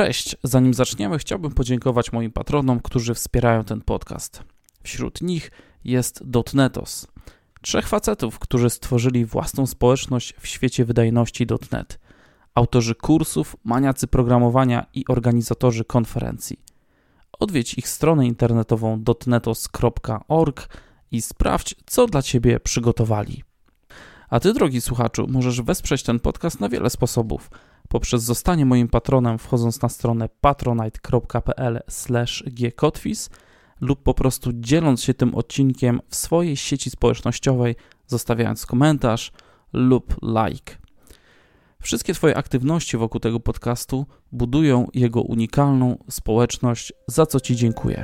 Cześć, zanim zaczniemy, chciałbym podziękować moim patronom, którzy wspierają ten podcast. Wśród nich jest Dotnetos, 3 facetów, którzy stworzyli własną społeczność w świecie wydajności .NET, autorzy kursów, maniacy programowania i organizatorzy konferencji. Odwiedź ich stronę internetową dotnetos.org i sprawdź, co dla Ciebie przygotowali. A Ty, drogi słuchaczu, możesz wesprzeć ten podcast na wiele sposobów. Poprzez zostanie moim patronem, wchodząc na stronę patronite.pl/gkotwis lub po prostu dzieląc się tym odcinkiem w swojej sieci społecznościowej, zostawiając komentarz lub like. Wszystkie Twoje aktywności wokół tego podcastu budują jego unikalną społeczność, za co Ci dziękuję.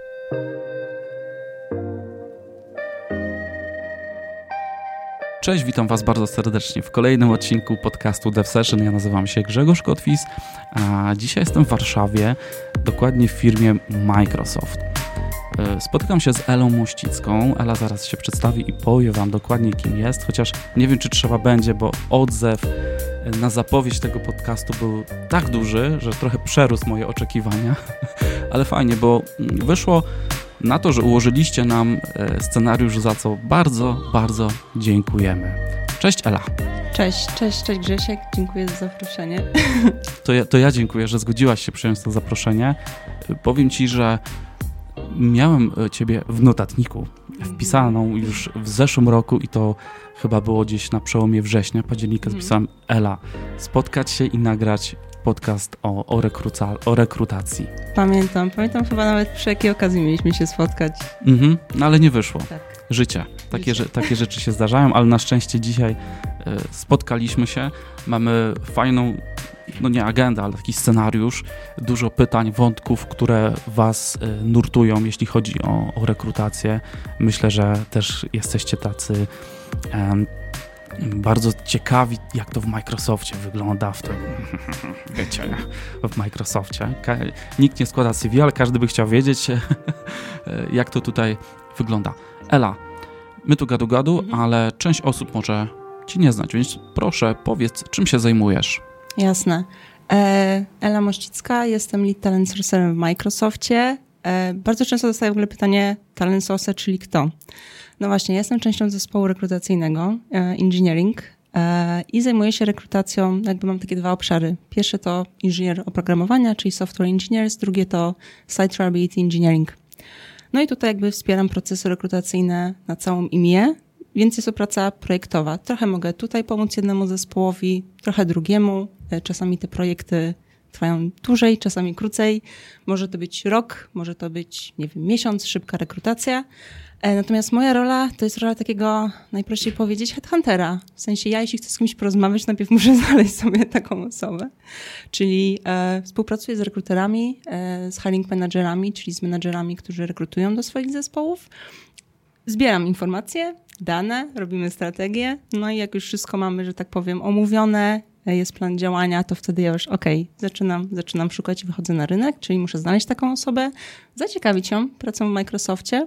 Cześć, witam Was bardzo serdecznie w kolejnym odcinku podcastu Dev Session. Ja nazywam się Grzegorz Kotwis, a dzisiaj jestem w Warszawie, dokładnie w firmie Microsoft. Spotykam się z Elą Mościcką. Ela zaraz się przedstawi i powie Wam dokładnie, kim jest, chociaż nie wiem, czy trzeba będzie, bo odzew na zapowiedź tego podcastu był tak duży, że trochę przerósł moje oczekiwania, ale fajnie, bo wyszło na to, że ułożyliście nam scenariusz, za co bardzo, bardzo dziękujemy. Cześć Ela. Cześć Grzesiek, dziękuję za zaproszenie. To ja dziękuję, że zgodziłaś się przyjąć to zaproszenie. Powiem Ci, że miałem Ciebie w notatniku wpisaną już w zeszłym roku i to chyba było gdzieś na przełomie września, października. Zapisałem Ela, spotkać się i nagrać podcast o rekrutacji. Pamiętam chyba nawet przy jakiej okazji mieliśmy się spotkać. No ale nie wyszło. Tak. Życie. Takie rzeczy się zdarzają, ale na szczęście dzisiaj spotkaliśmy się. Mamy fajną, no nie agendę, ale taki scenariusz. Dużo pytań, wątków, które Was nurtują, jeśli chodzi o rekrutację. Myślę, że też jesteście tacy bardzo ciekawi, jak to w Microsoftie wygląda, w Microsoftie. Nikt nie składa CV, ale każdy by chciał wiedzieć, jak to tutaj wygląda. Ela, my tu gadu, ale część osób może Ci nie znać, więc proszę, powiedz, czym się zajmujesz? Jasne. Ela Mościcka, jestem lead talent sourcerem w Microsoftie. Bardzo często dostaję w ogóle pytanie talent sourcer, czyli kto? No właśnie, jestem częścią zespołu rekrutacyjnego, engineering, i zajmuję się rekrutacją, jakby mam takie 2 obszary. Pierwsze to inżynier oprogramowania, czyli software engineers, drugie to site reliability engineering. No i tutaj jakby wspieram procesy rekrutacyjne na całą IMIE, więc jest to praca projektowa. Trochę mogę tutaj pomóc jednemu zespołowi, trochę drugiemu. Czasami te projekty trwają dłużej, czasami krócej. Może to być rok, może to być, nie wiem, miesiąc, szybka rekrutacja. Natomiast moja rola to jest rola takiego, najprościej powiedzieć, headhuntera. W sensie ja, jeśli chcę z kimś porozmawiać, najpierw muszę znaleźć sobie taką osobę. Czyli współpracuję z rekruterami, z hiring managerami, czyli z menadżerami, którzy rekrutują do swoich zespołów. Zbieram informacje, dane, robimy strategię. No i jak już wszystko mamy, że tak powiem, omówione, jest plan działania, to wtedy ja już zaczynam szukać i wychodzę na rynek, czyli muszę znaleźć taką osobę, zaciekawić ją pracą w Microsoftie.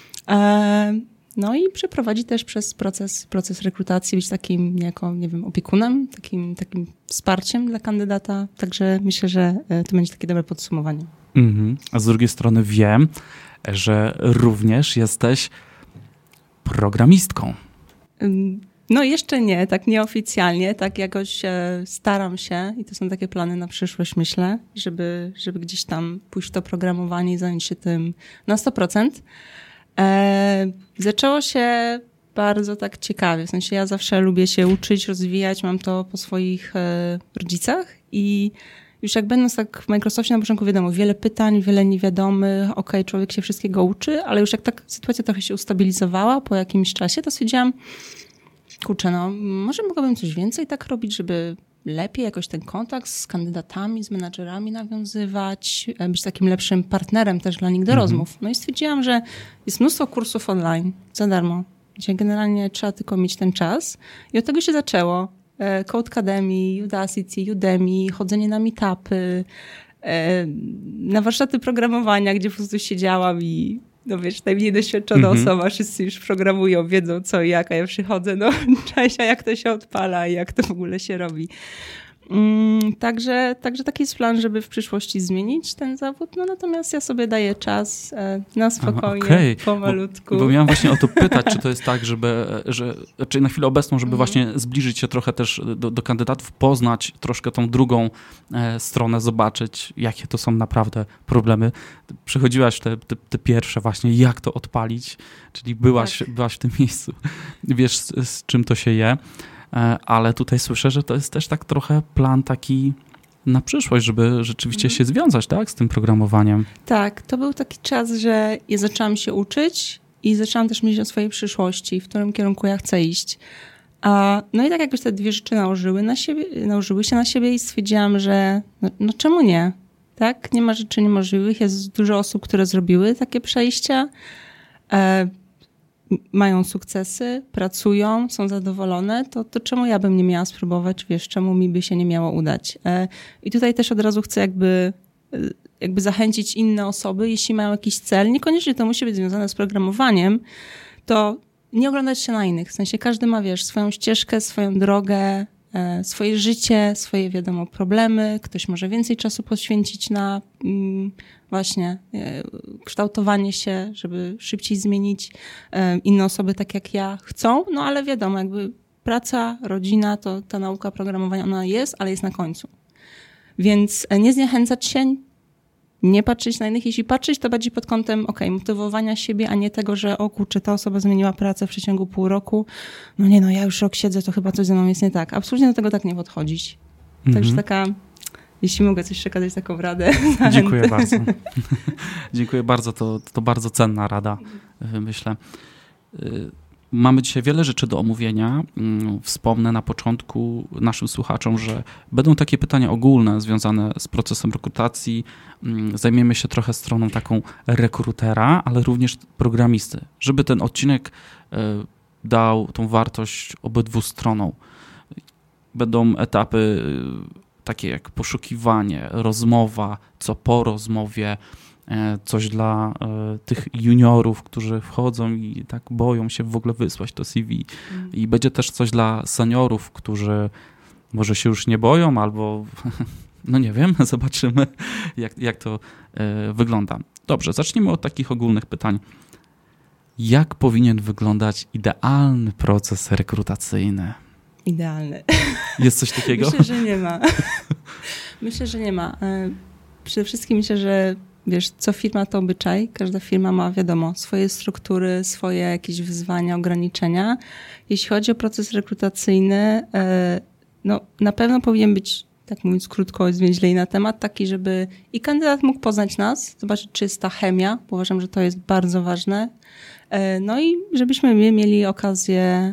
No i przeprowadzić też przez proces rekrutacji, być takim niejako, nie wiem, opiekunem, takim wsparciem dla kandydata. Także myślę, że to będzie takie dobre podsumowanie. A z drugiej strony wiem, że również jesteś programistką. No jeszcze nie, tak nieoficjalnie, tak jakoś staram się i to są takie plany na przyszłość, myślę, żeby gdzieś tam pójść w to programowanie i zająć się tym na 100%. Zaczęło się bardzo tak ciekawie, w sensie ja zawsze lubię się uczyć, rozwijać, mam to po swoich rodzicach i już jak będąc tak w Microsoftie na początku wiadomo, wiele pytań, wiele niewiadomych, człowiek się wszystkiego uczy, ale już jak tak sytuacja trochę się ustabilizowała po jakimś czasie, to stwierdziłam, kurczę, no może mogłabym coś więcej tak robić, żeby lepiej jakoś ten kontakt z kandydatami, z menadżerami nawiązywać, być takim lepszym partnerem też dla nich do rozmów. No i stwierdziłam, że jest mnóstwo kursów online za darmo, gdzie generalnie trzeba tylko mieć ten czas i od tego się zaczęło. Codecademy, Udacity, Udemy, chodzenie na meetupy, na warsztaty programowania, gdzie po prostu siedziałam i no wiesz, najmniej doświadczona osoba, wszyscy już programują, wiedzą co i jak, a ja przychodzę, no cześć, a jak to się odpala i jak to w ogóle się robi. Także taki jest plan, żeby w przyszłości zmienić ten zawód, no natomiast ja sobie daję czas na spokojnie, pomalutku. Bo miałem właśnie o to pytać, czy to jest tak, czy na chwilę obecną, żeby właśnie zbliżyć się trochę też do kandydatów, poznać troszkę tą drugą stronę, zobaczyć, jakie to są naprawdę problemy. Przechodziłaś te pierwsze właśnie, jak to odpalić, czyli byłaś w tym miejscu, wiesz z czym to się je. Ale tutaj słyszę, że to jest też tak trochę plan taki na przyszłość, żeby rzeczywiście się związać, tak, z tym programowaniem. Tak, to był taki czas, że ja zaczęłam się uczyć i zaczęłam też myśleć o swojej przyszłości, w którym kierunku ja chcę iść. No i tak jakoś te dwie rzeczy nałożyły się na siebie i stwierdziłam, że no czemu nie? Tak? Nie ma rzeczy niemożliwych. Jest dużo osób, które zrobiły takie przejścia. Mają sukcesy, pracują, są zadowolone, to czemu ja bym nie miała spróbować, wiesz, czemu mi by się nie miało udać. I tutaj też od razu chcę jakby zachęcić inne osoby, jeśli mają jakiś cel, niekoniecznie to musi być związane z programowaniem, to nie oglądać się na innych. W sensie każdy ma, wiesz, swoją ścieżkę, swoją drogę, swoje życie, swoje, wiadomo, problemy. Ktoś może więcej czasu poświęcić na właśnie kształtowanie się, żeby szybciej zmienić. Inne osoby, tak jak ja, chcą, no ale wiadomo, jakby praca, rodzina, to ta nauka programowania, ona jest, ale jest na końcu. Więc nie zniechęcać się, nie patrzeć na innych. Jeśli patrzeć, to bardziej pod kątem motywowania siebie, a nie tego, że o kurczę, ta osoba zmieniła pracę w przeciągu pół roku. No ja już rok siedzę, to chyba coś ze mną jest nie tak. Absolutnie do tego tak nie podchodzić. Także taka, jeśli mogę coś przekazać, taką radę. Dziękuję bardzo. Dziękuję bardzo, to bardzo cenna rada, myślę. Mamy dzisiaj wiele rzeczy do omówienia. Wspomnę na początku naszym słuchaczom, że będą takie pytania ogólne związane z procesem rekrutacji. Zajmiemy się trochę stroną taką rekrutera, ale również programisty, żeby ten odcinek dał tą wartość obydwu stronom. Będą etapy takie jak poszukiwanie, rozmowa, co po rozmowie, coś dla tych juniorów, którzy wchodzą i tak boją się w ogóle wysłać to CV. I będzie też coś dla seniorów, którzy może się już nie boją, albo no nie wiem, zobaczymy, jak to wygląda. Dobrze, zacznijmy od takich ogólnych pytań. Jak powinien wyglądać idealny proces rekrutacyjny? Idealny. Jest coś takiego? Myślę, że nie ma. Myślę, że nie ma. Przede wszystkim myślę, że wiesz, co firma to obyczaj. Każda firma ma, wiadomo, swoje struktury, swoje jakieś wyzwania, ograniczenia. Jeśli chodzi o proces rekrutacyjny, no na pewno powinien być, tak mówiąc krótko, zwięźlej na temat, taki, żeby i kandydat mógł poznać nas, zobaczyć, czy jest ta chemia, bo uważam, że to jest bardzo ważne. No i żebyśmy mieli okazję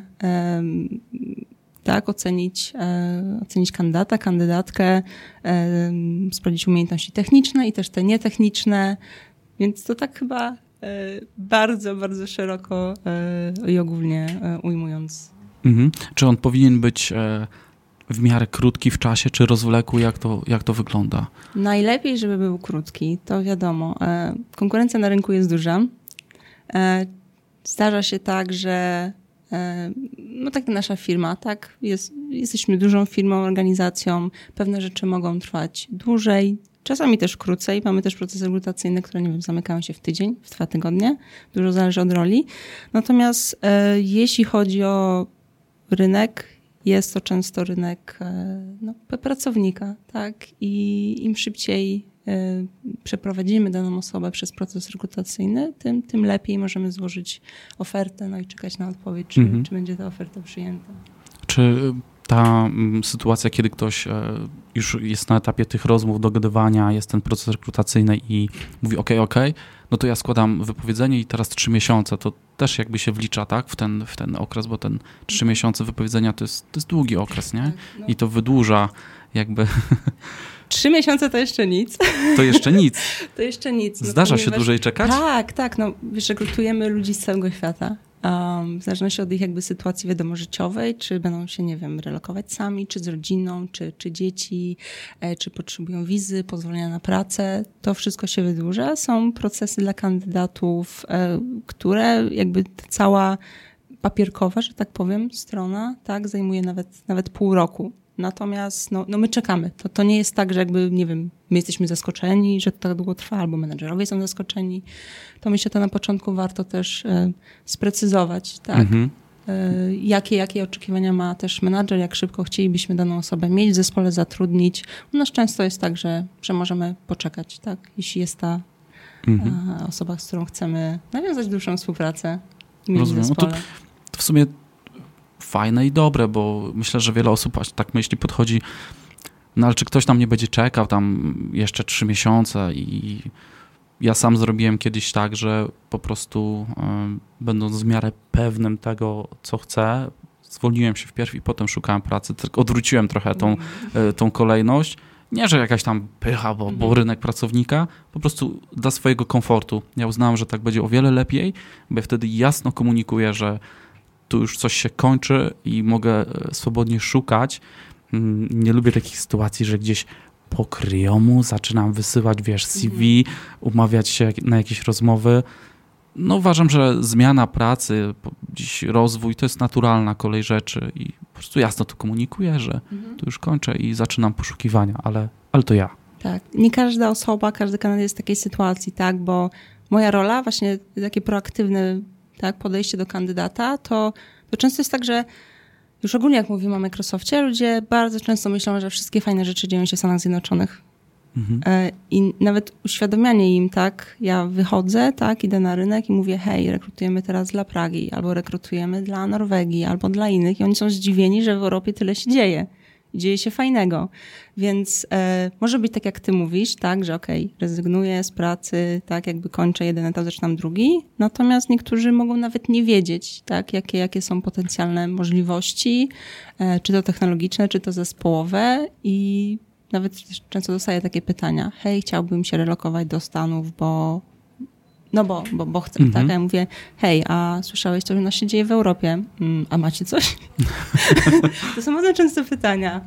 tak, ocenić kandydata, kandydatkę, sprawdzić umiejętności techniczne i też te nietechniczne, więc to tak chyba bardzo, bardzo szeroko i ogólnie ujmując. Czy on powinien być w miarę krótki w czasie, czy rozwlekły? Jak to wygląda? Najlepiej, żeby był krótki, to wiadomo. Konkurencja na rynku jest duża. Zdarza się tak, że no tak nasza firma, tak? Jesteśmy dużą firmą, organizacją. Pewne rzeczy mogą trwać dłużej, czasami też krócej. Mamy też procesy rekrutacyjne, które, nie wiem, zamykają się w tydzień, w 2 tygodnie. Dużo zależy od roli. Natomiast jeśli chodzi o rynek, jest to często rynek pracownika, tak? I im szybciej przeprowadzimy daną osobę przez proces rekrutacyjny, tym lepiej możemy złożyć ofertę, no i czekać na odpowiedź, czy będzie ta oferta przyjęta. Czy ta sytuacja, kiedy ktoś już jest na etapie tych rozmów, dogadywania, jest ten proces rekrutacyjny i mówi okej, no to ja składam wypowiedzenie i teraz 3 miesiące, to też jakby się wlicza, tak, w ten okres, bo ten 3 miesiące wypowiedzenia to jest długi okres, nie? Tak, no. I to wydłuża jakby... 3 miesiące to jeszcze nic. To jeszcze nic. To jeszcze nic. Zdarza się dłużej czekać? Tak. No, wiesz, rekrutujemy ludzi z całego świata. W zależności od ich jakby sytuacji, wiadomo, życiowej, czy będą się, nie wiem, relokować sami, czy z rodziną, czy dzieci, czy potrzebują wizy, pozwolenia na pracę. To wszystko się wydłuża. Są procesy dla kandydatów, które jakby cała papierkowa, że tak powiem, strona, tak, zajmuje nawet pół roku. natomiast no my czekamy. To nie jest tak, że jakby, nie wiem, my jesteśmy zaskoczeni, że to tak długo trwa, albo menedżerowie są zaskoczeni. To myślę, to na początku warto też sprecyzować, tak? Jakie oczekiwania ma też menadżer, jak szybko chcielibyśmy daną osobę mieć w zespole, zatrudnić. U nas często jest tak, że możemy poczekać, tak? Jeśli jest ta osoba, z którą chcemy nawiązać dłuższą współpracę mieć w zespole. To w sumie fajne i dobre, bo myślę, że wiele osób tak myśli, podchodzi, no ale czy ktoś tam nie będzie czekał tam jeszcze 3 miesiące i ja sam zrobiłem kiedyś tak, że po prostu będąc w miarę pewnym tego, co chcę, zwolniłem się wpierw i potem szukałem pracy, tylko odwróciłem trochę tą kolejność. Nie, że jakaś tam pycha, bo rynek pracownika, po prostu dla swojego komfortu. Ja uznałem, że tak będzie o wiele lepiej, bo ja wtedy jasno komunikuję, że tu już coś się kończy i mogę swobodnie szukać. Nie lubię takich sytuacji, że gdzieś po kryjomu zaczynam wysyłać, CV, umawiać się na jakieś rozmowy. No uważam, że zmiana pracy, dziś rozwój to jest naturalna kolej rzeczy i po prostu jasno to komunikuję, że tu już kończę i zaczynam poszukiwania, ale to ja. Tak, nie każda osoba, każdy kandydat jest w takiej sytuacji, tak, bo moja rola, właśnie takie proaktywne, tak, podejście do kandydata, to często jest tak, że już ogólnie jak mówimy o Microsoftie, ludzie bardzo często myślą, że wszystkie fajne rzeczy dzieją się w Stanach Zjednoczonych. I nawet uświadamianie im, tak, ja wychodzę, tak, idę na rynek i mówię, hej, rekrutujemy teraz dla Pragi, albo rekrutujemy dla Norwegii, albo dla innych i oni są zdziwieni, że w Europie tyle się dzieje. Dzieje się fajnego. Więc może być tak, jak ty mówisz, tak, że rezygnuję z pracy, tak, jakby kończę jeden etap, zaczynam drugi. Natomiast niektórzy mogą nawet nie wiedzieć, tak, jakie są potencjalne możliwości, czy to technologiczne, czy to zespołowe i nawet często dostaję takie pytania, hej, chciałbym się relokować do Stanów, bo chcę, tak? A ja mówię, hej, a słyszałeś, co u nas się dzieje w Europie? A macie coś? To są bardzo często pytania.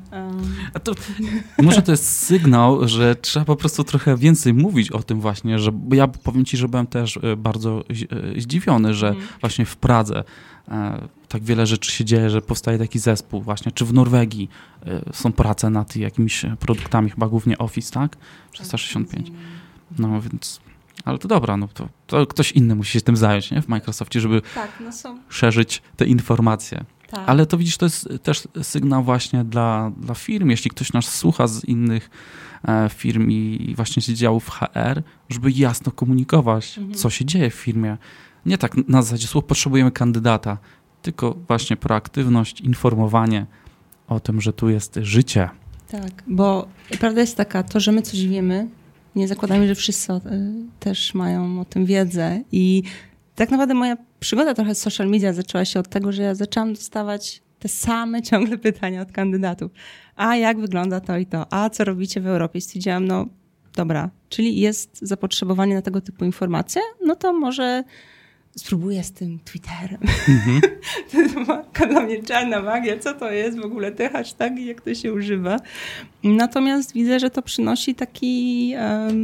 Może to jest sygnał, że trzeba po prostu trochę więcej mówić o tym właśnie, że ja powiem ci, że byłem też bardzo zdziwiony, że właśnie w Pradze tak wiele rzeczy się dzieje, że powstaje taki zespół właśnie, czy w Norwegii są prace nad jakimiś produktami, chyba głównie Office, tak? 365. No więc... Ale to dobra, no to ktoś inny musi się tym zająć, nie? W Microsoftie, żeby szerzyć te informacje. Tak. Ale to widzisz, to jest też sygnał właśnie dla firm, jeśli ktoś nas słucha z innych firm i właśnie z działów HR, żeby jasno komunikować, co się dzieje w firmie. Nie tak na zasadzie słów potrzebujemy kandydata, tylko właśnie proaktywność, informowanie o tym, że tu jest życie. Tak, bo prawda jest taka, to, że my coś wiemy, nie zakładamy, że wszyscy też mają o tym wiedzę i tak naprawdę moja przygoda trochę z social media zaczęła się od tego, że ja zaczęłam dostawać te same ciągle pytania od kandydatów. A jak wygląda to i to? A co robicie w Europie? I stwierdziłam, no dobra, czyli jest zapotrzebowanie na tego typu informacje? No to może spróbuję z tym Twitterem. To jest dla mnie czarna magia. Co to jest w ogóle te hashtagi, jak to się używa? Natomiast widzę, że to przynosi taki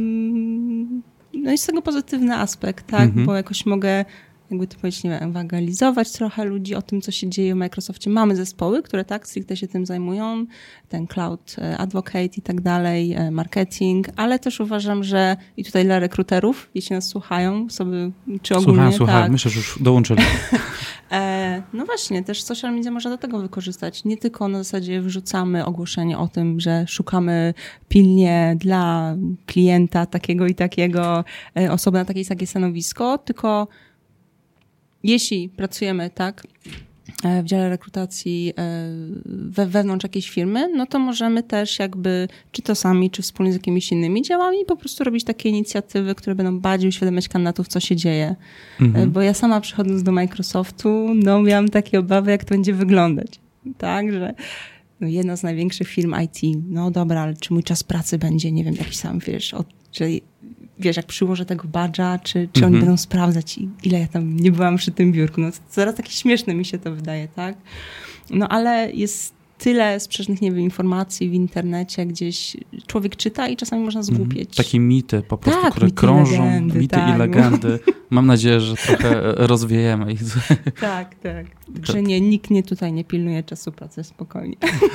no jest z tego pozytywny aspekt, tak? Bo jakoś mogę, jakby to powiedzieć, nie wiem, ewangelizować trochę ludzi o tym, co się dzieje w Microsoftie. Mamy zespoły, które tak stricte się tym zajmują, ten cloud advocate i tak dalej, marketing, ale też uważam, że i tutaj dla rekruterów, jeśli nas słuchają, osoby, czy ogólnie... Słucham, tak, myślę, że już dołączyli. No właśnie, też social media można do tego wykorzystać. Nie tylko na zasadzie wrzucamy ogłoszenie o tym, że szukamy pilnie dla klienta takiego i takiego osoby na takie i takie stanowisko, tylko jeśli pracujemy tak w dziale rekrutacji wewnątrz jakiejś firmy, no to możemy też jakby, czy to sami, czy wspólnie z jakimiś innymi działami, po prostu robić takie inicjatywy, które będą bardziej uświadamiać kandydatów, co się dzieje. Bo ja sama przychodząc do Microsoftu, no miałam takie obawy, jak to będzie wyglądać. Tak, że no, jedna z największych firm IT, no dobra, ale czy mój czas pracy będzie, nie wiem, jakiś sam, wiesz, jak przyłożę tego badża, czy oni będą sprawdzać, ile ja tam nie byłam przy tym biurku. No coraz takie śmieszne mi się to wydaje, tak? No ale jest tyle sprzecznych, nie wiem, informacji w internecie, gdzieś człowiek czyta i czasami można zgłupieć. Takie mity po prostu, tak, które krążą, mity i legendy. Mam nadzieję, że trochę rozwiejemy ich. Tak. Także nikt tutaj nie pilnuje czasu pracy, spokojnie.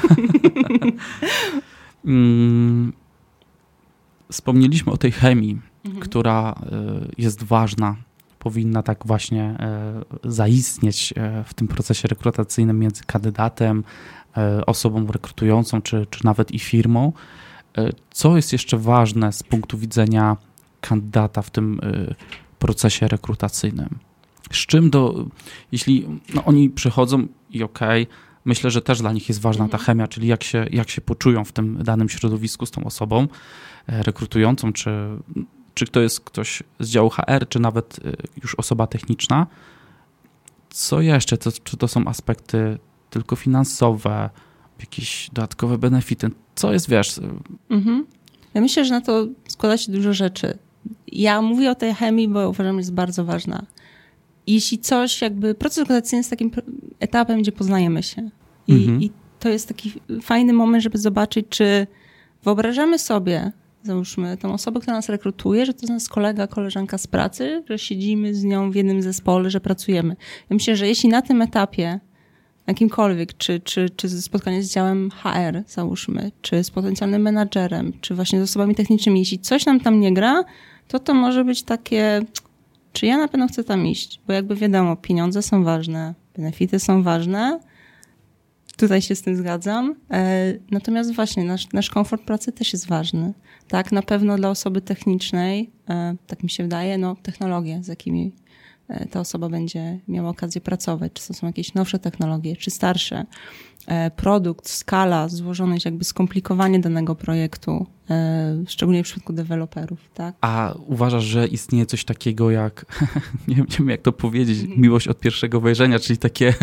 Wspomnieliśmy o tej chemii, która jest ważna, powinna tak właśnie zaistnieć w tym procesie rekrutacyjnym między kandydatem, osobą rekrutującą, czy nawet i firmą. Co jest jeszcze ważne z punktu widzenia kandydata w tym procesie rekrutacyjnym? Z czym jeśli oni przychodzą i myślę, że też dla nich jest ważna ta chemia, czyli jak się poczują w tym danym środowisku z tą osobą rekrutującą, czy to jest ktoś z działu HR, czy nawet już osoba techniczna. Co jeszcze? Czy to są aspekty tylko finansowe, jakieś dodatkowe benefity? Co jest, wiesz? Ja myślę, że na to składa się dużo rzeczy. Ja mówię o tej chemii, bo uważam, że jest bardzo ważna. Jeśli proces rekrutacyjny jest takim etapem, gdzie poznajemy się. I to jest taki fajny moment, żeby zobaczyć, czy wyobrażamy sobie, załóżmy, tą osobę, która nas rekrutuje, że to jest nasz kolega, koleżanka z pracy, że siedzimy z nią w jednym zespole, że pracujemy. Ja myślę, że jeśli na tym etapie jakimkolwiek, czy spotkanie z działem HR, załóżmy, czy z potencjalnym menadżerem, czy właśnie z osobami technicznymi, jeśli coś nam tam nie gra, to może być takie, czy ja na pewno chcę tam iść, bo jakby wiadomo, pieniądze są ważne, benefity są ważne, tutaj się z tym zgadzam, natomiast właśnie nasz komfort pracy też jest ważny. Tak, na pewno dla osoby technicznej, tak mi się wydaje, technologie, z jakimi ta osoba będzie miała okazję pracować, czy to są jakieś nowsze technologie, czy starsze. Produkt, skala, złożoność, jakby skomplikowanie danego projektu, szczególnie w przypadku deweloperów. Tak? A uważasz, że istnieje coś takiego jak, nie wiem jak to powiedzieć, miłość od pierwszego wejrzenia, czyli takie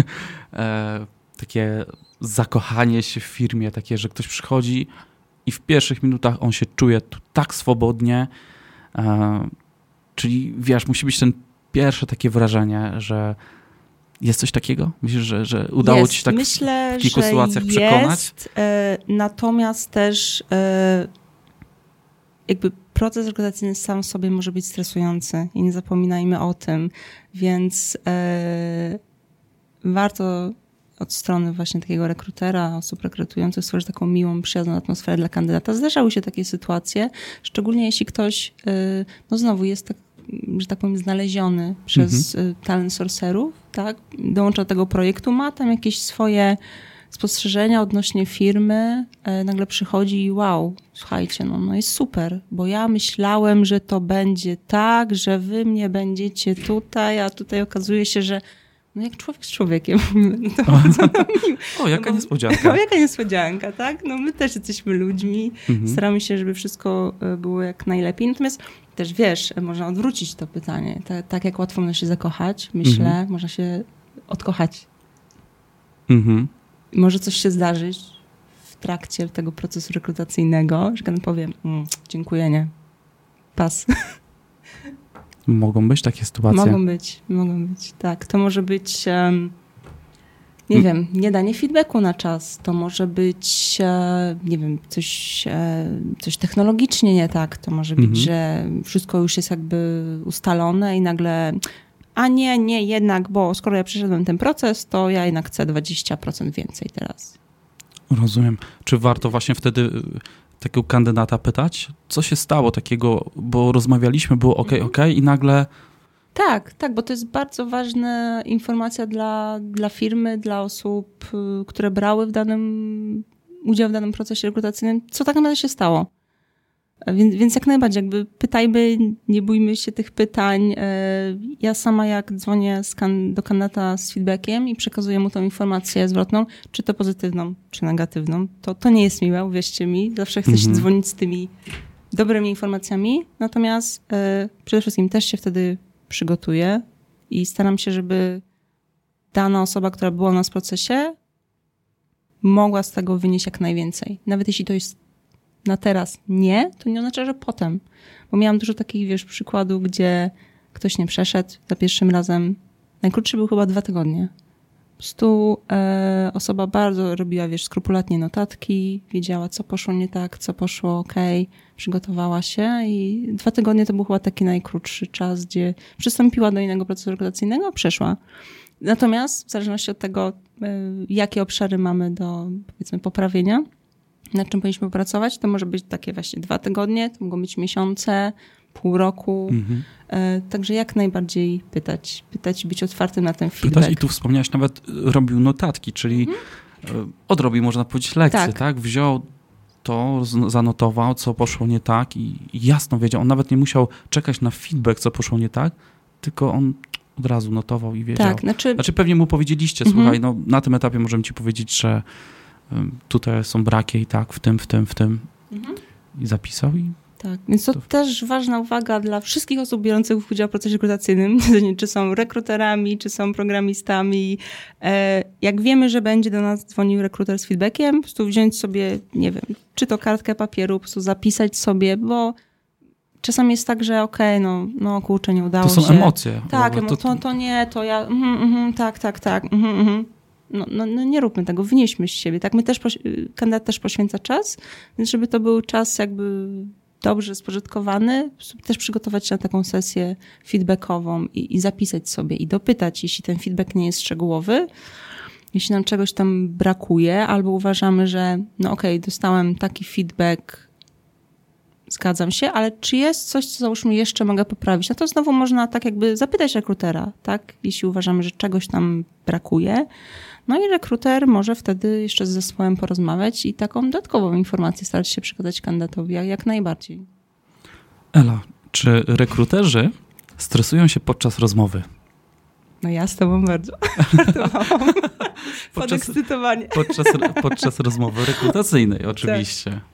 zakochanie się w firmie, takie, że ktoś przychodzi i w pierwszych minutach on się czuje tu tak swobodnie, czyli wiesz, musi być ten pierwsze takie wrażenie, że jest coś takiego? Myślisz, że udało ci się tak w kilku sytuacjach przekonać? Natomiast też jakby proces rekrutacyjny sam w sobie może być stresujący i nie zapominajmy o tym, więc warto od strony właśnie takiego rekrutera, osób rekrutujących stworzyć taką miłą, przyjazną atmosferę dla kandydata. Zdarzały się takie sytuacje, szczególnie jeśli ktoś znowu jest tak, że tak powiem, znaleziony przez talent sourcerów, tak? Dołącza do tego projektu, ma tam jakieś swoje spostrzeżenia odnośnie firmy, nagle przychodzi i wow, słuchajcie, jest super, bo ja myślałem, że to będzie tak, że wy mnie będziecie tutaj, a tutaj okazuje się, że jak człowiek z człowiekiem. Jaka niespodzianka. Jaka niespodzianka, tak? My też jesteśmy ludźmi, staramy się, żeby wszystko było jak najlepiej. Natomiast też wiesz, można odwrócić to pytanie. Tak jak łatwo można się zakochać, myślę, można się odkochać. Może coś się zdarzyć w trakcie tego procesu rekrutacyjnego, że kandydat powie, dziękuję, nie. Pas. Mogą być takie sytuacje? Mogą być, tak. To może być, nie wiem, niedanie feedbacku na czas. To może być, nie wiem, coś technologicznie nie tak. To może być, że wszystko już jest jakby ustalone i nagle, a nie, jednak, bo skoro ja przeszedłem ten proces, to ja jednak chcę 20% więcej teraz. Rozumiem. Czy warto właśnie wtedy takiego kandydata pytać, co się stało takiego, bo rozmawialiśmy, było okej, i nagle... Tak, bo to jest bardzo ważna informacja dla firmy, dla osób, które brały udział w danym procesie rekrutacyjnym, co tak naprawdę się stało. Więc jak najbardziej, jakby pytajmy, nie bójmy się tych pytań. Ja sama jak dzwonię do kandydata z feedbackiem i przekazuję mu tą informację zwrotną, czy to pozytywną, czy negatywną, to nie jest miłe, uwierzcie mi. Zawsze chcę się dzwonić z tymi dobrymi informacjami, natomiast przede wszystkim też się wtedy przygotuję i staram się, żeby dana osoba, która była u nas w procesie, mogła z tego wynieść jak najwięcej. Nawet jeśli to jest na teraz nie, to nie oznacza, że potem. Bo miałam dużo takich, przykładów, gdzie ktoś nie przeszedł za pierwszym razem. Najkrótszy był chyba 2 tygodnie. prostu osoba bardzo robiła, skrupulatnie notatki, wiedziała, co poszło nie tak, co poszło okej, przygotowała się i 2 tygodnie to był chyba taki najkrótszy czas, gdzie przystąpiła do innego procesu rekrutacyjnego, przeszła. Natomiast w zależności od tego, jakie obszary mamy do, powiedzmy, poprawienia, nad czym powinniśmy pracować, to może być takie właśnie 2 tygodnie, to mogą być miesiące, pół roku. Także jak najbardziej pytać, być otwartym na ten feedback. Pytać i tu wspomniałaś, nawet robił notatki, czyli odrobił, można powiedzieć, lekcję, tak? Wziął to, zanotował, co poszło nie tak i jasno wiedział. On nawet nie musiał czekać na feedback, co poszło nie tak, tylko on od razu notował i wiedział. Tak, znaczy pewnie mu powiedzieliście, słuchaj, no na tym etapie możemy ci powiedzieć, że tutaj są braki i tak, w tym. I zapisał i... Tak, więc to też ważna uwaga dla wszystkich osób biorących udział w procesie rekrutacyjnym, czy są rekruterami, czy są programistami. Jak wiemy, że będzie do nas dzwonił rekruter z feedbackiem, po prostu wziąć sobie, nie wiem, czy to kartkę papieru, po prostu zapisać sobie, bo czasami jest tak, że no kurczę, nie udało się. To są emocje. Tak, to nie, to ja, tak. No nie róbmy tego, wynieśmy z siebie. Tak, kandydat też poświęca czas, więc żeby to był czas jakby dobrze spożytkowany, też przygotować się na taką sesję feedbackową i zapisać sobie i dopytać, jeśli ten feedback nie jest szczegółowy, jeśli nam czegoś tam brakuje, albo uważamy, że dostałem taki feedback, zgadzam się, ale czy jest coś, co załóżmy jeszcze mogę poprawić? No to znowu można tak jakby zapytać rekrutera, tak? Jeśli uważamy, że czegoś tam brakuje. No i rekruter może wtedy jeszcze z zespołem porozmawiać i taką dodatkową informację starać się przekazać kandydatowi jak najbardziej. Ela, czy rekruterzy stresują się podczas rozmowy? No ja z tobą bardzo. Podekscytowanie. Podczas rozmowy rekrutacyjnej oczywiście. Tak.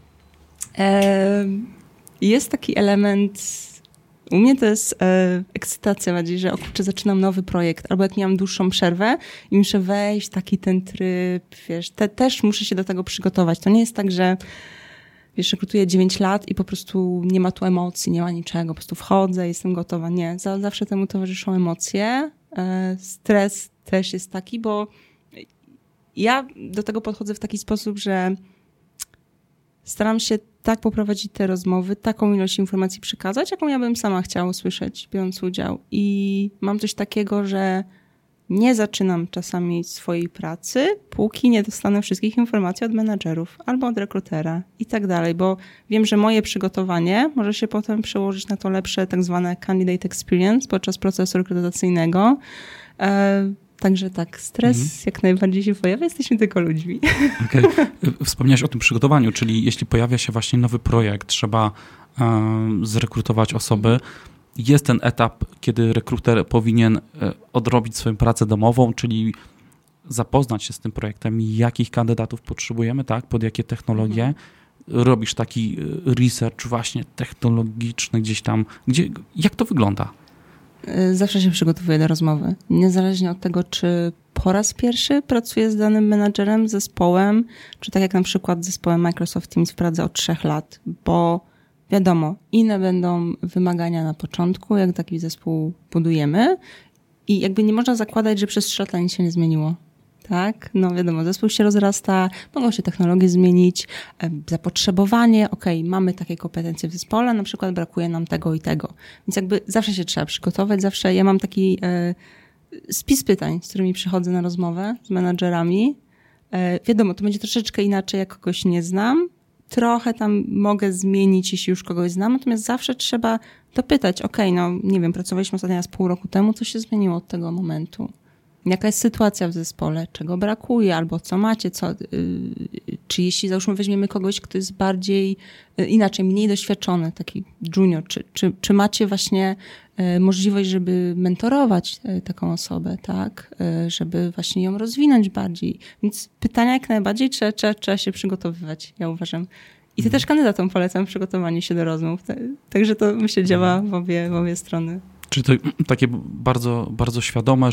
Jest taki element, u mnie to jest ekscytacja bardziej, że zaczynam nowy projekt, albo jak miałam dłuższą przerwę i muszę wejść, taki ten tryb, też muszę się do tego przygotować. To nie jest tak, że rekrutuję 9 lat i po prostu nie ma tu emocji, nie ma niczego, po prostu wchodzę, jestem gotowa. Nie, zawsze temu towarzyszą emocje. Stres też jest taki, bo ja do tego podchodzę w taki sposób, że staram się tak poprowadzić te rozmowy, taką ilość informacji przekazać, jaką ja bym sama chciała usłyszeć, biorąc udział. I mam coś takiego, że nie zaczynam czasami swojej pracy, póki nie dostanę wszystkich informacji od menadżerów albo od rekrutera i tak dalej, bo wiem, że moje przygotowanie może się potem przełożyć na to lepsze tak zwane candidate experience podczas procesu rekrutacyjnego. Także tak, stres jak najbardziej się pojawia, jesteśmy tylko ludźmi. Okay. Wspomniałeś o tym przygotowaniu, czyli jeśli pojawia się właśnie nowy projekt, trzeba zrekrutować osoby. Jest ten etap, kiedy rekruter powinien odrobić swoją pracę domową, czyli zapoznać się z tym projektem, jakich kandydatów potrzebujemy, tak, pod jakie technologie. Robisz taki research właśnie technologiczny gdzieś tam. Jak to wygląda? Zawsze się przygotowuję do rozmowy. Niezależnie od tego, czy po raz pierwszy pracuję z danym menadżerem, zespołem, czy tak jak na przykład z zespołem Microsoft Teams w Pradze od 3 lat, bo wiadomo, inne będą wymagania na początku, jak taki zespół budujemy i jakby nie można zakładać, że przez 3 lata nic się nie zmieniło. Tak? No wiadomo, zespół się rozrasta, mogą się technologie zmienić, zapotrzebowanie, mamy takie kompetencje w zespole, na przykład brakuje nam tego i tego. Więc jakby zawsze się trzeba przygotować, zawsze ja mam taki spis pytań, z którymi przychodzę na rozmowę z menadżerami. Wiadomo, to będzie troszeczkę inaczej, jak kogoś nie znam. Trochę tam mogę zmienić, jeśli już kogoś znam, natomiast zawsze trzeba dopytać, nie wiem, pracowaliśmy ostatni raz pół roku temu, co się zmieniło od tego momentu? Jaka jest sytuacja w zespole, czego brakuje, albo co macie, czy jeśli załóżmy weźmiemy kogoś, kto jest bardziej, inaczej, mniej doświadczony, taki junior, czy macie właśnie możliwość, żeby mentorować taką osobę, tak, żeby właśnie ją rozwinąć bardziej. Więc pytania jak najbardziej trzeba się przygotowywać, ja uważam. I to też kandydatom polecam przygotowanie się do rozmów. Także to myślę działa w obie strony. Czyli to takie bardzo, bardzo świadome,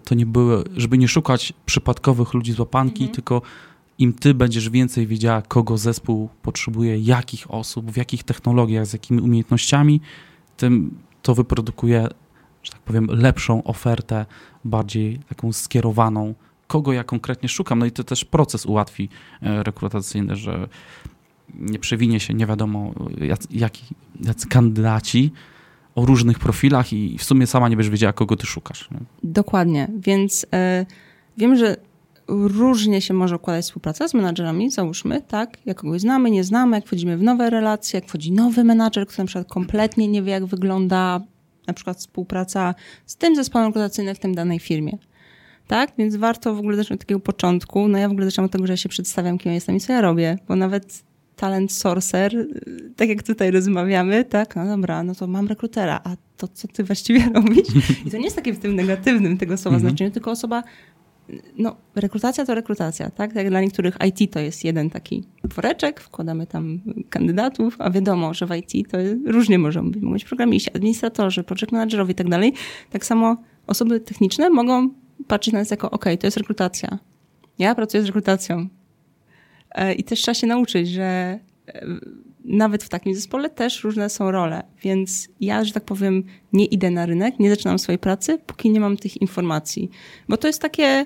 żeby nie szukać przypadkowych ludzi z łapanki, tylko im ty będziesz więcej wiedziała, kogo zespół potrzebuje, jakich osób, w jakich technologiach, z jakimi umiejętnościami, tym to wyprodukuje, że tak powiem, lepszą ofertę, bardziej taką skierowaną, kogo ja konkretnie szukam. No i to też proces ułatwi rekrutacyjny, że nie przewinie się nie wiadomo jacy kandydaci o różnych profilach i w sumie sama nie będziesz wiedziała, kogo ty szukasz. Nie? Dokładnie, więc wiem, że różnie się może układać współpraca z menadżerami, załóżmy, tak, jak kogoś znamy, nie znamy, jak wchodzimy w nowe relacje, jak wchodzi nowy menadżer, który na przykład kompletnie nie wie, jak wygląda na przykład współpraca z tym zespołem rekrutacyjnym w tym danej firmie. Tak, więc warto w ogóle zacząć od takiego początku. No ja w ogóle zaczęłam od tego, że ja się przedstawiam, kim ja jestem i co ja robię, bo nawet talent sourcer, tak jak tutaj rozmawiamy, tak, no dobra, no to mam rekrutera, a to co ty właściwie robisz? I to nie jest takie w tym negatywnym tego słowa znaczeniu, tylko osoba, no rekrutacja to rekrutacja, tak? Jak dla niektórych IT to jest jeden taki woreczek, wkładamy tam kandydatów, a wiadomo, że w IT to różnie mogą być programiści, administratorzy, project managerowie i tak dalej. Tak samo osoby techniczne mogą patrzeć na nas jako, okej, to jest rekrutacja. Ja pracuję z rekrutacją. I też trzeba się nauczyć, że nawet w takim zespole też różne są role. Więc ja, że tak powiem, nie idę na rynek, nie zaczynam swojej pracy, póki nie mam tych informacji. Bo to jest takie...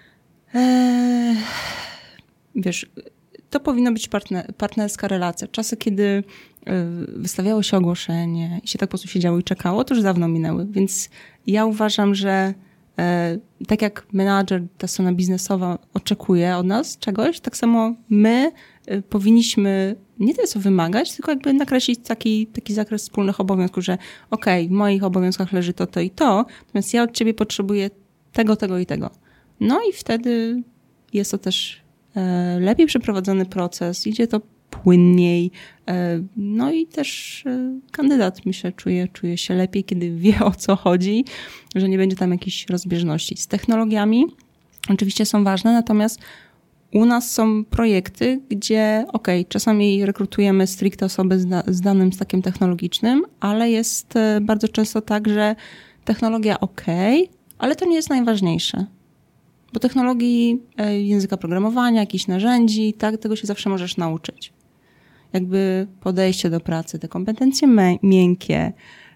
wiesz, to powinna być partnerska relacja. Czasy, kiedy wystawiało się ogłoszenie i się tak po prostu siedziało i czekało, to już dawno minęły. Więc ja uważam, że tak jak menadżer, ta strona biznesowa oczekuje od nas czegoś, tak samo my powinniśmy nie tyle co wymagać, tylko jakby nakreślić taki zakres wspólnych obowiązków, że okej, w moich obowiązkach leży to i to, natomiast ja od ciebie potrzebuję tego i tego. No i wtedy jest to też lepiej przeprowadzony proces, idzie to płynniej, no i też kandydat, myślę, czuje się lepiej, kiedy wie, o co chodzi, że nie będzie tam jakichś rozbieżności. Z technologiami oczywiście są ważne, natomiast u nas są projekty, gdzie czasami rekrutujemy stricte osoby z danym stackiem technologicznym, ale jest bardzo często tak, że technologia ale to nie jest najważniejsze. Bo technologii języka programowania, jakichś narzędzi, tak, tego się zawsze możesz nauczyć. Jakby podejście do pracy, te kompetencje miękkie,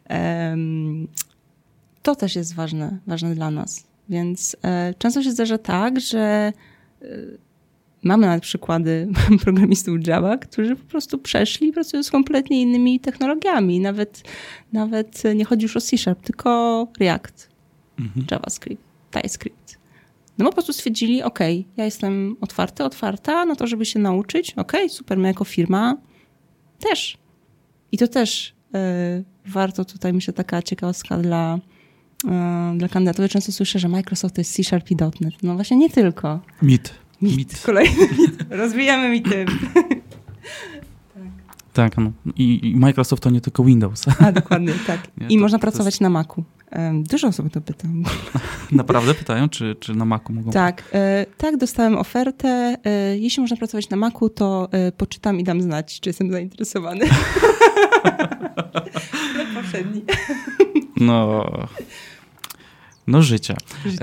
to też jest ważne dla nas. Więc często się zdarza tak, że mamy nawet przykłady programistów Java, którzy po prostu przeszli i pracują z kompletnie innymi technologiami. Nawet nie chodzi już o C#, tylko React, JavaScript, TypeScript. No po prostu stwierdzili, ja jestem otwarta na to, żeby się nauczyć. Super, my jako firma też. I to też warto tutaj, myślę, taka ciekawostka dla kandydatów. Często słyszę, że Microsoft to jest C# i .NET. No właśnie nie tylko. Mit. Kolejny mit. Rozwijamy mity. Tak, no. I Microsoft to nie tylko Windows. A, dokładnie, tak. I można pracować na Macu. Dużo osób to pyta. Naprawdę pytają, czy na Macu mogą? Tak, dostałem ofertę. Jeśli można pracować na Macu, to poczytam i dam znać, czy jestem zainteresowany. Ale poprzedni. No życie.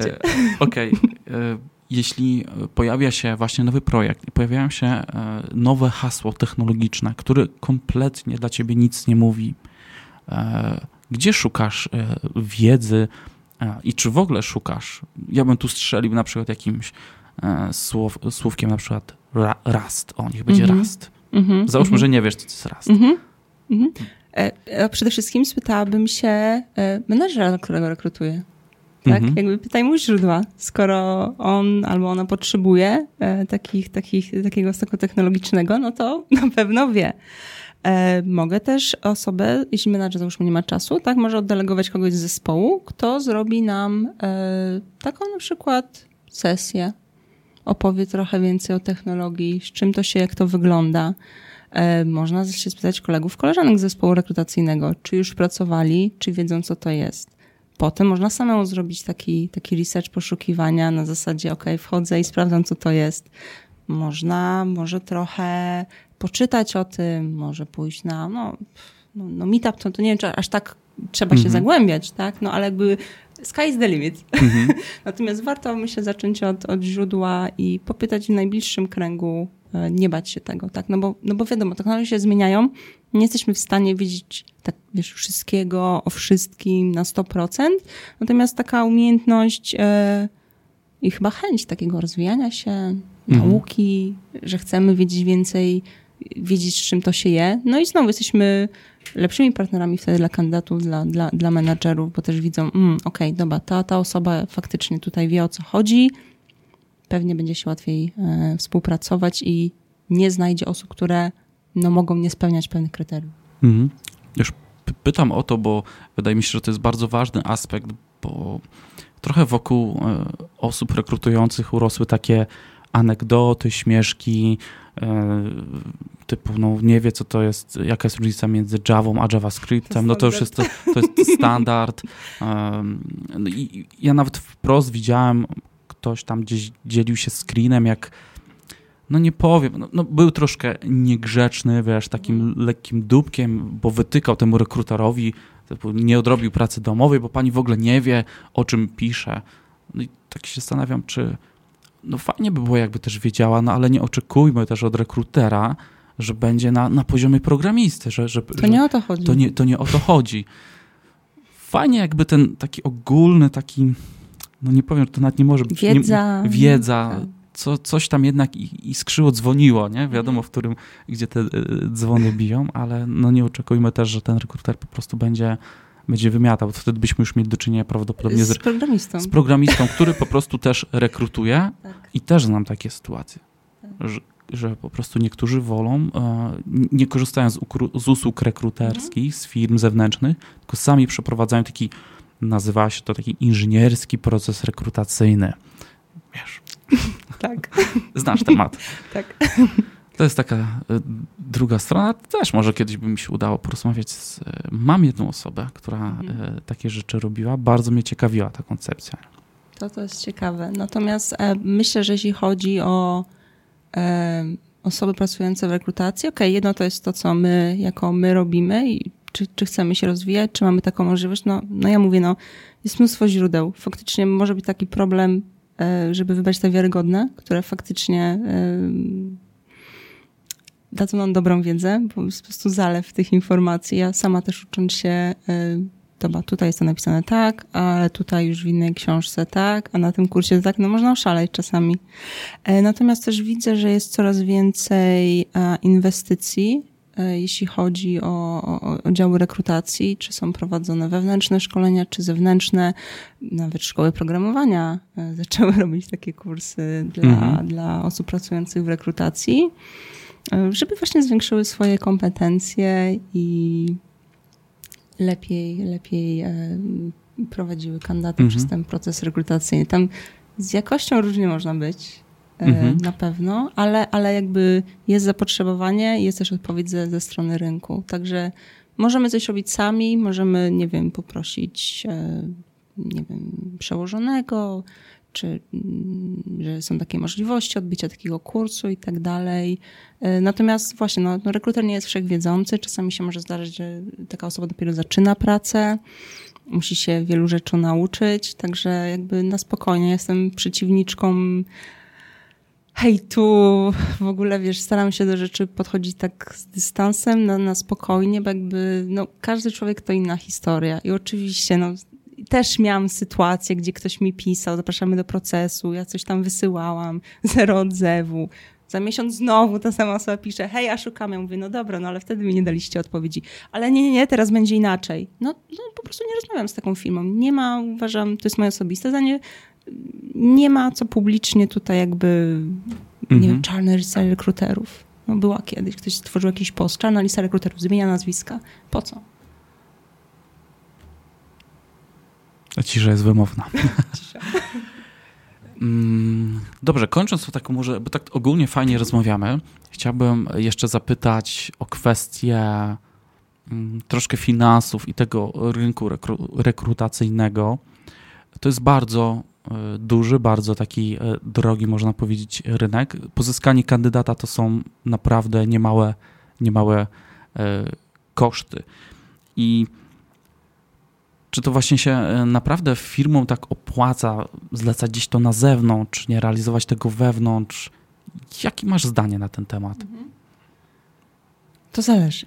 Jeśli pojawia się właśnie nowy projekt i pojawiają się nowe hasło technologiczne, które kompletnie dla ciebie nic nie mówi, gdzie szukasz wiedzy i czy w ogóle szukasz? Ja bym tu strzelił na przykład jakimś słówkiem na przykład Rust. Niech będzie Rust. Załóżmy, że nie wiesz, co to jest Rust. Przede wszystkim spytałabym się menadżera, którego rekrutuję. Tak? Jakby pytaj mu źródła, skoro on albo ona potrzebuje takiego stacku technologicznego, no to na pewno wie. Mogę też osobę, jeśli menadżer załóżmy nie ma czasu, tak, może oddelegować kogoś z zespołu, kto zrobi nam taką na przykład sesję, opowie trochę więcej o technologii, z czym to się, jak to wygląda. Można się spytać kolegów, koleżanek z zespołu rekrutacyjnego, czy już pracowali, czy wiedzą, co to jest. Potem można samemu zrobić taki research poszukiwania na zasadzie wchodzę i sprawdzam, co to jest. Można może trochę poczytać o tym, może pójść na meetup, to nie wiem, czy aż tak trzeba się zagłębiać, tak? No ale jakby sky is the limit. Natomiast warto, myślę, zacząć od źródła i popytać w najbliższym kręgu, nie bać się tego, tak? No bo wiadomo, technologie się zmieniają, nie jesteśmy w stanie wiedzieć tak, wszystkiego o wszystkim na 100%, natomiast taka umiejętność i chyba chęć takiego rozwijania się, nauki, że chcemy wiedzieć więcej, wiedzieć, z czym to się je. No i znowu jesteśmy lepszymi partnerami wtedy dla kandydatów, dla menadżerów, bo też widzą, okej, dobra, ta osoba faktycznie tutaj wie, o co chodzi, pewnie będzie się łatwiej współpracować i nie znajdzie osób, które mogą nie spełniać pewnych kryteriów. Już pytam o to, bo wydaje mi się, że to jest bardzo ważny aspekt, bo trochę wokół osób rekrutujących urosły takie anegdoty, śmieszki, typu nie wie, co to jest, jaka jest różnica między Javą a JavaScriptem, to już jest to jest standard. I ja nawet wprost widziałem, ktoś tam gdzieś dzielił się screenem, jak nie powiem, był troszkę niegrzeczny, wiesz, takim lekkim dupkiem, bo wytykał temu rekruterowi, nie odrobił pracy domowej, bo pani w ogóle nie wie, o czym pisze. No i tak się zastanawiam, czy fajnie by było, jakby też wiedziała, ale nie oczekujmy też od rekrutera, że będzie na poziomie programisty. To nie o to chodzi. To nie o to chodzi. Fajnie jakby ten taki ogólny, taki, nie powiem, że to nawet nie może być. Wiedza. Tak. Coś tam jednak iskrzyło, dzwoniło, nie? Wiadomo, gdzie te dzwony biją, ale nie oczekujmy też, że ten rekruter po prostu będzie wymiatał, bo wtedy byśmy już mieli do czynienia prawdopodobnie z programistą. Z programistą, który po prostu też rekrutuje. Tak. I też znam takie sytuacje, tak. że po prostu niektórzy wolą, nie korzystają z usług rekruterskich, z firm zewnętrznych, tylko sami przeprowadzają nazywa się to taki inżynierski proces rekrutacyjny. Wiesz. Tak. Znasz temat. Tak. To jest taka druga strona. Też może kiedyś by mi się udało porozmawiać mam jedną osobę, która takie rzeczy robiła. Bardzo mnie ciekawiła ta koncepcja. To jest ciekawe. Natomiast myślę, że jeśli chodzi o osoby pracujące w rekrutacji, jedno to jest to, co my robimy i czy chcemy się rozwijać, czy mamy taką możliwość. Ja mówię, jest mnóstwo źródeł. Faktycznie może być taki problem, żeby wybrać te wiarygodne, które faktycznie dadzą nam dobrą wiedzę, bo jest po prostu zalew tych informacji. Ja sama też ucząc się, tutaj jest to napisane tak, ale tutaj już w innej książce tak, a na tym kursie tak, można oszaleć czasami. Natomiast też widzę, że jest coraz więcej inwestycji, jeśli chodzi o działy rekrutacji, czy są prowadzone wewnętrzne szkolenia, czy zewnętrzne. Nawet szkoły programowania zaczęły robić takie kursy dla osób pracujących w rekrutacji, żeby właśnie zwiększyły swoje kompetencje i lepiej prowadziły kandydatów przez ten proces rekrutacyjny. Tam z jakością różnie można być, na pewno, ale jakby jest zapotrzebowanie, jest też odpowiedź ze strony rynku. Także możemy coś robić sami, możemy, poprosić, przełożonego, czy że są takie możliwości odbycia takiego kursu i tak dalej. Natomiast właśnie, rekruter nie jest wszechwiedzący. Czasami się może zdarzyć, że taka osoba dopiero zaczyna pracę, musi się wielu rzeczy nauczyć, także jakby na spokojnie. Jestem przeciwniczką hejtu, w ogóle staram się do rzeczy podchodzić tak z dystansem, na spokojnie, bo jakby każdy człowiek to inna historia i oczywiście też miałam sytuację, gdzie ktoś mi pisał, zapraszamy do procesu, ja coś tam wysyłałam, 0 odzewu. Za miesiąc znowu ta sama osoba pisze, hej, ja szukam. Ja mówię, dobra, ale wtedy mi nie daliście odpowiedzi. Ale nie, teraz będzie inaczej. Po prostu nie rozmawiam z taką firmą. Nie ma, uważam, to jest moje osobiste zdanie, nie ma co publicznie tutaj jakby, nie wiem, czarna lista rekruterów. Była kiedyś, ktoś stworzył jakiś post, czarna lista rekruterów, zmienia nazwiska. Po co? Cisza jest wymowna. Cisza. Dobrze, kończąc to tak może, bo tak ogólnie fajnie rozmawiamy, chciałbym jeszcze zapytać o kwestię troszkę finansów i tego rynku rekrutacyjnego. To jest bardzo duży, bardzo taki drogi, można powiedzieć, rynek. Pozyskanie kandydata to są naprawdę niemałe koszty. I czy to właśnie się naprawdę firmom tak opłaca zlecać gdzieś to na zewnątrz, nie realizować tego wewnątrz? Jakie masz zdanie na ten temat? To zależy.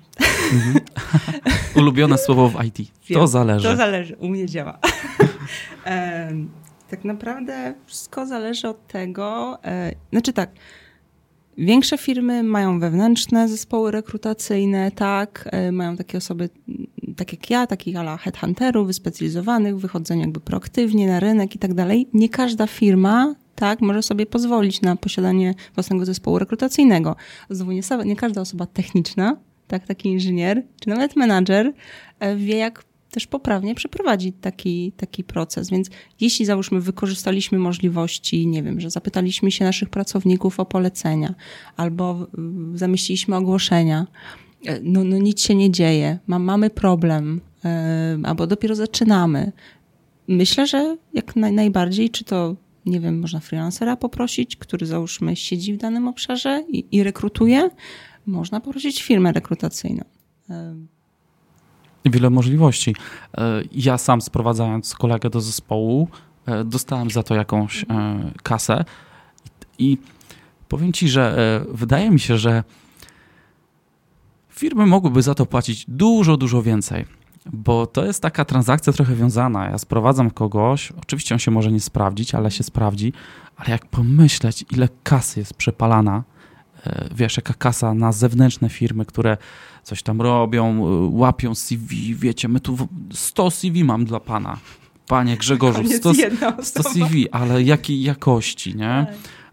Ulubione słowo w IT. To zależy. To zależy. U mnie działa. Tak naprawdę wszystko zależy od tego, znaczy tak, większe firmy mają wewnętrzne zespoły rekrutacyjne, tak, mają takie osoby, tak jak ja, takich ala headhunterów, wyspecjalizowanych w wychodzeniu jakby proaktywnie na rynek i tak dalej. Nie każda firma, tak, może sobie pozwolić na posiadanie własnego zespołu rekrutacyjnego. Znowu nie każda osoba techniczna, tak, taki inżynier, czy nawet menadżer wie, jak też poprawnie przeprowadzić taki proces. Więc jeśli załóżmy wykorzystaliśmy możliwości, nie wiem, że zapytaliśmy się naszych pracowników o polecenia albo zamieściliśmy ogłoszenia, no nic się nie dzieje, mamy problem albo dopiero zaczynamy. Myślę, że jak najbardziej, czy to, nie wiem, można freelancera poprosić, który załóżmy siedzi w danym obszarze i rekrutuje, można poprosić firmę rekrutacyjną. Wiele możliwości. Ja sam sprowadzając kolegę do zespołu, dostałem za to jakąś kasę i powiem ci, że wydaje mi się, że firmy mogłyby za to płacić dużo więcej, bo to jest taka transakcja trochę wiązana. Ja sprowadzam kogoś, oczywiście on się może nie sprawdzić, ale się sprawdzi, ale jak pomyśleć, ile kasy jest przepalana, wiesz, jaka kasa na zewnętrzne firmy, które coś tam robią, łapią CV, wiecie, my tu 100 CV mam dla pana. Panie Grzegorzu, 100 CV, ale jakiej jakości, nie?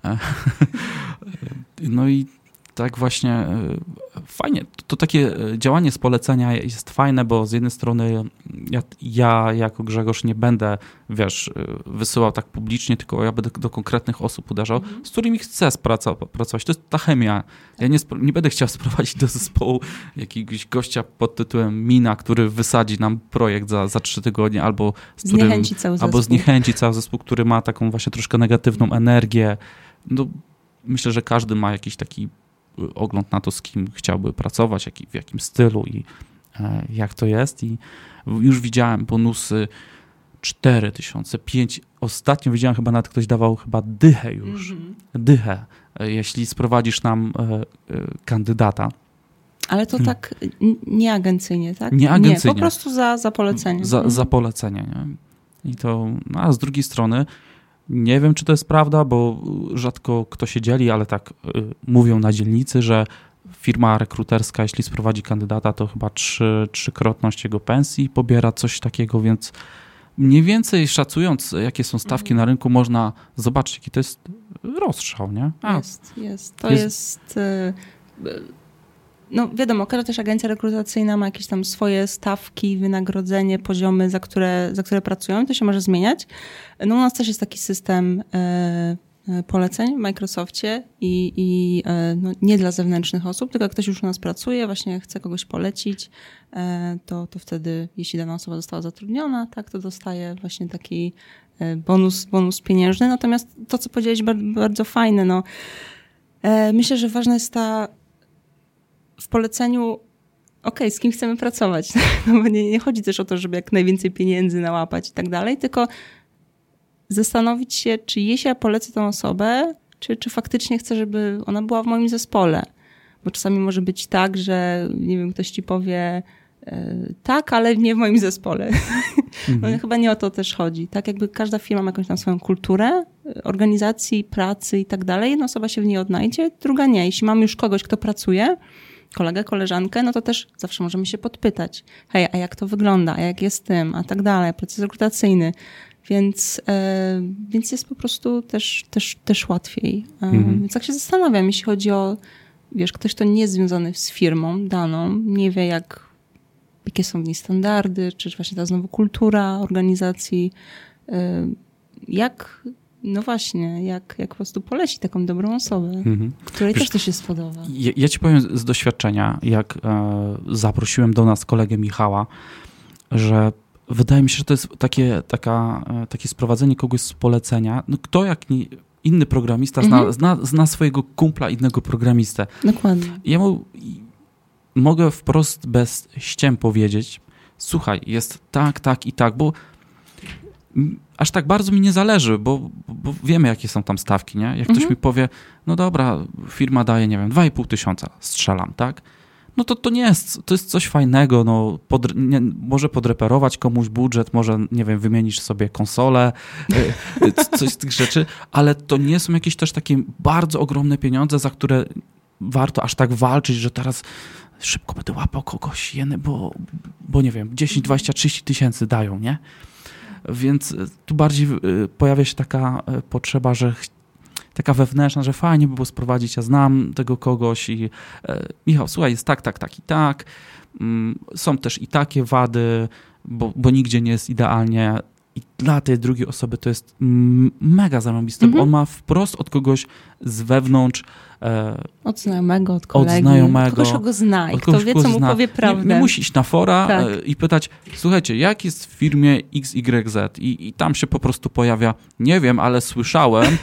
No i tak właśnie fajnie. To takie działanie z polecenia jest fajne, bo z jednej strony ja jako Grzegorz nie będę, wiesz, wysyłał tak publicznie, tylko ja będę do konkretnych osób uderzał, z którymi chcę pracować. To jest ta chemia. Ja nie będę chciał sprowadzić do zespołu jakiegoś gościa pod tytułem Mina, który wysadzi nam projekt za 3 tygodnie, albo zniechęci cały zespół, który ma taką właśnie troszkę negatywną energię. No, myślę, że każdy ma jakiś taki ogląd na to, z kim chciałby pracować, w jakim stylu i jak to jest. I już widziałem bonusy 4000, 5. Ostatnio widziałem, chyba nawet ktoś dawał chyba dychę już. Dychę, jeśli sprowadzisz nam kandydata. Ale to tak nieagencyjnie, tak? Nie agencyjnie. Nie, po prostu za polecenie. Za polecenie, nie? I to, a z drugiej strony nie wiem, czy to jest prawda, bo rzadko kto się dzieli, ale tak mówią na dzielnicy, że firma rekruterska, jeśli sprowadzi kandydata, to chyba trzykrotność jego pensji pobiera, coś takiego, więc mniej więcej szacując, jakie są stawki na rynku, można zobaczyć, jaki to jest rozstrzał, nie? Jest. To jest... No wiadomo, każda też agencja rekrutacyjna ma jakieś tam swoje stawki, wynagrodzenie, poziomy, za które pracują. To się może zmieniać. No u nas też jest taki system poleceń w Microsoftie i no, nie dla zewnętrznych osób, tylko jak ktoś już u nas pracuje, właśnie chce kogoś polecić, to wtedy, jeśli dana osoba została zatrudniona, tak, to dostaje właśnie taki bonus pieniężny. Natomiast to, co powiedziałeś, bardzo fajne. No, myślę, że ważna jest w poleceniu, z kim chcemy pracować. No bo nie chodzi też o to, żeby jak najwięcej pieniędzy nałapać i tak dalej, tylko zastanowić się, czy jeśli ja polecę tę osobę, czy faktycznie chcę, żeby ona była w moim zespole. Bo czasami może być tak, że nie wiem, ktoś ci powie tak, ale nie w moim zespole. No chyba nie o to też chodzi. Tak jakby każda firma ma jakąś tam swoją kulturę organizacji, pracy i tak dalej. Jedna osoba się w niej odnajdzie, druga nie. Jeśli mamy już kogoś, kto pracuje, kolegę, koleżankę, no to też zawsze możemy się podpytać. Hej, a jak to wygląda? A jak jest z tym? A tak dalej. Proces rekrutacyjny. Więc jest po prostu też łatwiej. Więc tak się zastanawiam, jeśli chodzi o, wiesz, ktoś, kto nie jest związany z firmą daną, nie wie jakie są w niej standardy, czy właśnie ta znowu kultura organizacji, no właśnie, jak po prostu poleci taką dobrą osobę, której też to się spodoba. Ja ci powiem z doświadczenia, jak zaprosiłem do nas kolegę Michała, że wydaje mi się, że to jest takie sprowadzenie kogoś z polecenia. No kto jak nie inny programista zna swojego kumpla, innego programistę. Dokładnie. Ja mu mogę wprost bez ściem powiedzieć, słuchaj, jest tak i tak, bo aż tak bardzo mi nie zależy, bo wiemy, jakie są tam stawki, nie? Jak ktoś mi powie, no dobra, firma daje, nie wiem, 2500, strzelam, tak? no to nie jest, to jest coś fajnego, no, może podreperować komuś budżet, może, nie wiem, wymienisz sobie konsolę, coś z tych rzeczy, ale to nie są jakieś też takie bardzo ogromne pieniądze, za które warto aż tak walczyć, że teraz szybko będę łapał kogoś, bo nie wiem, 10, 20, 30 tysięcy dają, nie? Więc tu bardziej pojawia się taka potrzeba, że taka wewnętrzna, że fajnie by było sprowadzić, ja znam tego kogoś i Michał, słuchaj, jest tak i tak, są też i takie wady, bo nigdzie nie jest idealnie i dla tej drugiej osoby to jest mega zarąbiste, bo on ma wprost od kogoś z wewnątrz od znajomego, od kolegi, od kogoś, go zna i kto wie, co mu powie prawdę. Nie musi iść na fora i pytać, słuchajcie, jak jest w firmie XYZ i tam się po prostu pojawia, nie wiem, ale słyszałem.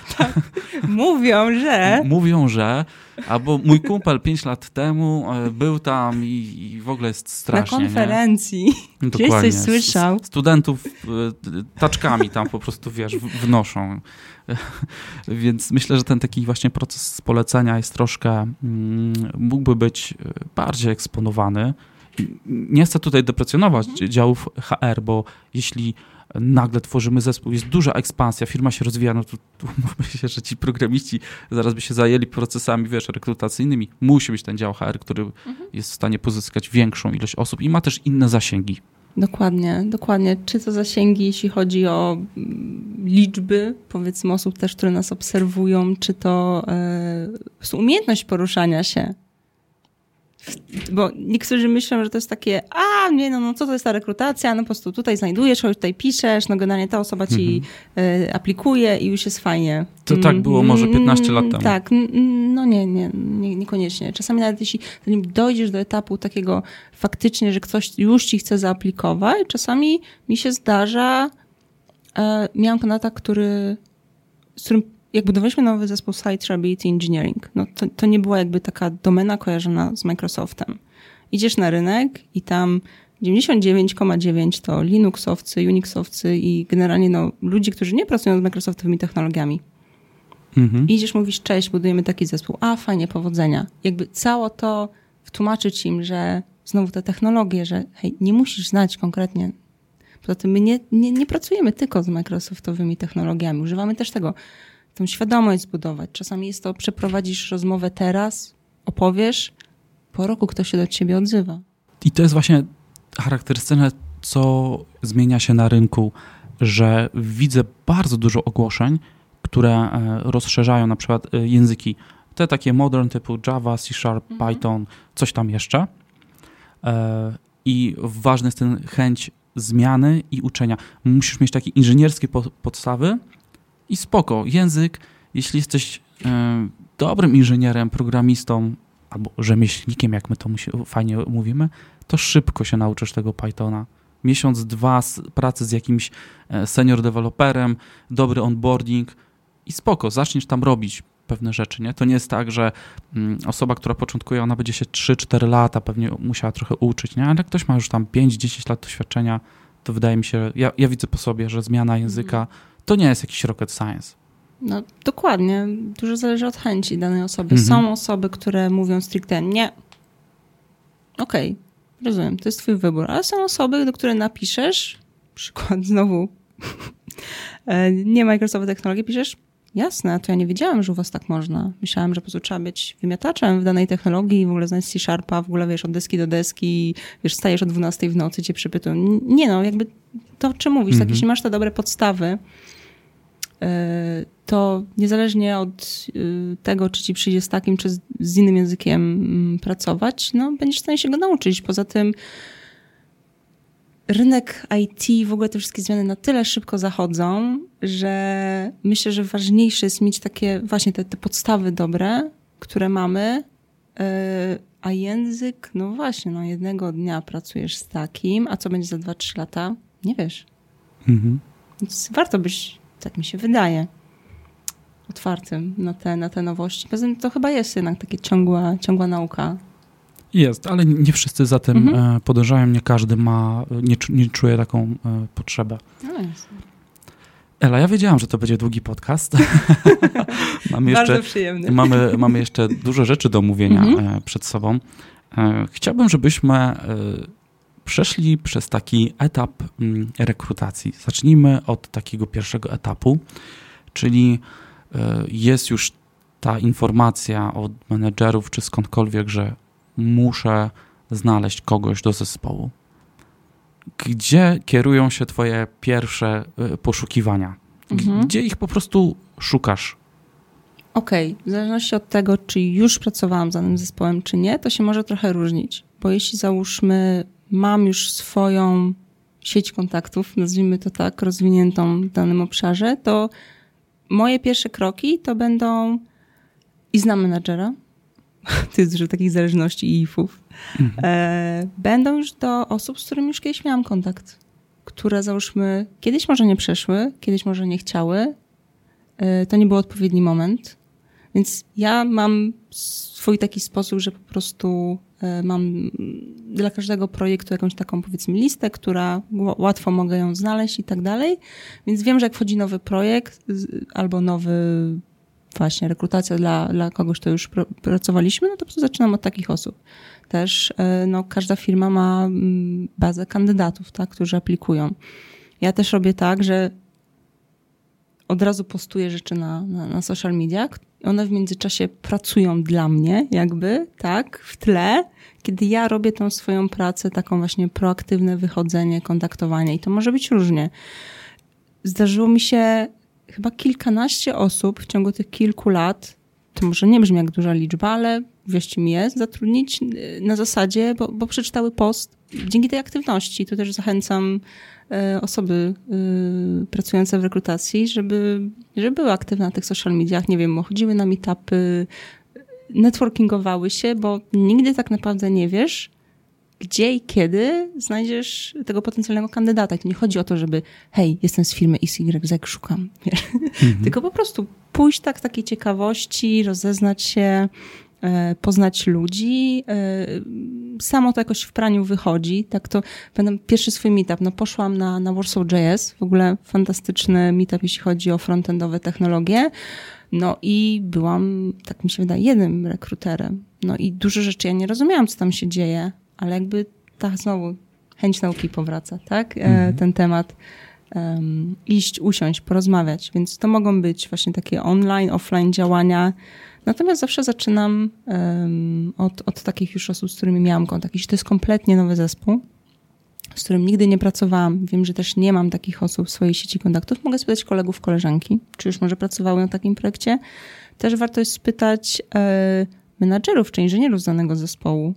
Mówią, że, albo mój kumpel 5 lat temu był tam i w ogóle jest strasznie. Na konferencji, gdzieś coś słyszał. Studentów taczkami tam po prostu, wiesz, wnoszą. Więc myślę, że ten taki właśnie proces polecenia jest troszkę, mógłby być bardziej eksponowany. Nie chcę tutaj deprecjonować działów HR, bo jeśli nagle tworzymy zespół, jest duża ekspansja, firma się rozwija, no to mówmy się, że ci programiści zaraz by się zajęli procesami, wiesz, rekrutacyjnymi. Musi być ten dział HR, który jest w stanie pozyskać większą ilość osób i ma też inne zasięgi. Dokładnie. Czy to zasięgi, jeśli chodzi o liczby, powiedzmy, osób też, które nas obserwują, czy to po prostu umiejętność poruszania się. Bo niektórzy myślą, że to jest takie, no co to jest ta rekrutacja, no po prostu tutaj znajdujesz, tutaj piszesz, no generalnie ta osoba ci aplikuje i już jest fajnie. To tak było może 15 lat temu. Tak, no niekoniecznie. Czasami nawet jeśli zanim dojdziesz do etapu takiego faktycznie, że ktoś już ci chce zaaplikować, czasami mi się zdarza, miałam kandydata, z którym jak budowaliśmy nowy zespół Site Reliability Engineering, no to nie była jakby taka domena kojarzona z Microsoftem. Idziesz na rynek i tam 99,9% to Linuxowcy, Unixowcy i generalnie ludzie, którzy nie pracują z Microsoftowymi technologiami. I idziesz, mówisz, cześć, budujemy taki zespół. Fajnie, powodzenia. Jakby cało to wtłumaczyć im, że znowu te technologie, że hej, nie musisz znać konkretnie. Poza tym my nie pracujemy tylko z Microsoftowymi technologiami. Używamy też tego. Tą świadomość zbudować. Czasami jest to, przeprowadzisz rozmowę teraz, opowiesz, po roku ktoś się do ciebie odzywa. I to jest właśnie charakterystyczne, co zmienia się na rynku, że widzę bardzo dużo ogłoszeń, które rozszerzają na przykład języki. Te takie modern typu Java, C#, Python, coś tam jeszcze. I ważny jest ten chęć zmiany i uczenia. Musisz mieć takie inżynierskie podstawy, i spoko, język, jeśli jesteś dobrym inżynierem, programistą albo rzemieślnikiem, jak my to fajnie mówimy, to szybko się nauczysz tego Pythona. Miesiąc, 2 pracy z jakimś senior deweloperem, dobry onboarding i spoko, zaczniesz tam robić pewne rzeczy, nie? To nie jest tak, że osoba, która początkuje, ona będzie się 3-4 lata pewnie musiała trochę uczyć, nie? Ale jak ktoś ma już tam 5-10 lat doświadczenia, to wydaje mi się, ja widzę po sobie, że zmiana języka to nie jest jakiś rocket science. No dokładnie. Dużo zależy od chęci danej osoby. Są osoby, które mówią stricte nie. Okej, rozumiem, to jest twój wybór. Ale są osoby, do których napiszesz, przykład znowu, nie Microsoft technologii, piszesz, jasne, to ja nie wiedziałam, że u was tak można. Myślałam, że po prostu trzeba być wymiataczem w danej technologii, w ogóle znać C#, w ogóle wiesz, od deski do deski, wiesz, stajesz o 12 w nocy, cię przypytują. Nie no, jakby to, o czym mówisz, tak, jeśli masz te dobre podstawy, to niezależnie od tego, czy ci przyjdzie z takim, czy z innym językiem pracować, no będziesz w stanie się go nauczyć. Poza tym rynek IT, w ogóle te wszystkie zmiany na tyle szybko zachodzą, że myślę, że ważniejsze jest mieć takie właśnie te podstawy dobre, które mamy, a język, no właśnie, no jednego dnia pracujesz z takim, a co będzie za 2-3 lata? Nie wiesz. Więc warto być, tak mi się wydaje, otwartym na te nowości. Poza tym to chyba jest jednak takie ciągła nauka. Jest, ale nie wszyscy za tym podążają, nie każdy nie czuje taką potrzebę. No jest. Ela, ja wiedziałam, że to będzie długi podcast. Bardzo przyjemny. Mamy jeszcze dużo rzeczy do omówienia przed sobą. Chciałbym, żebyśmy przeszli przez taki etap rekrutacji. Zacznijmy od takiego pierwszego etapu, czyli jest już ta informacja od menedżerów czy skądkolwiek, że muszę znaleźć kogoś do zespołu. Gdzie kierują się twoje pierwsze poszukiwania? Gdzie ich po prostu szukasz? Okej, w zależności od tego, czy już pracowałam z danym zespołem, czy nie, to się może trochę różnić. Bo jeśli załóżmy, mam już swoją sieć kontaktów, nazwijmy to tak, rozwiniętą w danym obszarze, to moje pierwsze kroki to będą i znam menadżera, to jest dużo takich zależności i ifów, będą już do osób, z którymi już kiedyś miałam kontakt, które załóżmy kiedyś może nie przeszły, kiedyś może nie chciały, to nie był odpowiedni moment, więc ja mam swój taki sposób, że po prostu mam dla każdego projektu jakąś taką, powiedzmy, listę, która łatwo mogę ją znaleźć i tak dalej, więc wiem, że jak wchodzi nowy projekt albo nowy właśnie rekrutacja dla kogoś, kto już pracowaliśmy, no to po prostu zaczynam od takich osób. Też każda firma ma bazę kandydatów, tak, którzy aplikują. Ja też robię tak, że od razu postuję rzeczy na social mediach. One w międzyczasie pracują dla mnie jakby, tak, w tle, kiedy ja robię tą swoją pracę, taką właśnie proaktywne wychodzenie, kontaktowanie i to może być różnie. Zdarzyło mi się chyba kilkanaście osób w ciągu tych kilku lat, to może nie brzmi jak duża liczba, ale wierzcie mi jest, zatrudnić na zasadzie, bo przeczytały post dzięki tej aktywności. Tu też zachęcam osoby pracujące w rekrutacji, żeby były aktywne na tych social mediach, nie wiem, chodziły na meetupy, networkingowały się, bo nigdy tak naprawdę nie wiesz, gdzie i kiedy znajdziesz tego potencjalnego kandydata. I to nie chodzi o to, żeby hej, jestem z firmy XYZ, szukam. Tylko po prostu pójść tak z takiej ciekawości, rozeznać się, poznać ludzi. Samo to jakoś w praniu wychodzi. Tak to będę pierwszy swój meetup. No poszłam na Warsaw.js, w ogóle fantastyczny meetup, jeśli chodzi o frontendowe technologie. No i byłam, tak mi się wydaje, jednym rekruterem. No i dużo rzeczy ja nie rozumiałam, co tam się dzieje, ale jakby tak znowu chęć nauki powraca, tak? Ten temat. Iść, usiąść, porozmawiać. Więc to mogą być właśnie takie online, offline działania. Natomiast zawsze zaczynam od takich już osób, z którymi miałam kontakt. Jeśli to jest kompletnie nowy zespół, z którym nigdy nie pracowałam, wiem, że też nie mam takich osób w swojej sieci kontaktów, mogę spytać kolegów, koleżanki, czy już może pracowały na takim projekcie. Też warto jest spytać menadżerów czy inżynierów z danego zespołu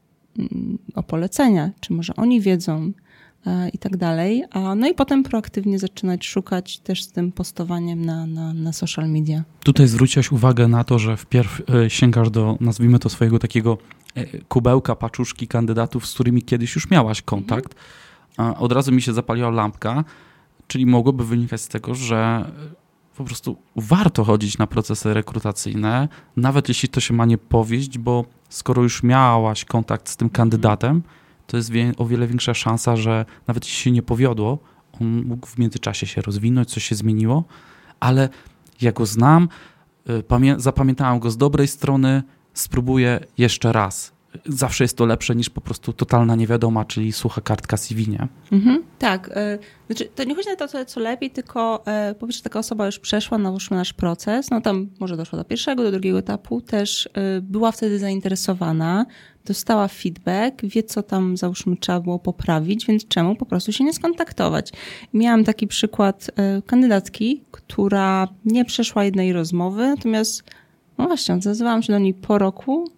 o polecenia, czy może oni wiedzą i tak dalej. No i potem proaktywnie zaczynać szukać też z tym postowaniem na social media. Tutaj zwróciłaś uwagę na to, że wpierw sięgasz do, nazwijmy to, swojego takiego kubełka, paczuszki kandydatów, z którymi kiedyś już miałaś kontakt. Od razu mi się zapaliła lampka, czyli mogłoby wynikać z tego, że po prostu warto chodzić na procesy rekrutacyjne, nawet jeśli to się ma nie powieść, bo skoro już miałaś kontakt z tym kandydatem, to jest o wiele większa szansa, że nawet jeśli się nie powiodło, on mógł w międzyczasie się rozwinąć, coś się zmieniło, ale ja go znam, zapamiętałam go z dobrej strony, spróbuję jeszcze raz. Zawsze jest to lepsze niż po prostu totalna niewiadoma, czyli sucha kartka CV, nie? Tak. Znaczy, to nie chodzi na to, co lepiej, tylko po pierwsze taka osoba już przeszła nasz proces, no tam może doszła do pierwszego, do drugiego etapu, też była wtedy zainteresowana, dostała feedback, wie co tam załóżmy trzeba było poprawić, więc czemu po prostu się nie skontaktować. Miałam taki przykład kandydatki, która nie przeszła jednej rozmowy, natomiast no właśnie, odzywałam się do niej po roku,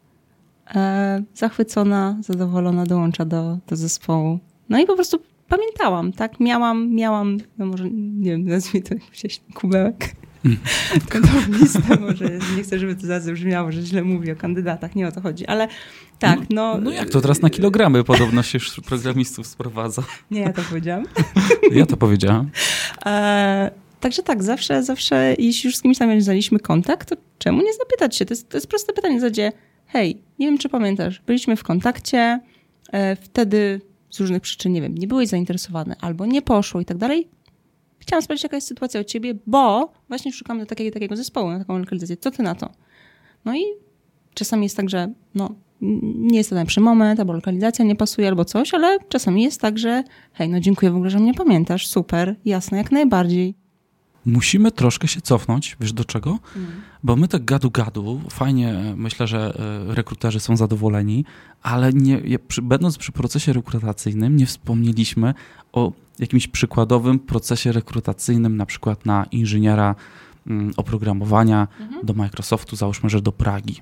zachwycona, zadowolona, dołącza do zespołu. No i po prostu pamiętałam, tak? Miałam, no może, nie wiem, nazwijmy to gdzieś kubełek. Tą listę może, nie chcę, żeby to zabrzmiało, że źle mówię o kandydatach, nie o to chodzi, ale tak, no... No jak to teraz na kilogramy podobno się już programistów sprowadza. Nie, ja to powiedziałam. Ja to powiedziałam. Także tak, zawsze jeśli już z kimś nawiązaliśmy kontakt, to czemu nie zapytać się? To jest proste pytanie w zasadzie, hej, nie wiem, czy pamiętasz, byliśmy w kontakcie, wtedy z różnych przyczyn, nie wiem, nie byłeś zainteresowany albo nie poszło i tak dalej. Chciałam sprawdzić, jaka jest sytuacja u ciebie, bo właśnie szukamy do takiego zespołu, na taką lokalizację. Co ty na to? No i czasami jest tak, że no, nie jest to najlepszy moment, albo lokalizacja nie pasuje, albo coś, ale czasami jest tak, że hej, no dziękuję w ogóle, że mnie pamiętasz, super, jasne, jak najbardziej. Musimy troszkę się cofnąć, wiesz do czego? Bo my tak gadu, fajnie, myślę, że rekruterzy są zadowoleni, ale będąc przy procesie rekrutacyjnym nie wspomnieliśmy o jakimś przykładowym procesie rekrutacyjnym, na przykład na inżyniera oprogramowania do Microsoftu, załóżmy, że do Pragi.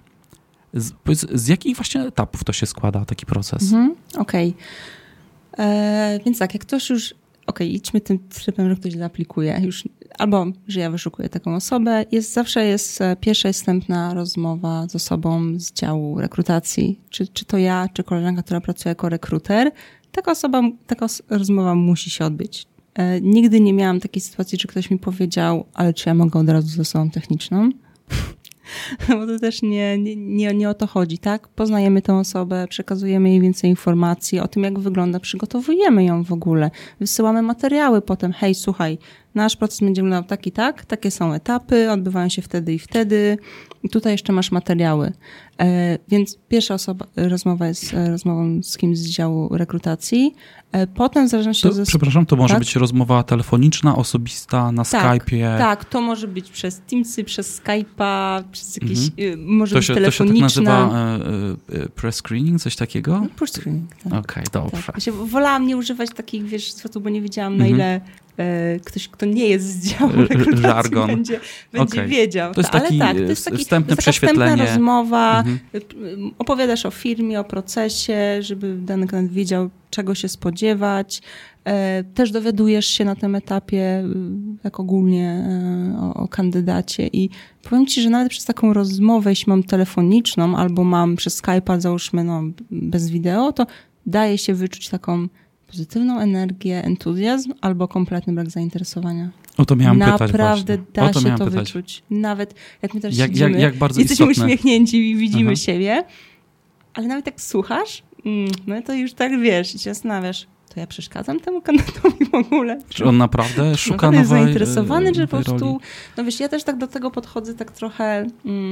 Z jakich właśnie etapów to się składa taki proces? Okej. Więc tak, jak ktoś już idźmy tym trybem, że ktoś zaaplikuje. Już, albo, że ja wyszukuję taką osobę. Zawsze jest pierwsza wstępna rozmowa z osobą z działu rekrutacji. Czy to ja, czy koleżanka, która pracuje jako rekruter. Taka rozmowa musi się odbyć. Nigdy nie miałam takiej sytuacji, że ktoś mi powiedział, ale czy ja mogę od razu z osobą techniczną? Bo to też nie o to chodzi, tak? Poznajemy tę osobę, przekazujemy jej więcej informacji o tym, jak wygląda, przygotowujemy ją w ogóle, wysyłamy materiały potem, hej, słuchaj, nasz proces będzie wyglądał tak i tak, takie są etapy, odbywają się wtedy i wtedy i tutaj jeszcze masz materiały. Więc pierwsza rozmowa jest rozmową z kimś z działu rekrutacji. Potem w zależności od... Przepraszam, to może być rozmowa telefoniczna, osobista, na Skype'ie? Tak, to może być przez Teamsy, przez Skype'a, przez jakieś... Może być telefoniczna. To się tak nazywa pre-screening, coś takiego? Pre-screening, tak. Okej, dobrze. Tak. Ja wolałam nie używać takich, słów, bo nie wiedziałam, na ile ktoś, kto nie jest z działu rekrutacji, żargon. będzie wiedział. To jest taki wstępne prześwietlenie. Wstępna rozmowa, opowiadasz o firmie, o procesie, żeby dany kandydat wiedział, czego się spodziewać. Też dowiadujesz się na tym etapie tak ogólnie o kandydacie i powiem ci, że nawet przez taką rozmowę, jeśli mam telefoniczną albo mam przez Skype'a, załóżmy bez wideo, to daje się wyczuć taką pozytywną energię, entuzjazm albo kompletny brak zainteresowania. O to miałam pytać właśnie. Naprawdę da się to wyczuć. Nawet jak my teraz siedzimy, jak bardzo jesteśmy istotne. uśmiechnięci i widzimy siebie, ale nawet jak słuchasz, no to już tak wiesz i się zastanawiasz, to ja przeszkadzam temu kandydatowi w ogóle. Czy on naprawdę szuka nowej nowej jest zainteresowany, że po prostu, roli? no wiesz, ja też tak do tego podchodzę tak trochę,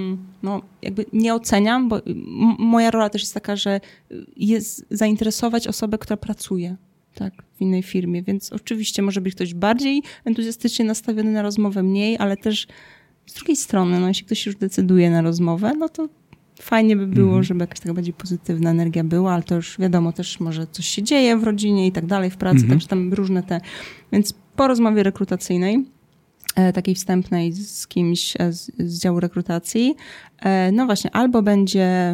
jakby nie oceniam, bo moja rola też jest taka, że jest zainteresować osobę, która pracuje. Tak, w innej firmie, więc oczywiście może być ktoś bardziej entuzjastycznie nastawiony na rozmowę, mniej, ale też z drugiej strony, jeśli ktoś już decyduje na rozmowę, no to fajnie by było, żeby jakaś taka bardziej pozytywna energia była, ale to już wiadomo, też może coś się dzieje w rodzinie i tak dalej, w pracy, także tam różne Więc po rozmowie rekrutacyjnej, takiej wstępnej z kimś z działu rekrutacji, no właśnie, albo będzie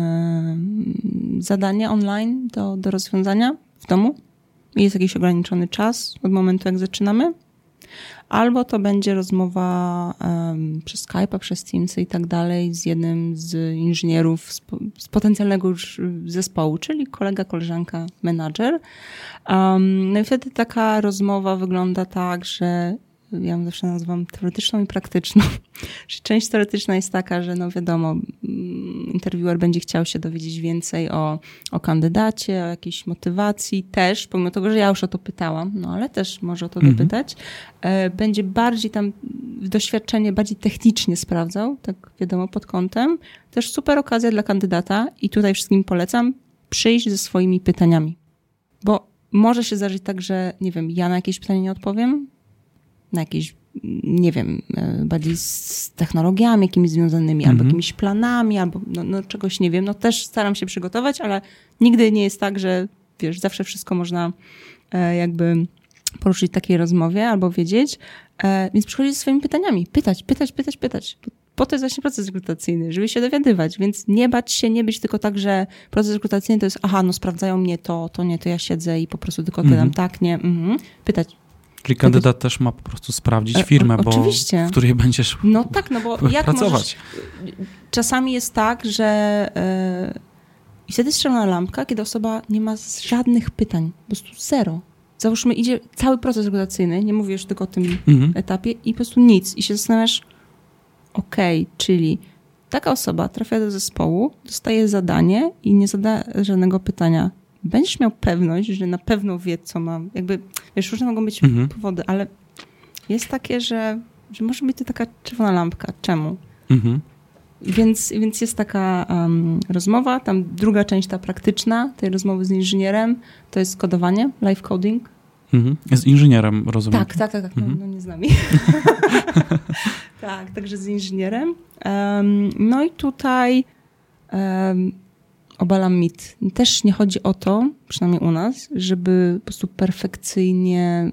zadanie online do rozwiązania w domu, jest jakiś ograniczony czas od momentu, jak zaczynamy, albo to będzie rozmowa przez Skype'a, przez Teamsy i tak dalej z jednym z inżynierów z potencjalnego już zespołu, czyli kolega, koleżanka, menadżer. No i wtedy taka rozmowa wygląda tak, że ja ją zawsze nazywam teoretyczną i praktyczną. Czyli część teoretyczna jest taka, że no wiadomo, interviewer będzie chciał się dowiedzieć więcej o kandydacie, o jakiejś motywacji też, pomimo tego, że ja już o to pytałam, no ale też może o to dopytać. Będzie bardziej tam doświadczenie, bardziej technicznie sprawdzał, tak wiadomo, pod kątem. Też super okazja dla kandydata i tutaj wszystkim polecam przyjść ze swoimi pytaniami. Bo może się zdarzyć tak, że nie wiem, ja na jakieś pytanie nie odpowiem, na jakieś, nie wiem, bardziej z technologiami jakimiś związanymi, albo jakimiś planami, albo no czegoś nie wiem. No też staram się przygotować, ale nigdy nie jest tak, że wiesz, zawsze wszystko można jakby poruszyć w takiej rozmowie albo wiedzieć. Więc przychodzić ze swoimi pytaniami. Pytać. Po to jest właśnie proces rekrutacyjny, żeby się dowiadywać. Więc nie bać się, nie być tylko tak, że proces rekrutacyjny to jest sprawdzają mnie to nie, to ja siedzę i po prostu tylko pytam tak, nie, pytać. Czyli kandydat też ma po prostu sprawdzić firmę, w której będziesz no tak, no bo jak pracować. Czasami jest tak, że i wtedy jest czerwona lampka, kiedy osoba nie ma żadnych pytań, po prostu zero. Załóżmy, idzie cały proces rekrutacyjny, nie mówię już tylko o tym etapie i po prostu nic. I się zastanawiasz, czyli taka osoba trafia do zespołu, dostaje zadanie i nie zada żadnego pytania. Będziesz miał pewność, że na pewno wie, co mam. Jakby, wiesz, różne mogą być powody, ale jest takie, że może być to taka czerwona lampka. Czemu? Więc jest taka rozmowa, tam druga część, ta praktyczna, tej rozmowy z inżynierem, to jest kodowanie, live coding. Z inżynierem, rozumiem. Tak. No nie z nami. Tak, także z inżynierem. No i tutaj obalam mit. Też nie chodzi o to, przynajmniej u nas, żeby po prostu perfekcyjnie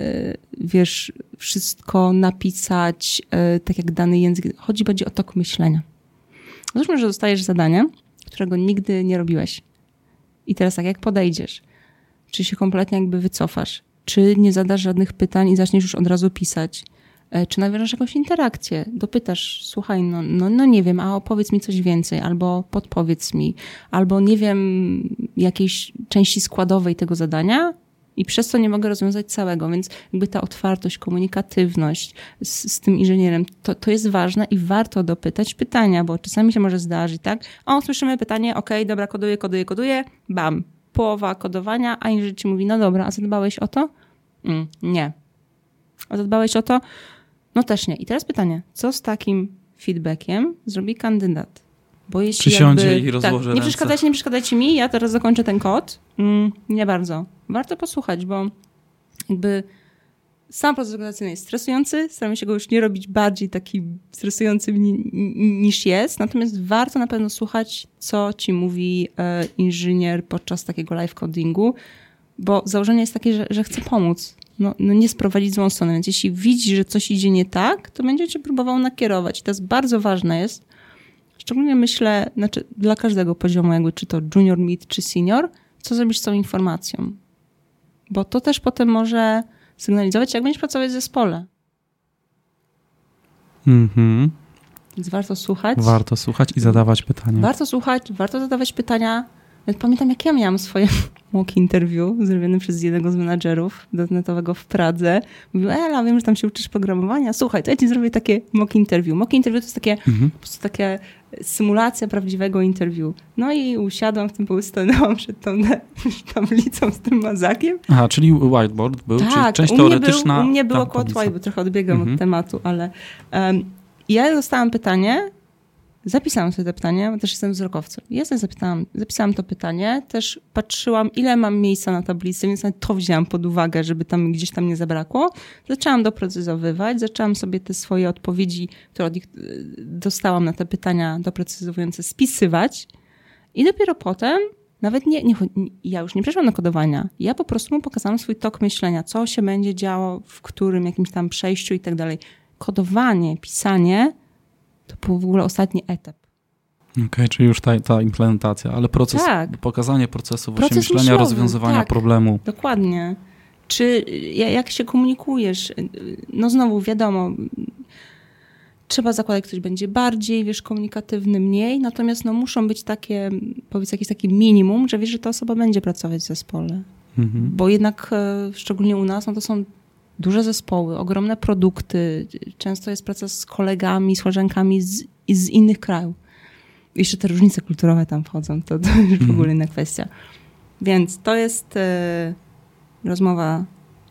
wszystko napisać tak jak dany język. Chodzi bardziej o tok myślenia. Załóżmy, że dostajesz zadanie, którego nigdy nie robiłeś. I teraz tak, jak podejdziesz? Czy się kompletnie jakby wycofasz? Czy nie zadasz żadnych pytań i zaczniesz już od razu pisać? Czy nawiążesz jakąś interakcję? Dopytasz, słuchaj, no nie wiem, a opowiedz mi coś więcej, albo podpowiedz mi, albo nie wiem jakiejś części składowej tego zadania i przez to nie mogę rozwiązać całego, więc jakby ta otwartość, komunikatywność z tym inżynierem, to jest ważne i warto dopytać pytania, bo czasami się może zdarzyć, tak? Słyszymy pytanie, okej, dobra, koduję, bam, połowa kodowania, a inżynier ci mówi, no dobra, a zadbałeś o to? Nie. A zadbałeś o to? No też nie. I teraz pytanie, co z takim feedbackiem zrobi kandydat? Bo jeśli siądzie i rozłoży ręce. Nie przeszkadzajcie mi, ja teraz zakończę ten kod. Nie bardzo. Warto posłuchać, bo jakby sam proces rekrutacyjny jest stresujący, staramy się go już nie robić bardziej takim stresującym niż jest, natomiast warto na pewno słuchać, co ci mówi inżynier podczas takiego live codingu, bo założenie jest takie, że chce pomóc. No nie sprowadzić złą stronę, więc jeśli widzi, że coś idzie nie tak, to będzie cię próbował nakierować. I to jest bardzo ważne jest, szczególnie myślę, dla każdego poziomu, jakby czy to junior, mid, czy senior, co zrobisz z tą informacją. Bo to też potem może sygnalizować, jak będziesz pracować w zespole. Więc warto słuchać. Warto słuchać i zadawać pytania. Warto słuchać, warto zadawać pytania. Pamiętam, jak ja miałam swoje mock interview zrobione przez jednego z menadżerów dotnetowego w Pradze. Mówił, Ela, wiem, że tam się uczysz programowania. Słuchaj, to ja ci zrobię takie mock interview. Mock interview to jest takie, po prostu takie symulacja prawdziwego interview. No i usiadłam w tym, stanęłam przed tą tablicą z tym mazakiem. Aha, czyli whiteboard był, tak, czyli część teoretyczna. U mnie było quad whiteboard, bo trochę odbiegam od tematu, ale ja dostałam pytanie. Zapisałam sobie to pytanie, bo też jestem wzrokowcem. Zapisałam to pytanie, też patrzyłam, ile mam miejsca na tablicy, więc nawet to wzięłam pod uwagę, żeby tam gdzieś tam nie zabrakło. Zaczęłam doprecyzowywać, zaczęłam sobie te swoje odpowiedzi, które od nich dostałam na te pytania doprecyzowujące, spisywać i dopiero potem, nawet ja już nie przeszłam do kodowania, ja po prostu mu pokazałam swój tok myślenia, co się będzie działo, w którym jakimś tam przejściu i tak dalej. Kodowanie, pisanie to był w ogóle ostatni etap. Okej, czyli już ta implementacja, ale proces, pokazanie procesu właśnie myślenia, rozwiązywania problemu. Dokładnie. Czy jak się komunikujesz? No znowu wiadomo, trzeba zakładać, ktoś będzie bardziej, komunikatywny, mniej, natomiast muszą być takie, powiedz jakieś takie minimum, że wiesz, że ta osoba będzie pracować w zespole. Bo jednak, szczególnie u nas, to są duże zespoły, ogromne produkty, często jest praca z kolegami, z koleżankami z innych krajów. Jeszcze te różnice kulturowe tam wchodzą, to już w ogóle inna kwestia. Więc to jest rozmowa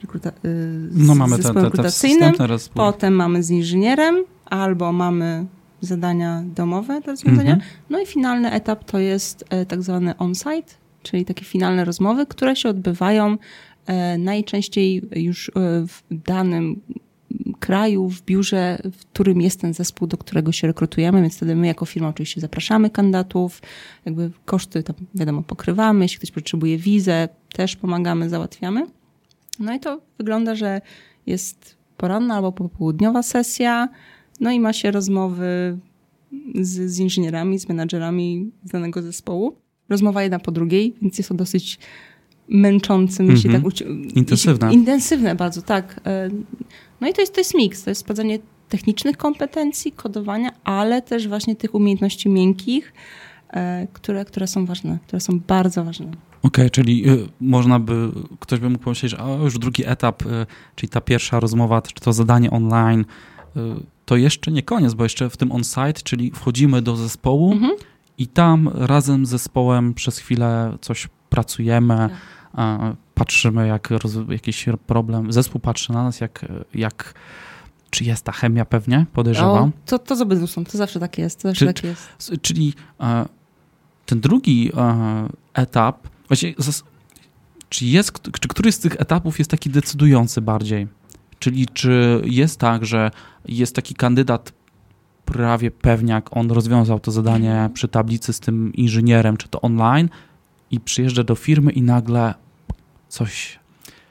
mamy z zespołem rekrutacyjnym, potem mamy z inżynierem, albo mamy zadania domowe do rozwiązania. No i finalny etap to jest tak zwany on-site, czyli takie finalne rozmowy, które się odbywają najczęściej już w danym kraju, w biurze, w którym jest ten zespół, do którego się rekrutujemy, więc wtedy my jako firma oczywiście zapraszamy kandydatów, jakby koszty tam wiadomo pokrywamy, jeśli ktoś potrzebuje wizę, też pomagamy, załatwiamy. No i to wygląda, że jest poranna albo popołudniowa sesja, no i ma się rozmowy z inżynierami, z menadżerami z danego zespołu. Rozmowa jedna po drugiej, więc jest to dosyć męczące, myśli tak intensywne. Intensywne bardzo, tak. No i to jest miks, to jest sprawdzanie technicznych kompetencji, kodowania, ale też właśnie tych umiejętności miękkich, które są ważne, które są bardzo ważne. Okej, czyli ktoś by mógł pomyśleć, że już drugi etap, czyli ta pierwsza rozmowa, czy to zadanie online, to jeszcze nie koniec, bo jeszcze w tym on-site, czyli wchodzimy do zespołu i tam razem z zespołem przez chwilę coś pracujemy, patrzymy, jak jakiś problem, zespół patrzy na nas, jak czy jest ta chemia pewnie, podejrzewam. To z obydwu są, to zawsze tak jest. Czyli ten drugi etap, właśnie, czy któryś z tych etapów jest taki decydujący bardziej? Czyli czy jest tak, że jest taki kandydat prawie pewniak, on rozwiązał to zadanie przy tablicy z tym inżynierem, czy to online i przyjeżdża do firmy i nagle coś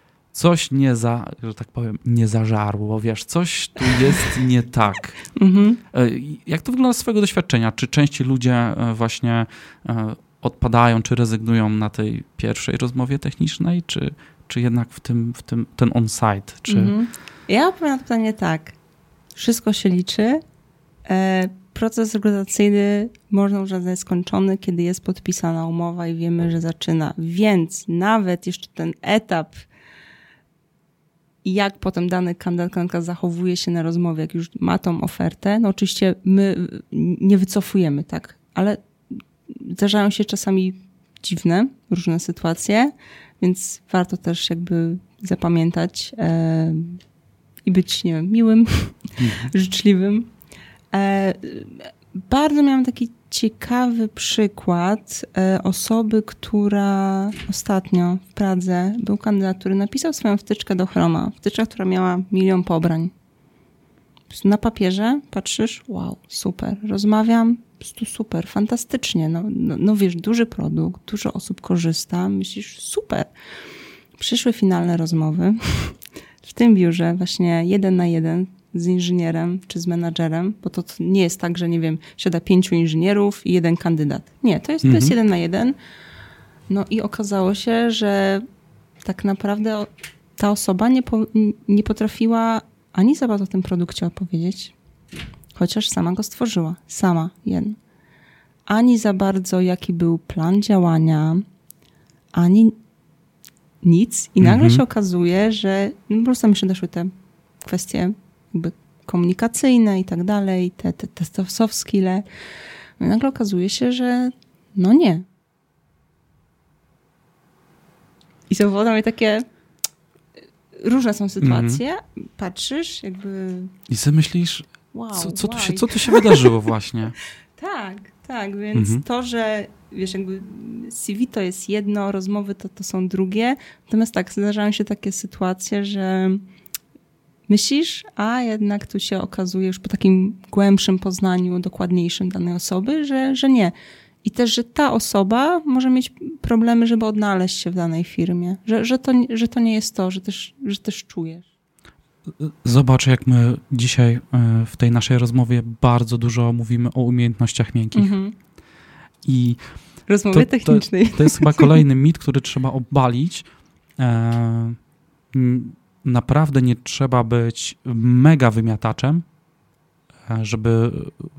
że tak powiem, nie zażarło, wiesz, coś tu jest nie tak. Jak to wygląda z twojego doświadczenia? Czy częściej ludzie właśnie odpadają, czy rezygnują na tej pierwszej rozmowie technicznej, czy jednak w tym ten on-site? Ja odpowiem na to pytanie tak. Wszystko się liczy. Proces rekrutacyjny można uznać skończony, kiedy jest podpisana umowa i wiemy, że zaczyna. Więc nawet jeszcze ten etap, jak potem dany kandydat zachowuje się na rozmowie, jak już ma tą ofertę, no oczywiście my nie wycofujemy, tak, ale zdarzają się czasami dziwne, różne sytuacje, więc warto też jakby zapamiętać i być, nie wiem, miłym, życzliwym. Bardzo miałam taki ciekawy przykład osoby, która ostatnio w Pradze był kandydat, który napisał swoją wtyczkę do Chroma. Wtyczka, która miała 1 milion pobrań. Na papierze patrzysz, wow, super. Rozmawiam, po prostu super, fantastycznie. No wiesz, duży produkt, dużo osób korzysta. Myślisz, super. Przyszły finalne rozmowy w tym biurze właśnie 1 na 1 z inżynierem czy z menadżerem, bo to nie jest tak, że nie wiem, siada 5 inżynierów i 1 kandydat. Nie, to jest 1 na 1. No i okazało się, że tak naprawdę ta osoba nie potrafiła ani za bardzo o tym produkcie opowiedzieć, chociaż sama go stworzyła. Sama, ani za bardzo jaki był plan działania, ani nic. I nagle się okazuje, że po prostu tam jeszcze doszły te kwestie jakby komunikacyjne i tak dalej, te soft skille. No i nagle okazuje się, że no nie. I to było dla mnie takie różne są sytuacje. Patrzysz jakby... I sobie myślisz, wow, co tu się wydarzyło właśnie? Tak, więc to, że wiesz, jakby CV to jest jedno, rozmowy to są drugie. Natomiast tak, zdarzają się takie sytuacje, że myślisz, a jednak tu się okazuje już po takim głębszym poznaniu, dokładniejszym danej osoby, że nie. I też, że ta osoba może mieć problemy, żeby odnaleźć się w danej firmie. Że to nie jest to, że też czujesz. Zobacz, jak my dzisiaj w tej naszej rozmowie bardzo dużo mówimy o umiejętnościach miękkich. I rozmowie technicznej. To jest chyba kolejny mit, który trzeba obalić. Naprawdę nie trzeba być mega wymiataczem, żeby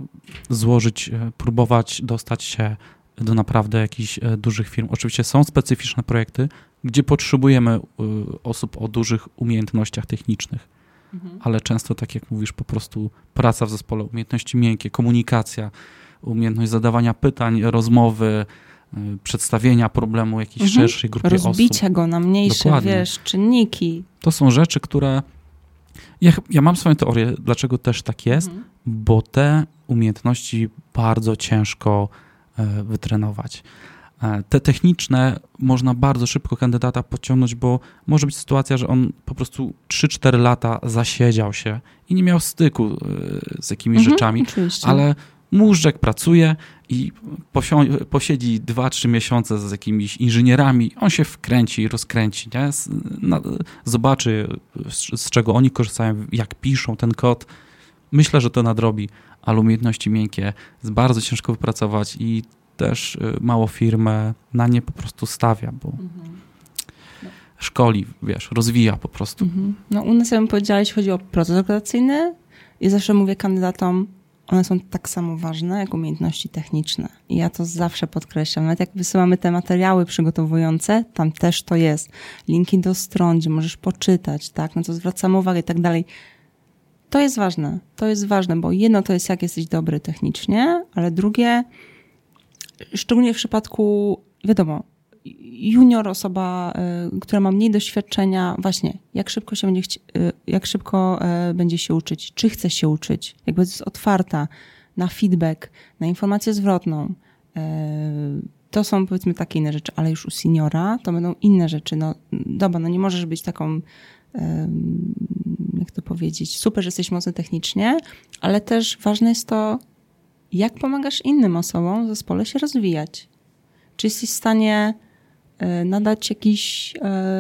próbować dostać się do naprawdę jakichś dużych firm. Oczywiście są specyficzne projekty, gdzie potrzebujemy osób o dużych umiejętnościach technicznych, ale często, tak jak mówisz, po prostu praca w zespole, umiejętności miękkie, komunikacja, umiejętność zadawania pytań, rozmowy, przedstawienia problemu jakiejś szerszej grupie osób. Rozbicia go na mniejsze, czynniki. To są rzeczy, które... Ja mam swoją teorię, dlaczego też tak jest, bo te umiejętności bardzo ciężko wytrenować. Te techniczne można bardzo szybko kandydata podciągnąć, bo może być sytuacja, że on po prostu 3-4 lata zasiedział się i nie miał styku z jakimiś rzeczami, oczywiście. Ale móżdżek pracuje i posiedzi 2-3 miesiące z jakimiś inżynierami, on się wkręci, rozkręci, nie? Zobaczy, z czego oni korzystają, jak piszą ten kod. Myślę, że to nadrobi, ale umiejętności miękkie jest bardzo ciężko wypracować i też mało firm na nie po prostu stawia, bo szkoli, rozwija po prostu. No u nas, ja bym powiedziała, jeśli chodzi o proces rekrutacyjny, ja zawsze mówię kandydatom, one są tak samo ważne jak umiejętności techniczne. I ja to zawsze podkreślam. Nawet jak wysyłamy te materiały przygotowujące, tam też to jest. Linki do stron, gdzie możesz poczytać, tak? No to zwracamy uwagę i tak dalej. To jest ważne, bo jedno to jest, jak jesteś dobry technicznie, ale drugie, szczególnie w przypadku, wiadomo, junior, osoba, która ma mniej doświadczenia, właśnie, jak szybko będzie się uczyć, czy chce się uczyć, jakby jest otwarta na feedback, na informację zwrotną. To są, powiedzmy, takie inne rzeczy, ale już u seniora to będą inne rzeczy. No dobra, no nie możesz być taką, jak to powiedzieć, super, że jesteś mocno technicznie, ale też ważne jest to, jak pomagasz innym osobom w zespole się rozwijać. Czy jesteś w stanie nadać jakiś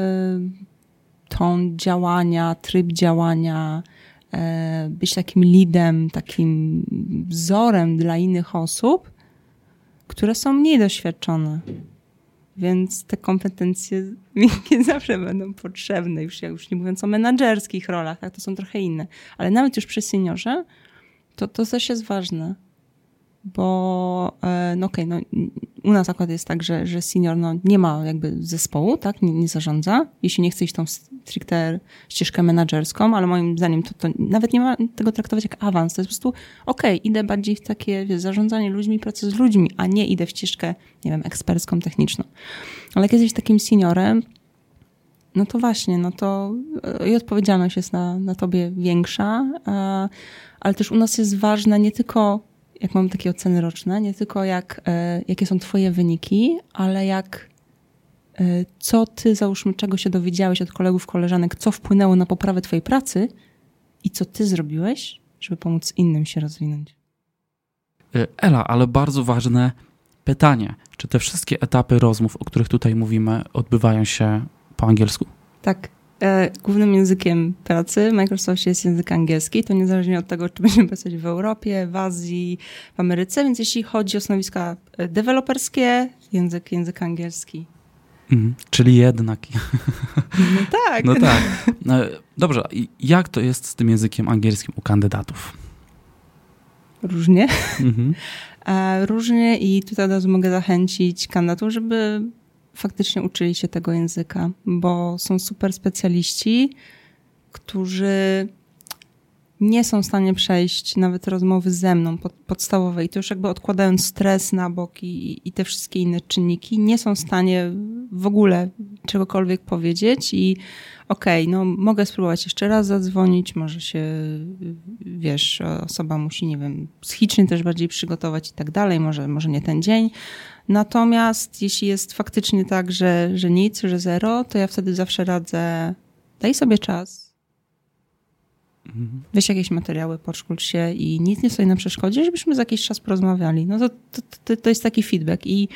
ton działania, tryb działania, być takim leadem, takim wzorem dla innych osób, które są mniej doświadczone. Więc te kompetencje miękkie zawsze będą potrzebne. Już nie mówiąc o menadżerskich rolach, tak, to są trochę inne. Ale nawet już przy seniorze to też jest ważne. Bo u nas akurat jest tak, że senior nie ma jakby zespołu, tak, nie zarządza, jeśli nie chce iść tą stricte ścieżkę menadżerską, ale moim zdaniem to nawet nie ma tego traktować jak awans. To jest po prostu idę bardziej w takie zarządzanie ludźmi, pracę z ludźmi, a nie idę w ścieżkę, nie wiem, ekspercką, techniczną. Ale jak jesteś takim seniorem, no to właśnie, i odpowiedzialność jest na tobie większa, ale też u nas jest ważne nie tylko jak mam takie oceny roczne, nie tylko jakie są twoje wyniki, ale co ty, załóżmy, czego się dowiedziałeś od kolegów, koleżanek, co wpłynęło na poprawę twojej pracy i co ty zrobiłeś, żeby pomóc innym się rozwinąć. Ela, ale bardzo ważne pytanie. Czy te wszystkie etapy rozmów, o których tutaj mówimy, odbywają się po angielsku? Tak. Głównym językiem pracy w Microsoftie jest język angielski. To niezależnie od tego, czy będziemy pracować w Europie, w Azji, w Ameryce. Więc jeśli chodzi o stanowiska deweloperskie, język angielski. Czyli jednak. No tak. No tak. Dobrze, jak to jest z tym językiem angielskim u kandydatów? Różnie. Różnie i tutaj od razu mogę zachęcić kandydatów, żeby faktycznie uczyli się tego języka, bo są super specjaliści, którzy nie są w stanie przejść nawet rozmowy ze mną podstawowej. To już jakby odkładając stres na bok i te wszystkie inne czynniki, nie są w stanie w ogóle czegokolwiek powiedzieć i mogę spróbować jeszcze raz zadzwonić, może się, osoba musi, nie wiem, psychicznie też bardziej przygotować i tak dalej, może nie ten dzień. Natomiast jeśli jest faktycznie tak, że nic, że zero, to ja wtedy zawsze radzę, daj sobie czas, weź jakieś materiały, podszkól się i nic nie stoi na przeszkodzie, żebyśmy za jakiś czas porozmawiali. No to jest taki feedback i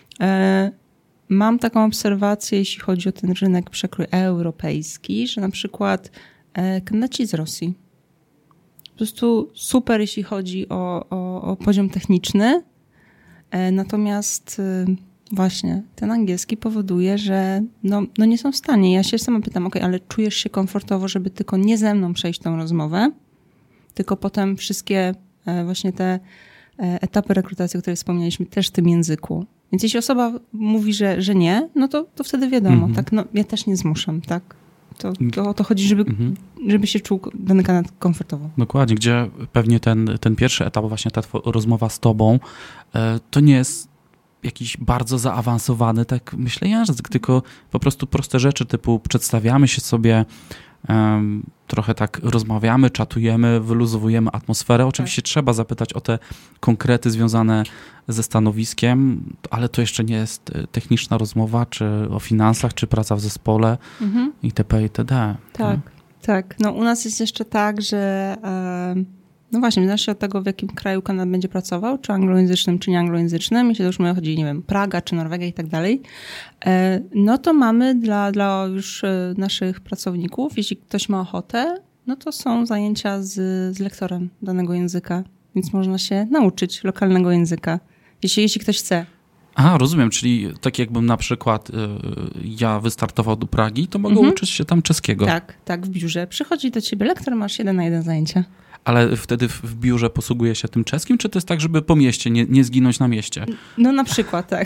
mam taką obserwację, jeśli chodzi o ten rynek przekrój europejski, że na przykład kandydaci z Rosji po prostu super, jeśli chodzi o poziom techniczny, natomiast właśnie ten angielski powoduje, że nie są w stanie. Ja się sama pytam, ale czujesz się komfortowo, żeby tylko nie ze mną przejść tą rozmowę, tylko potem wszystkie właśnie te etapy rekrutacji, o których wspomnieliśmy, też w tym języku. Więc jeśli osoba mówi, że nie, no to wtedy wiadomo, tak? Ja też nie zmuszam, tak? To o to chodzi, żeby się czuł dany kandydat komfortowo. Dokładnie, gdzie pewnie ten pierwszy etap, właśnie ta rozmowa z tobą, to nie jest jakiś bardzo zaawansowany, tak myślę, język, tylko po prostu proste rzeczy typu przedstawiamy się sobie, trochę tak rozmawiamy, czatujemy, wyluzowujemy atmosferę. Oczywiście trzeba zapytać o te konkrety związane ze stanowiskiem, ale to jeszcze nie jest techniczna rozmowa, czy o finansach, czy praca w zespole itp. itd. Tak. No u nas jest jeszcze tak, że no właśnie, zależy od tego, w jakim kraju kandydat będzie pracował, czy anglojęzycznym, czy nieanglojęzycznym. Jeśli już chodzi, nie wiem, Praga, czy Norwegia i tak dalej, no to mamy dla już naszych pracowników, jeśli ktoś ma ochotę, no to są zajęcia z lektorem danego języka, więc można się nauczyć lokalnego języka, jeśli ktoś chce. A, rozumiem, czyli tak jakbym na przykład ja wystartował do Pragi, to mogę uczyć się tam czeskiego. Tak, w biurze. Przychodzi do ciebie lektor, masz 1 na 1 zajęcia. Ale wtedy w biurze posługuje się tym czeskim, czy to jest tak, żeby po mieście, nie zginąć na mieście? No na przykład, tak.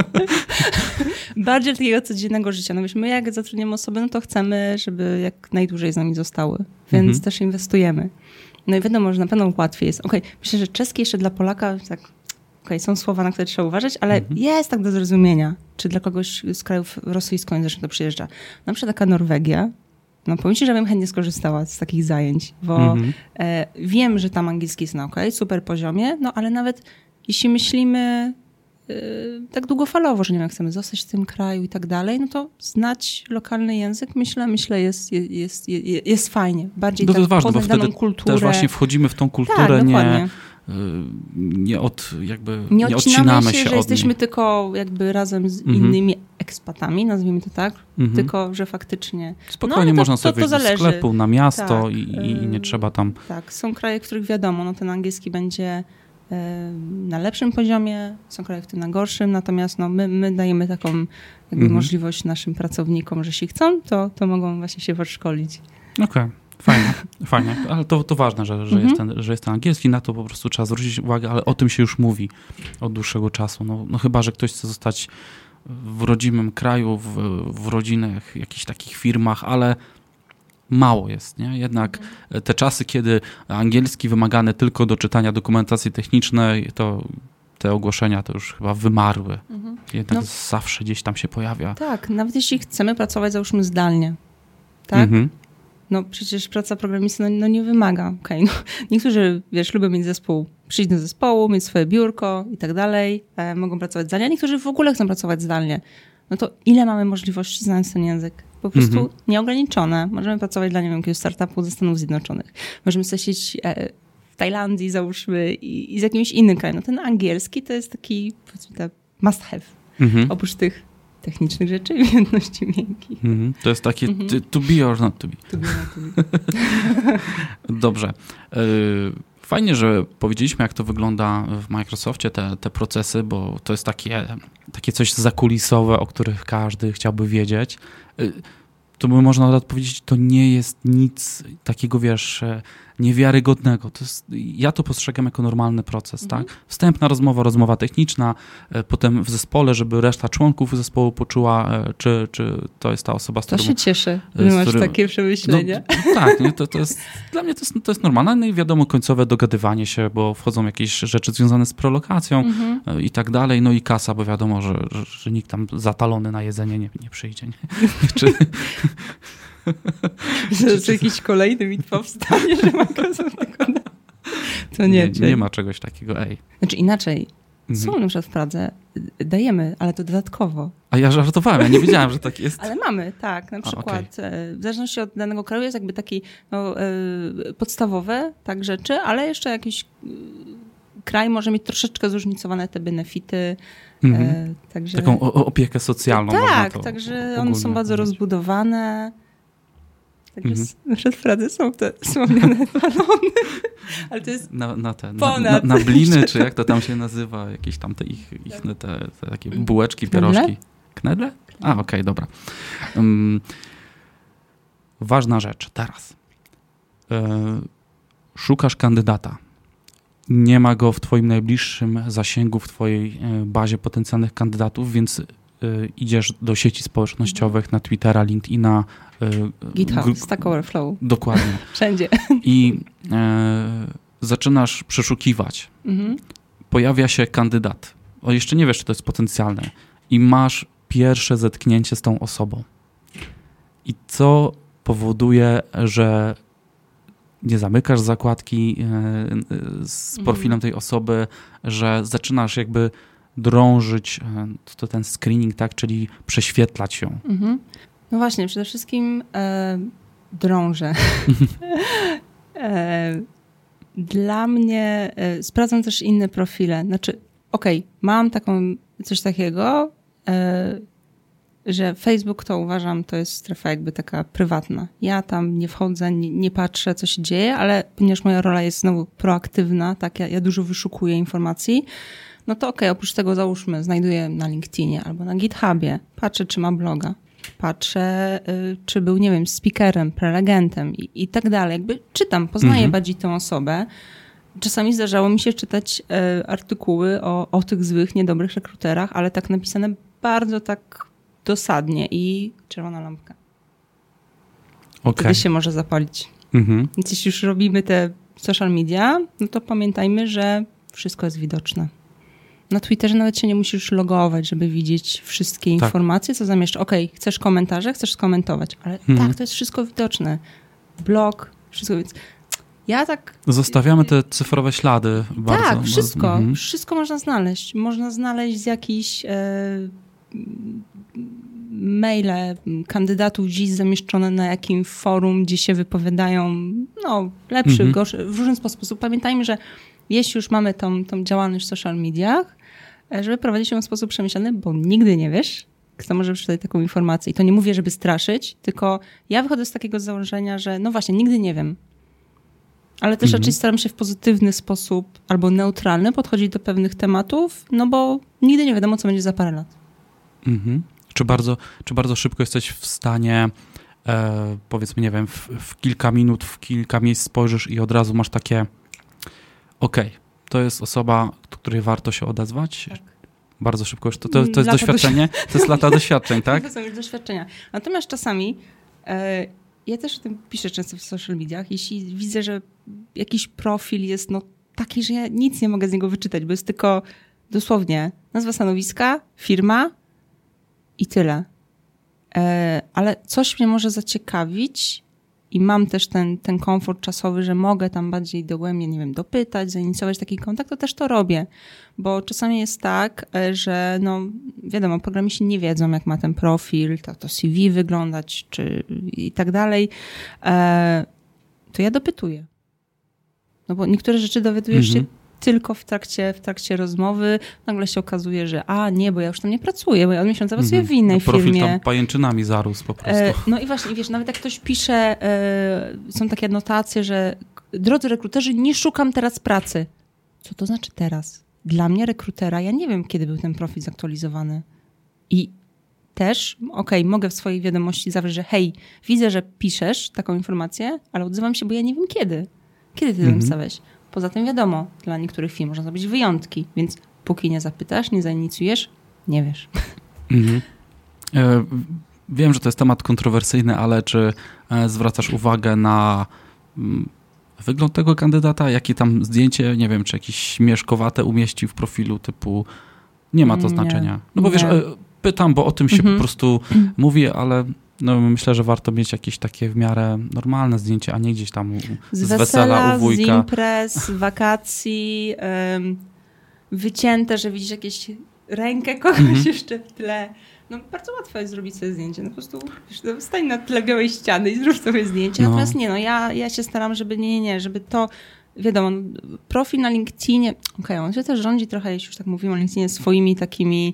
Bardziej takiego codziennego życia. No my jak zatrudniamy osoby, no to chcemy, żeby jak najdłużej z nami zostały. Więc też inwestujemy. No i wiadomo, że na pewno łatwiej jest. Myślę, że czeski jeszcze dla Polaka, tak, są słowa, na które trzeba uważać, ale jest tak do zrozumienia. czy dla kogoś z krajów rosyjskojęzycznych to przyjeżdża. Na przykład taka Norwegia, no powiem ci, że bym chętnie skorzystała z takich zajęć, bo wiem, że tam angielski jest na okej, super poziomie, no ale nawet jeśli myślimy tak długofalowo, że nie wiem, chcemy zostać w tym kraju i tak dalej, no to znać lokalny język, myślę jest fajnie. Bardziej to tak jest ważne, bo daną wtedy kulturę. też właśnie wchodzimy w tą kulturę, tak, nie odcinamy się, się że od jesteśmy niej. tylko jakby razem z innymi ekspatami, nazwijmy to tak, tylko że faktycznie... Spokojnie można sobie wyjść do sklepu, na miasto tak, i nie trzeba tam... Tak, są kraje, w których wiadomo, no ten angielski będzie na lepszym poziomie, są kraje w tym na gorszym, natomiast no, my dajemy taką jakby możliwość naszym pracownikom, że jeśli chcą, to mogą właśnie się podszkolić. Okej. Fajnie, ale to ważne, że jest ten angielski, na to po prostu trzeba zwrócić uwagę, ale o tym się już mówi od dłuższego czasu. No chyba, że ktoś chce zostać w rodzimym kraju, w rodzinnych jakichś takich firmach, ale mało jest, nie? Jednak te czasy, kiedy angielski wymagany tylko do czytania dokumentacji technicznej, to te ogłoszenia to już chyba wymarły. Jednak zawsze gdzieś tam się pojawia. Tak, nawet jeśli chcemy pracować, załóżmy zdalnie, tak? No przecież praca programisty no nie wymaga. Okay, no. Niektórzy, lubią mieć zespół, przyjść do zespołu, mieć swoje biurko i tak dalej, mogą pracować zdalnie, a niektórzy w ogóle chcą pracować zdalnie. No to ile mamy możliwości znając ten język? Po prostu nieograniczone. Możemy pracować dla, nie wiem, jakiegoś startupu ze Stanów Zjednoczonych. Możemy sobie siedzieć w Tajlandii, załóżmy, i z jakimś innym krajem. No ten angielski to jest taki, powiedzmy, must have. Oprócz tych technicznych rzeczy i umiejętności miękkich. To jest takie to be or not to be. To be or not to be. Dobrze. Fajnie, że powiedzieliśmy, jak to wygląda w Microsoftie, te procesy, bo to jest takie coś zakulisowe, o których każdy chciałby wiedzieć. To by można nawet powiedzieć, to nie jest nic takiego, niewiarygodnego. Ja to postrzegam jako normalny proces, tak? Wstępna rozmowa techniczna, potem w zespole, żeby reszta członków zespołu poczuła, czy to jest ta osoba, z którą... To się cieszę, że masz takie przemyślenia. No, tak, nie? To jest, dla mnie to jest normalne. No i wiadomo, końcowe dogadywanie się, bo wchodzą jakieś rzeczy związane z prelokacją i tak dalej. No i kasa, bo wiadomo, że nikt tam zatalony na jedzenie nie przyjdzie. Nie? Że jakiś kolejny mit powstanie, że Microsoft tylko to nie ma czegoś takiego, Znaczy inaczej, są na przykład w Pradze, dajemy, ale to dodatkowo. A ja żartowałem, ja nie wiedziałem, że tak jest. Ale mamy, tak, na przykład w zależności od danego kraju jest jakby taki podstawowe rzeczy, ale jeszcze jakiś kraj może mieć troszeczkę zróżnicowane te benefity. Także... Taką opiekę socjalną. Tak, także one są bardzo rozbudowane. Także w Pradze są te wspomniane balony, ale to jest na bliny, czy jak to tam się nazywa, jakieś tam te takie bułeczki, pierożki. Knedle? Okej, dobra. Ważna rzecz teraz. Szukasz kandydata. Nie ma go w twoim najbliższym zasięgu, w twojej bazie potencjalnych kandydatów, więc idziesz do sieci społecznościowych, na Twittera, LinkedIna, GitHub, Stack Overflow. Dokładnie. Wszędzie. I zaczynasz przeszukiwać. Pojawia się kandydat. Jeszcze nie wiesz, czy to jest potencjalne. I masz pierwsze zetknięcie z tą osobą. I co powoduje, że nie zamykasz zakładki z profilem tej osoby, że zaczynasz jakby drążyć to ten screening, tak, czyli prześwietlać ją. No właśnie, przede wszystkim drążę. Dla mnie sprawdzam też inne profile. Znaczy, mam coś takiego, że Facebook to uważam, to jest strefa jakby taka prywatna. Ja tam nie wchodzę, nie patrzę, co się dzieje, ale ponieważ moja rola jest znowu proaktywna, tak, ja dużo wyszukuję informacji, no to oprócz tego załóżmy, znajduję na LinkedInie albo na GitHubie, patrzę, czy ma bloga, patrzę, czy był, nie wiem, speakerem, prelegentem i tak dalej. Jakby czytam, poznaję bardziej tę osobę. Czasami zdarzało mi się czytać artykuły o tych złych, niedobrych rekruterach, ale tak napisane bardzo tak dosadnie i czerwona lampka. Wtedy się może zapalić. Więc jeśli już robimy te social media, no to pamiętajmy, że wszystko jest widoczne. Na Twitterze nawet się nie musisz logować, żeby widzieć wszystkie informacje, co zamieszczasz. Okej, chcesz komentarze, chcesz skomentować, ale tak, to jest wszystko widoczne. Blog, wszystko. Więc ja tak... Zostawiamy te cyfrowe ślady bardzo. Tak, wszystko. Wszystko można znaleźć. Można znaleźć z jakichś maile kandydatów dziś zamieszczone na jakim forum, gdzie się wypowiadają lepszy, gorszy, w różny sposób. Pamiętajmy, że jeśli już mamy tą działalność w social mediach, żeby prowadzić ją w sposób przemyślany, bo nigdy nie wiesz, kto może przeczytać taką informację. I to nie mówię, żeby straszyć, tylko ja wychodzę z takiego założenia, że no właśnie, nigdy nie wiem. Ale też raczej staram się w pozytywny sposób albo neutralny podchodzić do pewnych tematów, no bo nigdy nie wiadomo, co będzie za parę lat. Czy bardzo szybko jesteś w stanie, powiedzmy, nie wiem, w kilka minut, w kilka miejsc spojrzysz i od razu masz takie to jest osoba, do której warto się odezwać? Tak. Bardzo szybko już. To jest doświadczenie? To jest lata doświadczeń, tak? To są już doświadczenia. Natomiast czasami ja też o tym piszę często w social mediach. Jeśli widzę, że jakiś profil jest taki, że ja nic nie mogę z niego wyczytać, bo jest tylko dosłownie nazwa stanowiska, firma i tyle. Ale coś mnie może zaciekawić i mam też ten komfort czasowy, że mogę tam bardziej dogłębnie, nie wiem, dopytać, zainicjować taki kontakt, to też to robię. Bo czasami jest tak, że wiadomo, programiści nie wiedzą, jak ma ten profil, to CV wyglądać, czy i tak dalej. To ja dopytuję. No bo niektóre rzeczy dowiadujesz się tylko w trakcie rozmowy. Nagle się okazuje, że bo ja już tam nie pracuję, bo ja od miesiąca pracuję w innej firmie. Profil tam pajęczynami zarósł po prostu. No i właśnie, wiesz, nawet jak ktoś pisze, są takie anotacje, że drodzy rekruterzy, nie szukam teraz pracy. Co to znaczy teraz? Dla mnie rekrutera, ja nie wiem, kiedy był ten profil zaktualizowany. I też, mogę w swojej wiadomości zawrzeć, że hej, widzę, że piszesz taką informację, ale odzywam się, bo ja nie wiem kiedy. Kiedy ty tam wstałeś? Poza tym wiadomo, dla niektórych firm można zrobić wyjątki, więc póki nie zapytasz, nie zainicjujesz, nie wiesz. Wiem, że to jest temat kontrowersyjny, ale czy zwracasz uwagę na wygląd tego kandydata, jakie tam zdjęcie, nie wiem, czy jakieś śmieszkowate umieści w profilu typu nie ma to znaczenia. No bo wiesz, pytam, bo o tym się po prostu mówi, ale myślę, że warto mieć jakieś takie w miarę normalne zdjęcie, a nie gdzieś tam z wesela u wujka. Z imprez, z wakacji, wycięte, że widzisz jakieś rękę kogoś jeszcze w tle. Bardzo łatwo jest zrobić sobie zdjęcie. Po prostu stań na tle białej ściany i zrób sobie zdjęcie. Natomiast ja się staram, żeby żeby to, wiadomo, profil na LinkedInie, on się też rządzi trochę, jeśli już tak mówimy o LinkedInie, swoimi takimi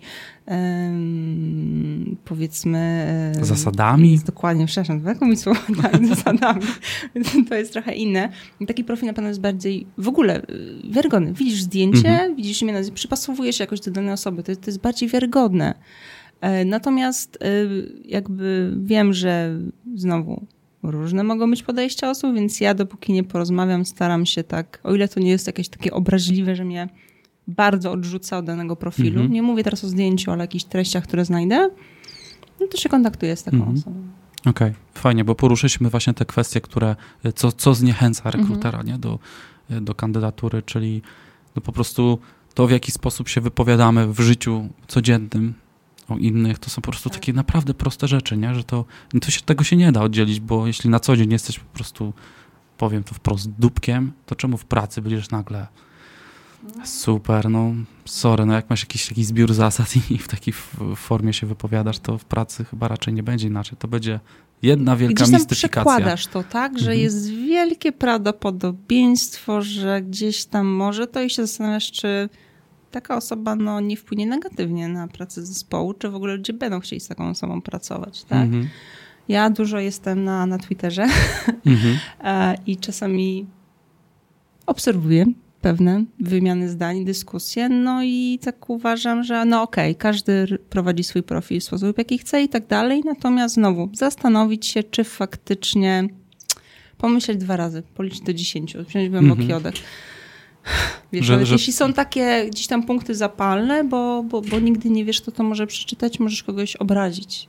powiedzmy... zasadami? Dokładnie, przepraszam, jaką mi słowo, tak, zasadami. To jest trochę inne. Taki profil na pewno jest bardziej w ogóle wiarygodny. Widzisz zdjęcie, widzisz imię, przypasowujesz się jakoś do danej osoby. To jest bardziej wiarygodne. Natomiast jakby wiem, że znowu różne mogą być podejścia osób, więc ja dopóki nie porozmawiam, staram się tak, o ile to nie jest jakieś takie obraźliwe, że mnie bardzo odrzuca od danego profilu. Nie mówię teraz o zdjęciu, ale o jakichś treściach, które znajdę, to się kontaktuję z taką osobą. Okej, fajnie, bo poruszyliśmy właśnie te kwestie, które, co zniechęca rekrutera nie, do kandydatury, czyli po prostu to, w jaki sposób się wypowiadamy w życiu codziennym o innych, to są po prostu takie naprawdę proste rzeczy, nie? Że tego się nie da oddzielić, bo jeśli na co dzień jesteś po prostu, powiem to wprost, dupkiem, to czemu w pracy będziesz nagle super, sorry, jak masz jakiś taki zbiór zasad i w takiej formie się wypowiadasz, to w pracy chyba raczej nie będzie inaczej. To będzie jedna wielka mistyfikacja. Gdzieś tam przekładasz to, tak? Że jest wielkie prawdopodobieństwo, że gdzieś tam może to i się zastanawiasz, czy taka osoba nie wpłynie negatywnie na pracę zespołu, czy w ogóle ludzie będą chcieli z taką osobą pracować, tak? Ja dużo jestem na Twitterze i czasami obserwuję pewne wymiany zdań, dyskusje, i tak uważam, że każdy prowadzi swój profil w sposób, jaki chce i tak dalej, natomiast znowu zastanowić się, czy faktycznie pomyśleć 2 razy, policzyć do 10, wziąć głęboki oddech. Wiesz, jeśli są takie gdzieś tam punkty zapalne, bo nigdy nie wiesz, kto to może przeczytać, możesz kogoś obrazić.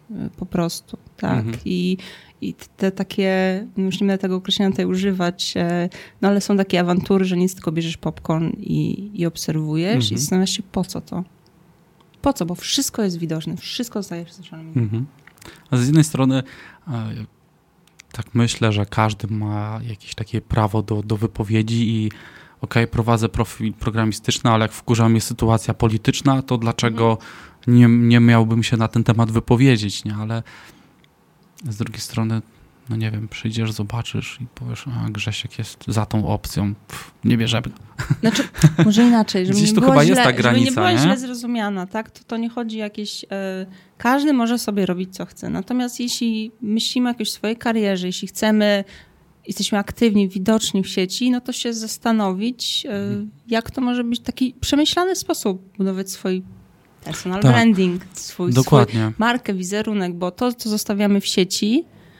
po prostu, tak. I te takie, już nie będę tego określenia tutaj używać, no ale są takie awantury, że nic, tylko bierzesz popcorn i obserwujesz i zastanawiasz się, po co to? Po co? Bo wszystko jest widoczne, wszystko zostaje w social media. A z jednej strony tak myślę, że każdy ma jakieś takie prawo do wypowiedzi i prowadzę profil programistyczny, ale jak wkurza mnie sytuacja polityczna, to dlaczego nie miałbym się na ten temat wypowiedzieć, nie? Ale z drugiej strony, no nie wiem, przyjdziesz, zobaczysz i powiesz, a Grzesiek jest za tą opcją, nie bierzemy. Znaczy, może inaczej, żeby Gdzieś nie tu była chyba źle, jest ta granica, żeby nie była nie? źle zrozumiana, tak? To nie chodzi jakieś... każdy może sobie robić, co chce. Natomiast jeśli myślimy o jakiejś swojej karierze, jeśli jesteśmy aktywni, widoczni w sieci, no to się zastanowić, jak to może być taki przemyślany sposób budować swój personal branding, swój markę, wizerunek, bo to, co zostawiamy w sieci,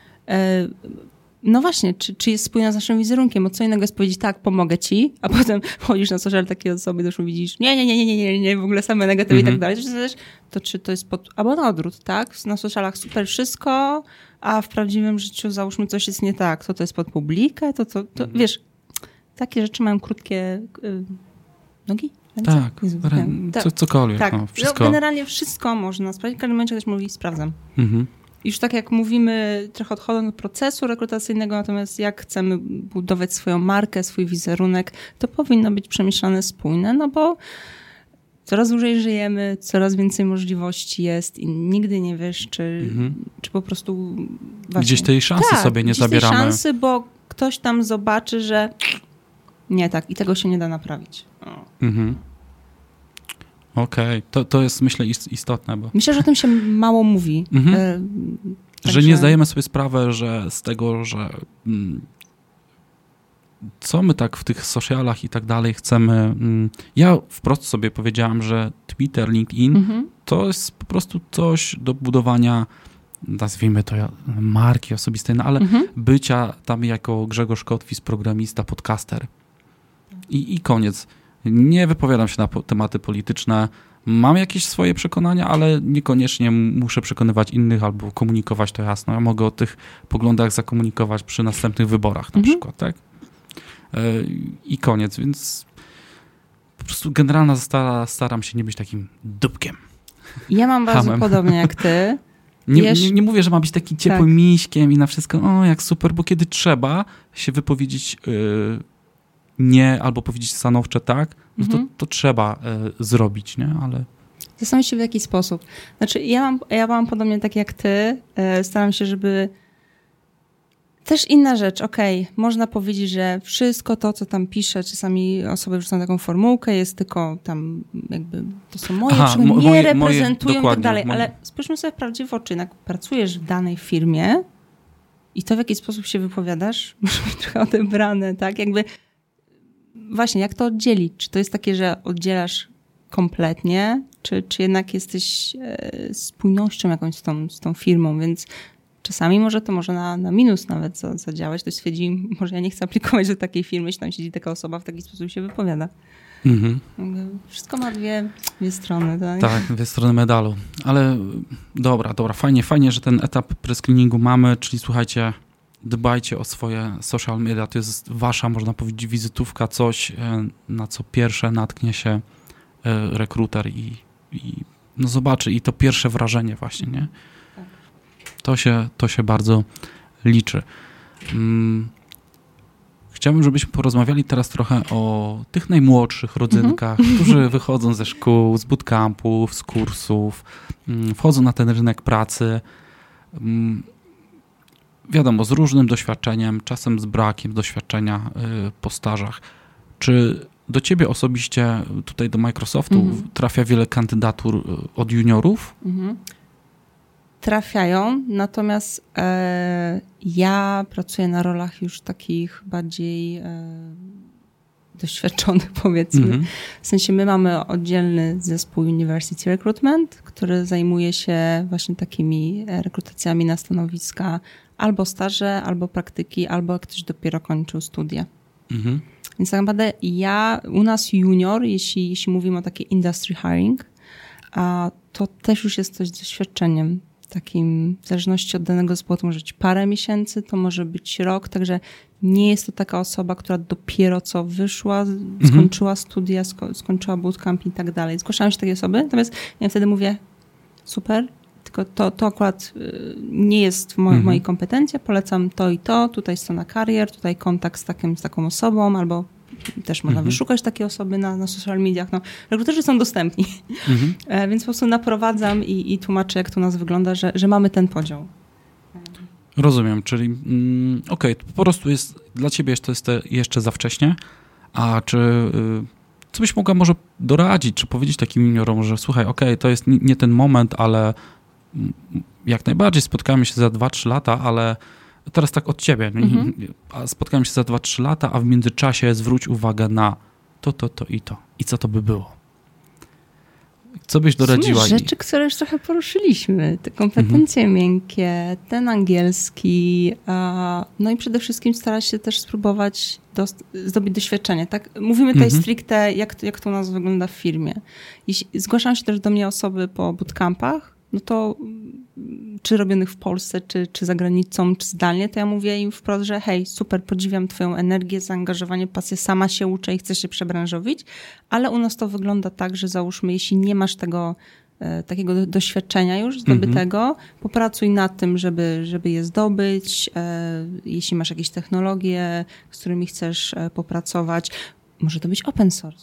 no właśnie, czy jest spójna z naszym wizerunkiem, bo co innego jest powiedzieć, tak, pomogę ci, a potem chodzisz na social takie osoby, to już widzisz, nie, w ogóle same negatywy i tak dalej, to czy to jest albo na odwrót, tak, na socialach super wszystko, a w prawdziwym życiu załóżmy coś jest nie tak, to jest pod publikę, to wiesz, takie rzeczy mają krótkie nogi. Tak, cokolwiek. Tak. No, wszystko. No, generalnie wszystko można sprawdzić. W każdym momencie ktoś mówi, sprawdzam. I już tak jak mówimy, trochę odchodząc od procesu rekrutacyjnego, natomiast jak chcemy budować swoją markę, swój wizerunek, to powinno być przemyślane, spójne, no bo coraz dłużej żyjemy, coraz więcej możliwości jest i nigdy nie wiesz, czy po prostu... Właśnie, gdzieś tej szansy sobie nie zabieramy. Tej szansy, bo ktoś tam zobaczy, że nie tak i tego się nie da naprawić. Okej. To jest, myślę, istotne. Bo... Myślę, że o tym się mało mówi. Że nie zdajemy sobie sprawy, że z tego, że co my tak w tych socialach i tak dalej chcemy... Ja wprost sobie powiedziałam, że Twitter, LinkedIn to jest po prostu coś do budowania, nazwijmy to marki osobistej, no ale bycia tam jako Grzegorz Kotwis, programista, podcaster. I koniec. Nie wypowiadam się na tematy polityczne. Mam jakieś swoje przekonania, ale niekoniecznie muszę przekonywać innych albo komunikować to jasno. Ja mogę o tych poglądach zakomunikować przy następnych wyborach na przykład, tak? I koniec, więc po prostu generalna staram się nie być takim dupkiem. Ja mam bardzo podobnie jak ty. Nie mówię, że ma być taki ciepłym miśkiem i na wszystko, jak super, bo kiedy trzeba się wypowiedzieć nie, albo powiedzieć stanowcze tak, no to trzeba zrobić, nie? Ale... Zastanów się w jaki sposób. Znaczy, ja mam podobnie tak jak ty. Staram się, żeby... Też inna rzecz, można powiedzieć, że wszystko to, co tam piszę, czasami osoby wrzucą taką formułkę, jest tylko tam jakby, to są moje, nie reprezentują i tak dalej, ale spójrzmy sobie wprawdzie w oczy, jednak pracujesz w danej firmie i to, w jaki sposób się wypowiadasz, może być trochę odebrane, tak? Jakby właśnie, jak to oddzielić? Czy to jest takie, że oddzielasz kompletnie, czy jednak jesteś spójnością jakąś z tą firmą, więc czasami może to na minus nawet zadziałać. Ktoś stwierdzi, może ja nie chcę aplikować do takiej firmy, jeśli tam siedzi taka osoba, w taki sposób się wypowiada. Wszystko ma dwie strony. Tak? Tak, dwie strony medalu. Ale dobra, fajnie, że ten etap press-screeningu mamy, czyli słuchajcie, dbajcie o swoje social media. To jest wasza, można powiedzieć, wizytówka, coś, na co pierwsze natknie się rekruter i zobaczy. I to pierwsze wrażenie właśnie, nie? To się bardzo liczy. Chciałbym, żebyśmy porozmawiali teraz trochę o tych najmłodszych rodzynkach, którzy wychodzą ze szkół, z bootcampów, z kursów, wchodzą na ten rynek pracy. Wiadomo, z różnym doświadczeniem, czasem z brakiem doświadczenia po stażach. Czy do ciebie osobiście, tutaj do Microsoftu, trafia wiele kandydatur od juniorów? Trafiają, natomiast ja pracuję na rolach już takich bardziej doświadczonych, powiedzmy. W sensie my mamy oddzielny zespół University Recruitment, który zajmuje się właśnie takimi rekrutacjami na stanowiska albo staże, albo praktyki, albo jak ktoś dopiero kończył studia. Więc tak naprawdę u nas junior, jeśli mówimy o takiej industry hiring, to też już jest coś z doświadczeniem. takim, w zależności od danego zespołu, to może być parę miesięcy, to może być rok, także nie jest to taka osoba, która dopiero co wyszła, skończyła studia, skończyła bootcamp i tak dalej. Zgłaszają się takie osoby, natomiast ja wtedy mówię, super, tylko to akurat nie jest w mojej kompetencji, polecam to i to, tutaj strona karier, tutaj kontakt z taką osobą, albo też można wyszukać takie osoby na social mediach. No, rekruterzy są dostępni, więc po prostu naprowadzam i tłumaczę, jak to u nas wygląda, że mamy ten podział. Rozumiem, czyli okej, po prostu jest dla ciebie to jest jeszcze za wcześnie, a co byś mogła może doradzić, czy powiedzieć takim juniorom, że słuchaj, to jest nie ten moment, ale jak najbardziej spotkamy się za 2-3 lata, ale teraz tak od ciebie. Spotkamy się za 2-3 lata, a w międzyczasie zwróć uwagę na to i to. I co to by było? Co byś doradziła? Rzeczy, które już trochę poruszyliśmy. Te kompetencje miękkie, ten angielski, no i przede wszystkim starać się też spróbować zdobyć doświadczenie. Tak? Mówimy tutaj stricte, jak to u nas wygląda w firmie. Jeśli zgłaszają się też do mnie osoby po bootcampach, no to czy robionych w Polsce, czy za granicą, czy zdalnie, to ja mówię im wprost, że hej, super, podziwiam twoją energię, zaangażowanie, pasję, sama się uczę i chcę się przebranżowić, ale u nas to wygląda tak, że załóżmy, jeśli nie masz takiego doświadczenia już zdobytego, popracuj nad tym, żeby je zdobyć, jeśli masz jakieś technologie, z którymi chcesz popracować, może to być open source.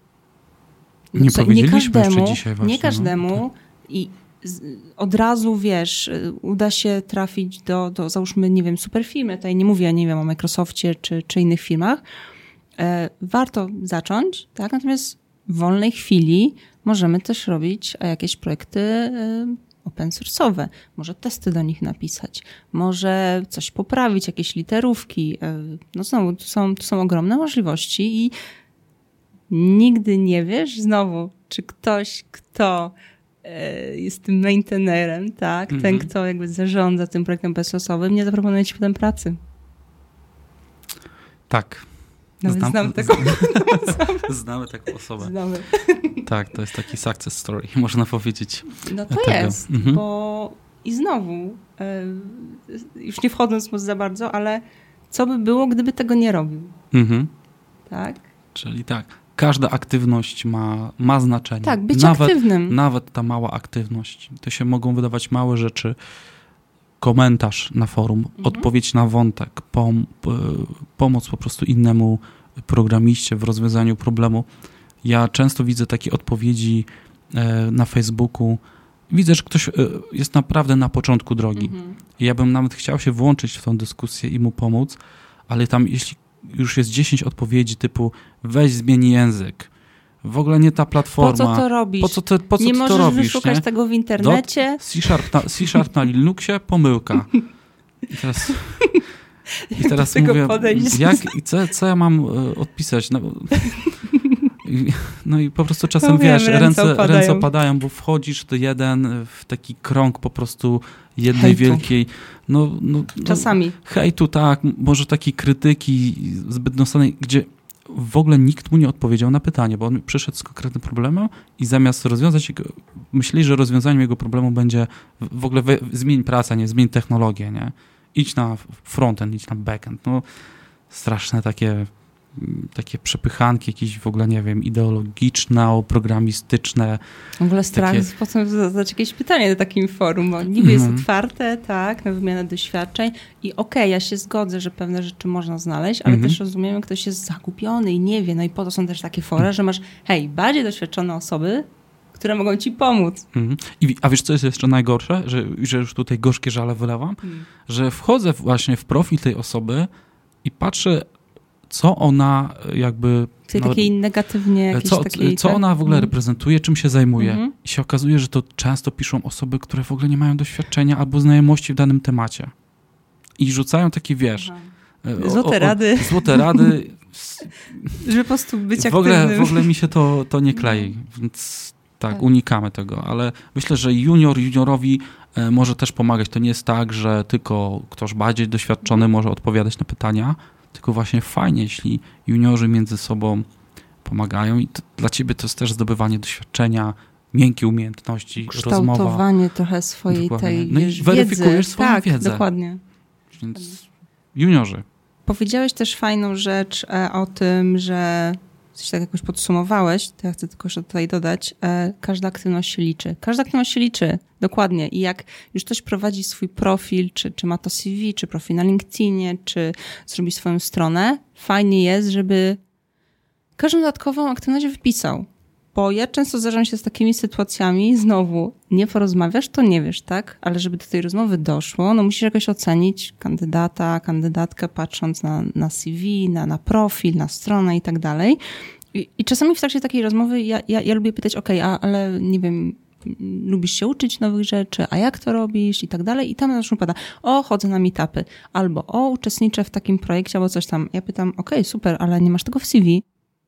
Nie powiedzieliśmy jeszcze dzisiaj właśnie. Nie każdemu i od razu, wiesz, uda się trafić do załóżmy, nie wiem, super firmy. Tutaj nie mówię, nie wiem, o Microsoftie czy innych firmach. Warto zacząć, tak? Natomiast w wolnej chwili możemy też robić jakieś projekty open source'owe. Może testy do nich napisać. Może coś poprawić, jakieś literówki. No znowu, tu są ogromne możliwości i nigdy nie wiesz znowu, czy ktoś, kto jest tym maintainerem, tak? Ten, kto jakby zarządza tym projektem open-source'owym, nie zaproponuje ci potem pracy. Tak. Znamy taką osobę. Znamy taką osobę. Znamy. Tak, to jest taki success story, można powiedzieć. No to jest, bo i znowu, już nie wchodząc za bardzo, ale co by było, gdyby tego nie robił? Tak? Czyli tak. Każda aktywność ma znaczenie. Tak, być aktywnym. Nawet ta mała aktywność. To się mogą wydawać małe rzeczy. Komentarz na forum, odpowiedź na wątek, pomoc po prostu innemu programiście w rozwiązaniu problemu. Ja często widzę takie odpowiedzi na Facebooku. Widzę, że ktoś jest naprawdę na początku drogi. Ja bym nawet chciał się włączyć w tą dyskusję i mu pomóc, ale tam jeśli już jest 10 odpowiedzi typu weź zmień język, w ogóle nie ta platforma. Po co to robisz? Po co ty to robisz? Nie możesz wyszukać tego w internecie. C# na Linuxie, pomyłka. I teraz mówię, co ja mam odpisać? No i po prostu czasem, wiesz, ręce opadają, bo wchodzisz w taki krąg po prostu jednej hejtu. Wielkiej... Czasami. Hejtu, tak, może takiej krytyki zbyt nosanej, gdzie w ogóle nikt mu nie odpowiedział na pytanie, bo on przyszedł z konkretnym problemem i zamiast rozwiązać myśli, że rozwiązaniem jego problemu będzie w ogóle zmień pracę, nie zmień technologię, nie? Idź na frontend, idź na backend. No, straszne takie przepychanki, jakieś w ogóle, nie wiem, ideologiczno-programistyczne. W ogóle strach, potem zadać jakieś pytanie na takim forum, bo niby jest otwarte, tak, na wymianę doświadczeń i ja się zgodzę, że pewne rzeczy można znaleźć, ale też rozumiem, że ktoś jest zagubiony i nie wie, no i po to są też takie fora, że masz, bardziej doświadczone osoby, które mogą ci pomóc. A wiesz, co jest jeszcze najgorsze? Że już tutaj gorzkie żale wylewam? Że wchodzę właśnie w profil tej osoby i patrzę, co ona jakby... Czyli takiej negatywnie... Co ona w ogóle reprezentuje, czym się zajmuje. I się okazuje, że to często piszą osoby, które w ogóle nie mają doświadczenia albo znajomości w danym temacie. I rzucają takie, wiesz... Złote rady. Złote rady. Żeby po prostu być aktywnym. W ogóle mi się to nie klei, więc tak, unikamy tego. Ale myślę, że juniorowi może też pomagać. To nie jest tak, że tylko ktoś bardziej doświadczony może odpowiadać na pytania, tylko właśnie fajnie, jeśli juniorzy między sobą pomagają i dla ciebie to jest też zdobywanie doświadczenia, miękkie umiejętności, rozmowa. Kształtowanie trochę swojej tej No i weryfikujesz wiedzy. swoją wiedzę. Dokładnie. Więc juniorzy. Powiedziałeś też fajną rzecz o tym, że coś tak jakoś podsumowałeś, to ja chcę tylko jeszcze tutaj dodać, każda aktywność się liczy. Każda aktywność się liczy, dokładnie. I jak już ktoś prowadzi swój profil, czy ma to CV, czy profil na LinkedInie, czy zrobi swoją stronę, fajnie jest, żeby każdą dodatkową aktywność wypisał. Bo ja często zdarzam się z takimi sytuacjami, znowu, nie porozmawiasz, to nie wiesz, tak? Ale żeby do tej rozmowy doszło, no musisz jakoś ocenić kandydata, kandydatkę, patrząc na CV, na profil, na stronę i tak dalej. I czasami w trakcie takiej rozmowy ja lubię pytać, ale nie wiem, lubisz się uczyć nowych rzeczy, a jak to robisz i tak dalej. I tam na przykład pada, chodzę na meetupy, albo uczestniczę w takim projekcie, albo coś tam. Ja pytam, super, ale nie masz tego w CV?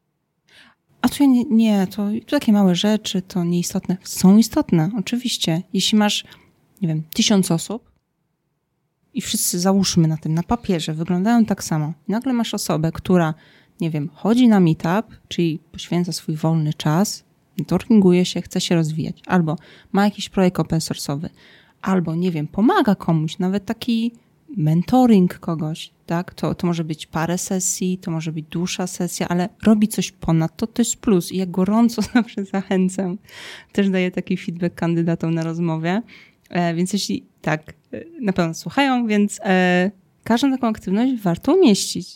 A tu nie, to takie małe rzeczy, to nieistotne. Są istotne, oczywiście. Jeśli masz, 1000 osób i wszyscy, załóżmy na papierze, wyglądają tak samo. I nagle masz osobę, która, chodzi na meetup, czyli poświęca swój wolny czas, networkinguje się, chce się rozwijać. Albo ma jakiś projekt open source'owy. Albo, pomaga komuś, nawet taki mentoring kogoś, tak? To może być parę sesji, to może być dłuższa sesja, ale robi coś ponad to jest plus. I ja gorąco zawsze zachęcam. Też daję taki feedback kandydatom na rozmowie. Więc jeśli tak, na pewno słuchają, więc każdą taką aktywność warto umieścić.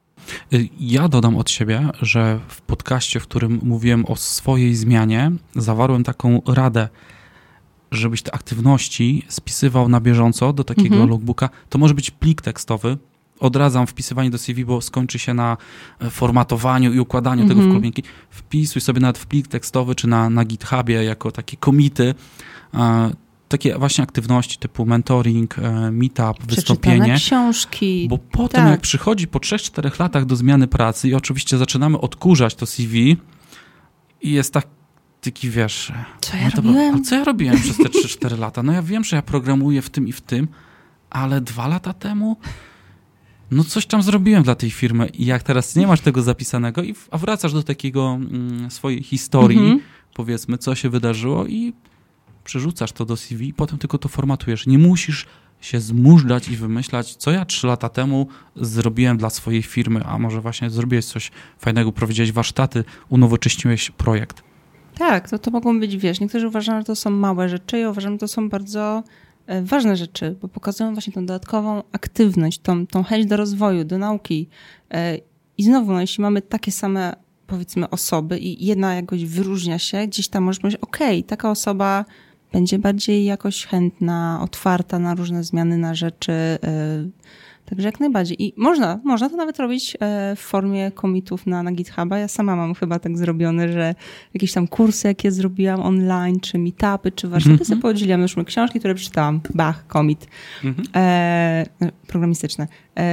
Ja dodam od siebie, że w podcaście, w którym mówiłem o swojej zmianie, zawarłem taką radę, żebyś te aktywności spisywał na bieżąco do takiego logbooka. To może być plik tekstowy. Odradzam wpisywanie do CV, bo skończy się na formatowaniu i układaniu tego w kolumniki. Wpisuj sobie nawet w plik tekstowy, czy na GitHubie jako takie commity, takie właśnie aktywności typu mentoring, meetup, wystąpienie. Książki. Bo potem jak przychodzi po 3-4 latach do zmiany pracy i oczywiście zaczynamy odkurzać to CV i jest taki, co ja robiłem? Ale co ja robiłem przez te 3-4 lata? No ja wiem, że ja programuję w tym i w tym, ale 2 lata temu coś tam zrobiłem dla tej firmy i jak teraz nie masz tego zapisanego a wracasz do takiego swojej historii, powiedzmy, co się wydarzyło i przerzucasz to do CV i potem tylko to formatujesz. Nie musisz się zmużdżać i wymyślać, co ja 3 lata temu zrobiłem dla swojej firmy, a może właśnie zrobiłeś coś fajnego, prowadziłeś warsztaty, unowocześniłeś projekt. Tak, to mogą być, niektórzy uważają, że to są małe rzeczy, ja uważam, że to są bardzo ważne rzeczy, bo pokazują właśnie tą dodatkową aktywność, tą chęć do rozwoju, do nauki. I znowu, jeśli mamy takie same, powiedzmy, osoby i jedna jakoś wyróżnia się, gdzieś tam możesz powiedzieć, taka osoba będzie bardziej jakoś chętna, otwarta na różne zmiany, na rzeczy. Także jak najbardziej. I można to nawet robić w formie commitów na GitHuba. Ja sama mam chyba tak zrobione, że jakieś tam kursy, jakie zrobiłam online, czy meetupy, czy warsztaty sobie podzieliłam. Na przykład książki, które przeczytałam. Commit. Programistyczne.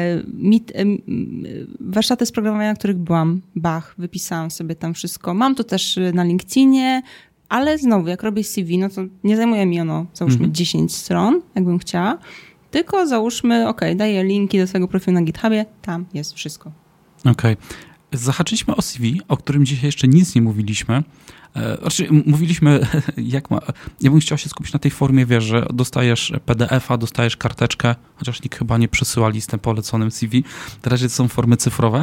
Warsztaty z programowania, na których byłam. Wypisałam sobie tam wszystko. Mam to też na LinkedInie, ale znowu, jak robię CV, no to nie zajmuje mi ono, załóżmy, 10 stron, jakbym chciała. Tylko załóżmy, daję linki do swojego profilu na GitHubie, tam jest wszystko. Zahaczyliśmy o CV, o którym dzisiaj jeszcze nic nie mówiliśmy. Mówiliśmy, ja bym chciał się skupić na tej formie, że dostajesz PDF-a, dostajesz karteczkę, chociaż nikt chyba nie przesyła listem poleconym CV. Teraz to są formy cyfrowe.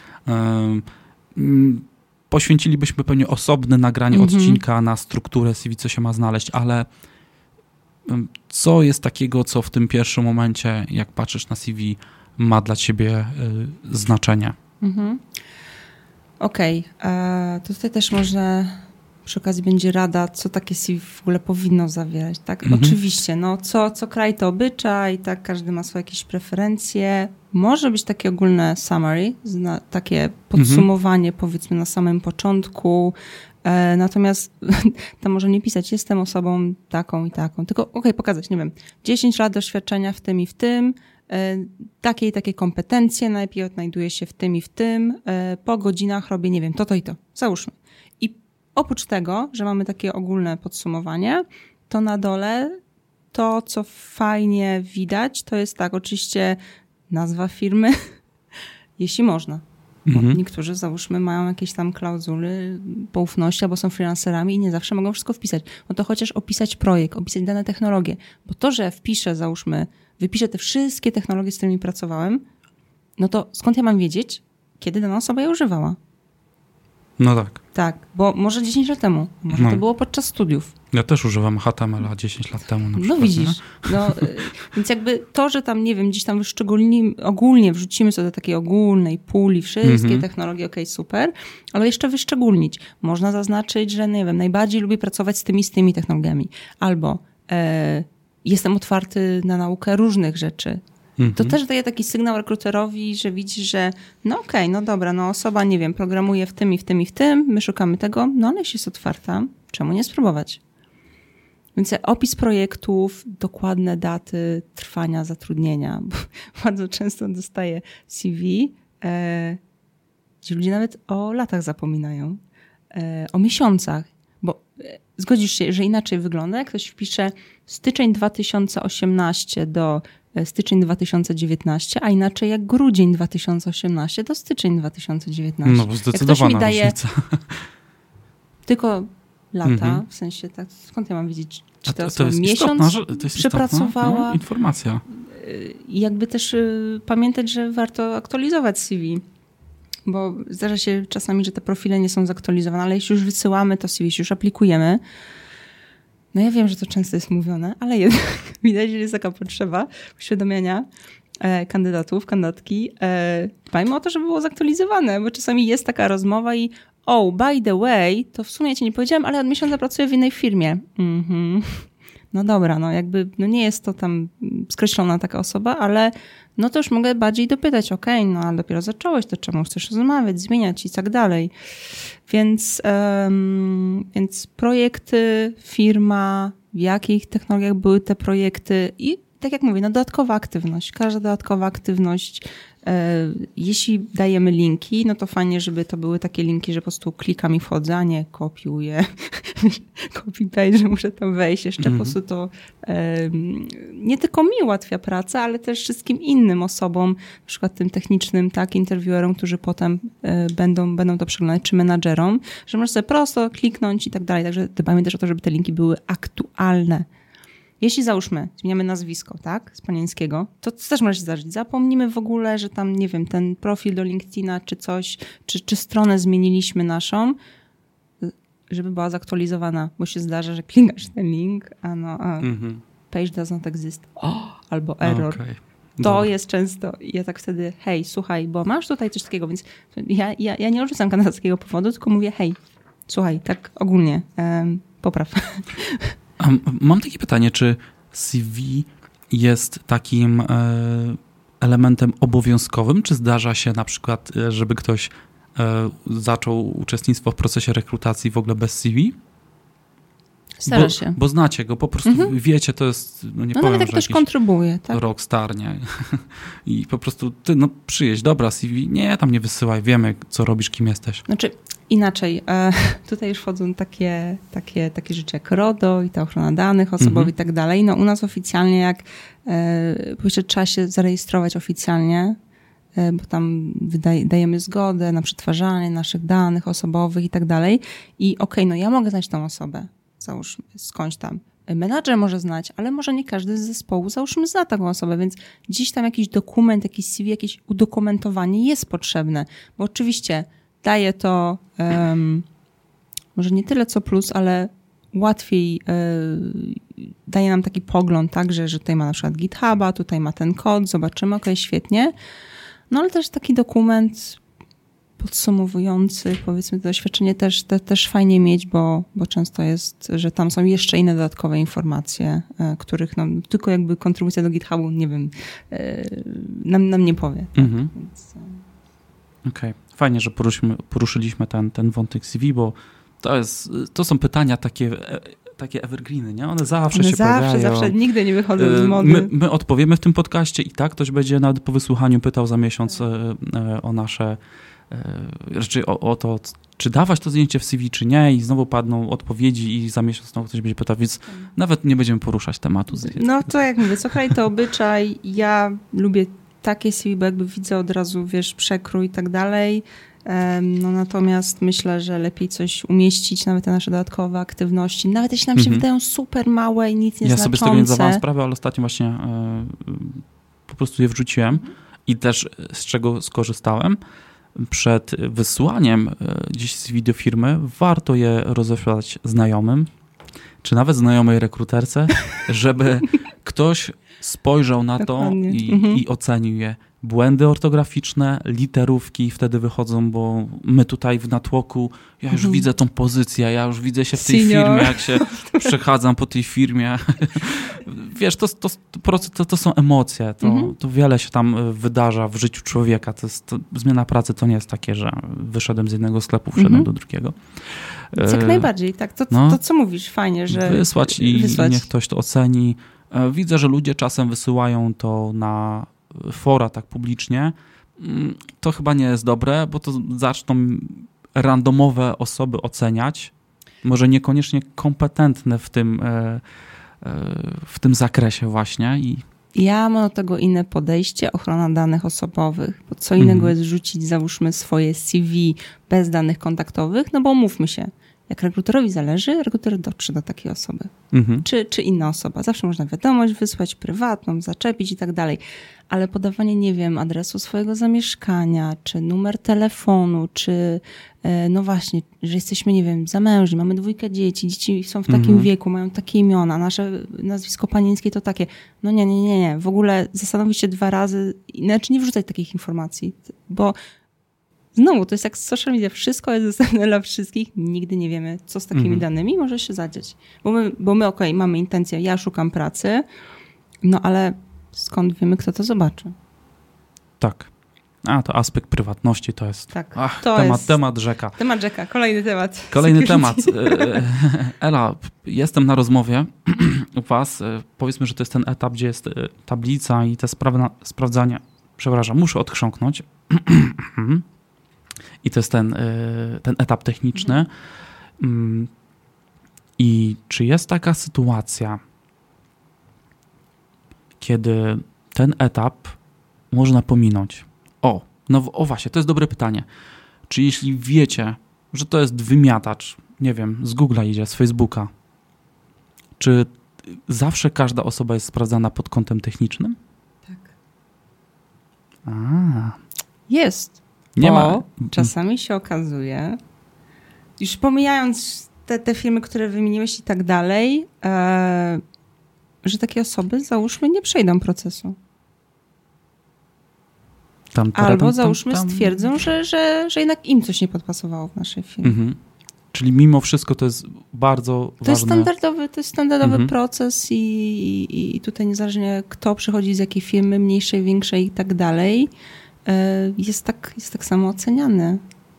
Poświęcilibyśmy pewnie osobne nagranie odcinka na strukturę CV, co się ma znaleźć, ale co jest takiego, co w tym pierwszym momencie, jak patrzysz na CV, ma dla ciebie znaczenie? To tutaj też może przy okazji będzie rada, co takie CV w ogóle powinno zawierać, tak? Oczywiście, co kraj to obyczaj, tak? Każdy ma swoje jakieś preferencje. Może być takie ogólne summary, takie podsumowanie, powiedzmy, na samym początku. Natomiast tam może nie pisać, jestem osobą taką i taką, tylko pokazać, 10 lat doświadczenia w tym i w tym, takie i takie kompetencje, najlepiej odnajduję się w tym i w tym, po godzinach robię, to i to, załóżmy. I oprócz tego, że mamy takie ogólne podsumowanie, to na dole to, co fajnie widać, to jest oczywiście nazwa firmy, jeśli można. Bo niektórzy, załóżmy, mają jakieś tam klauzuly poufności albo są freelancerami i nie zawsze mogą wszystko wpisać. No to chociaż opisać projekt, opisać dane technologie. Bo to, że wpiszę, załóżmy, wypiszę te wszystkie technologie, z którymi pracowałem, no to skąd ja mam wiedzieć, kiedy dana osoba je używała? No tak. Tak, bo może 10 lat temu, może to było podczas studiów. Ja też używam HTML-a 10 lat temu na przykład. No widzisz, więc jakby to, że tam, nie wiem, gdzieś tam ogólnie wrzucimy sobie do takiej ogólnej puli wszystkie technologie, okej, super, ale jeszcze wyszczególnić. Można zaznaczyć, że nie wiem, najbardziej lubię pracować z tymi technologiami. Albo jestem otwarty na naukę różnych rzeczy. To też daje taki sygnał rekruterowi, że widzi, że no okej, no dobra, no osoba, nie wiem, programuje w tym i w tym i w tym, my szukamy tego, no ale jeśli jest otwarta, czemu nie spróbować? Więc opis projektów, dokładne daty trwania zatrudnienia. Bo bardzo często dostaję CV, gdzie ludzie nawet o latach zapominają, o miesiącach. Bo zgodzisz się, że inaczej wygląda, jak ktoś wpisze styczeń 2018 do styczeń 2019, a inaczej jak grudzień 2018 do styczeń 2019. No bo zdecydowana jak ktoś mi daje różnica. Tylko lata, w sensie tak, skąd ja mam wiedzieć, czy to jest miesiąc przepracowała? Informacja. I jakby też pamiętać, że warto aktualizować CV, bo zdarza się czasami, że te profile nie są zaktualizowane, ale jeśli już wysyłamy to CV, jeśli już aplikujemy, no ja wiem, że to często jest mówione, ale jednak widać, że jest taka potrzeba uświadamiania kandydatów, kandydatki. Dbajmy o to, żeby było zaktualizowane, bo czasami jest taka rozmowa i by the way, to w sumie ja ci nie powiedziałam, ale od miesiąca pracuję w innej firmie. No dobra, no jakby no nie jest to tam skreślona taka osoba, ale no to już mogę bardziej dopytać, no ale dopiero zacząłeś, to czemu chcesz rozmawiać, zmieniać i tak dalej. Więc projekty, firma, w jakich technologiach były te projekty i tak jak mówię, no dodatkowa aktywność. Każda dodatkowa aktywność, jeśli dajemy linki, no to fajnie, żeby to były takie linki, że po prostu klikam i wchodzę, a nie kopiuję. Copy-paste, że muszę tam wejść. Jeszcze po prostu to nie tylko mi ułatwia pracę, ale też wszystkim innym osobom, na przykład tym technicznym, tak, interviewerom, którzy potem będą to przeglądać, czy menadżerom, że możesz sobie prosto kliknąć i tak dalej. Także dbajmy też o to, żeby te linki były aktualne. Jeśli załóżmy, zmieniamy nazwisko, tak, z panieńskiego, to też może się zdarzyć. Zapomnimy w ogóle, że tam, nie wiem, ten profil do LinkedIna czy coś, czy stronę zmieniliśmy naszą, żeby była zaktualizowana, bo się zdarza, że klikasz ten link, page does not exist, albo error. Okay. To jest często, ja tak wtedy, hej, słuchaj, bo masz tutaj coś takiego, więc ja nie odrzucam kandydackiego powodu, tylko mówię, hej, słuchaj, tak ogólnie, popraw. Mam takie pytanie, czy CV jest takim elementem obowiązkowym, czy zdarza się na przykład, żeby ktoś zaczął uczestnictwo w procesie rekrutacji w ogóle bez CV? Zdarza się. Bo znacie go, po prostu wiecie, to jest, no nie powiem, nawet jak ktoś kontrybuje, tak? Rockstar, nie? I po prostu ty, przyjedź, dobra, CV, nie, tam nie wysyłaj, wiemy, co robisz, kim jesteś. Znaczy, inaczej, tutaj już wchodzą takie rzeczy jak RODO i ta ochrona danych osobowych i tak dalej. No u nas oficjalnie, jak trzeba się zarejestrować oficjalnie, bo tam dajemy zgodę na przetwarzanie naszych danych osobowych i tak dalej. I no ja mogę znać tą osobę, załóżmy, skądś tam. Menadżer może znać, ale może nie każdy z zespołu, załóżmy, zna taką osobę, więc gdzieś tam jakiś dokument, jakiś CV, jakieś udokumentowanie jest potrzebne, bo oczywiście daje to może nie tyle co plus, ale łatwiej daje nam taki pogląd, tak, że tutaj ma na przykład GitHuba, tutaj ma ten kod, zobaczymy, świetnie. No ale też taki dokument podsumowujący, powiedzmy, to doświadczenie też fajnie mieć, bo często jest, że tam są jeszcze inne dodatkowe informacje, których tylko jakby kontrybucja do GitHubu, nie wiem, nam nie powie. Tak? Okej. Fajnie, że poruszyliśmy ten wątek CV, bo to są pytania takie evergreeny, nie? One zawsze się pojawiają. Zawsze, nigdy nie wychodzą z mody. My odpowiemy w tym podcaście i tak ktoś będzie nawet po wysłuchaniu pytał za miesiąc o nasze, raczej o to, czy dawać to zdjęcie w CV, czy nie, i znowu padną odpowiedzi i za miesiąc znowu ktoś będzie pytał, więc nawet nie będziemy poruszać tematu. No to jak mówię, co kraj to obyczaj. Ja lubię takie CV, bo jakby widzę od razu, przekrój i tak dalej. No natomiast myślę, że lepiej coś umieścić, nawet te nasze dodatkowe aktywności, nawet jeśli nam się wydają super małe i nic nieznaczące. Ja sobie z tego nie zdawałam sprawy, ale ostatnio właśnie po prostu je wrzuciłem i też z czego skorzystałem. Przed wysłaniem gdzieś z firmy warto je rozesłać znajomym, czy nawet znajomej rekruterce, żeby ktoś spojrzał na to i ocenił je. Błędy ortograficzne, literówki wtedy wychodzą, bo my tutaj w natłoku, ja już widzę tą pozycję, ja już widzę się w tej firmie, jak się przechadzam po tej firmie. Wiesz, to są emocje, to wiele się tam wydarza w życiu człowieka. Zmiana pracy to nie jest takie, że wyszedłem z jednego sklepu, wszedłem do drugiego. Jak najbardziej, tak. To co mówisz, fajnie, że... Wysłać i niech ktoś to oceni. Widzę, że ludzie czasem wysyłają to na fora tak publicznie. To chyba nie jest dobre, bo to zaczną randomowe osoby oceniać. Może niekoniecznie kompetentne w tym zakresie właśnie. Ja mam do tego inne podejście, ochrona danych osobowych, bo co innego jest rzucić, załóżmy, swoje CV bez danych kontaktowych, no bo umówmy się, jak rekruterowi zależy, rekruter dotrze do takiej osoby. Czy inna osoba. Zawsze można wiadomość wysłać prywatną, zaczepić i tak dalej. Ale podawanie, nie wiem, adresu swojego zamieszkania, czy numer telefonu, czy no właśnie, że jesteśmy, nie wiem, zamężni, mamy 2 dzieci, dzieci są w takim wieku, mają takie imiona, nasze nazwisko panieńskie to takie. No nie. W ogóle zastanowić się 2 razy, znaczy nie wrzucać takich informacji, bo znowu, to jest jak z social media, wszystko jest dostępne dla wszystkich, nigdy nie wiemy, co z takimi danymi może się zadziać. Bo my mamy intencję, ja szukam pracy, no ale skąd wiemy, kto to zobaczy? Tak. To aspekt prywatności to jest temat rzeka. Temat rzeka, kolejny temat. Kolejny temat. Ela, jestem na rozmowie u was. Powiedzmy, że to jest ten etap, gdzie jest tablica i te sprawdzania. Przepraszam, muszę odchrząknąć. I to jest ten etap techniczny. I czy jest taka sytuacja, kiedy ten etap można pominąć? Właśnie, to jest dobre pytanie. Czy jeśli wiecie, że to jest wymiatacz, nie wiem, z Google'a idzie, z Facebooka, czy zawsze każda osoba jest sprawdzana pod kątem technicznym? Tak. Jest. Czasami się okazuje, już pomijając te firmy, które wymieniłeś i tak dalej, że takie osoby, załóżmy, nie przejdą procesu. Albo załóżmy stwierdzą, że jednak im coś nie podpasowało w naszej firmie. Czyli mimo wszystko to jest bardzo ważne. To jest standardowy proces i tutaj niezależnie kto przychodzi z jakiej firmy, mniejszej, większej i tak dalej, jest tak samo oceniany.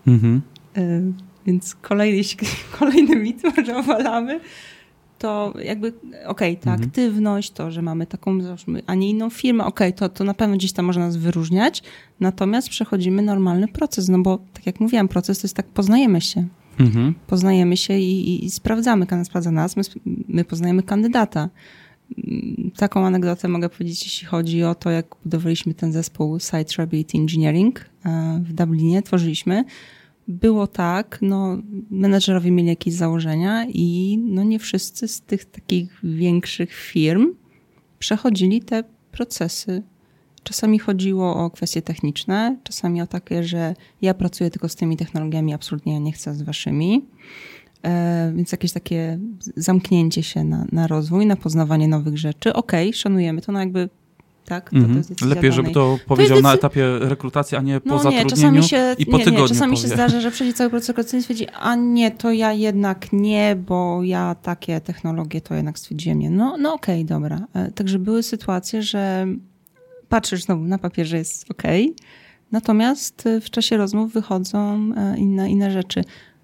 Więc kolejny mit może obalamy. To jakby, ta aktywność, to, że mamy taką, a nie inną firmę, to na pewno gdzieś tam może nas wyróżniać, natomiast przechodzimy normalny proces, no bo tak jak mówiłam, proces to jest tak, poznajemy się. Poznajemy się i sprawdzamy, kandydat sprawdza nas, my poznajemy kandydata. Taką anegdotę mogę powiedzieć, jeśli chodzi o to, jak budowaliśmy ten zespół Site Reliability Engineering w Dublinie, tworzyliśmy. Było tak, menedżerowie mieli jakieś założenia i nie wszyscy z tych takich większych firm przechodzili te procesy. Czasami chodziło o kwestie techniczne, czasami o takie, że ja pracuję tylko z tymi technologiami, absolutnie ja nie chcę z waszymi. Więc jakieś takie zamknięcie się na rozwój, na poznawanie nowych rzeczy. Szanujemy to, jakby tak, to jest decyzja lepiej, żeby to powiedział na etapie rekrutacji, a nie po zatrudnieniu i po tygodniu. Czasami się zdarza, że przejdzie cały proces rekrutacyjny i stwierdzi, a nie, to ja jednak nie, bo ja takie technologie to jednak stwierdziłem nie. Dobra. Także były sytuacje, że patrzysz znowu na papierze jest natomiast w czasie rozmów wychodzą inne rzeczy.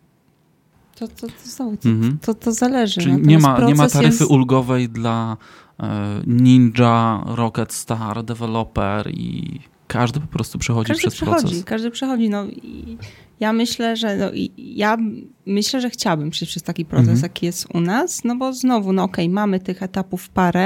To zależy. Czyli nie ma taryfy ulgowej dla Ninja, Rocket Star, deweloper i każdy po prostu przechodzi przez proces. Każdy przechodzi. I ja myślę, że chciałabym przejść przez taki proces, jaki jest u nas, bo znowu, mamy tych etapów parę,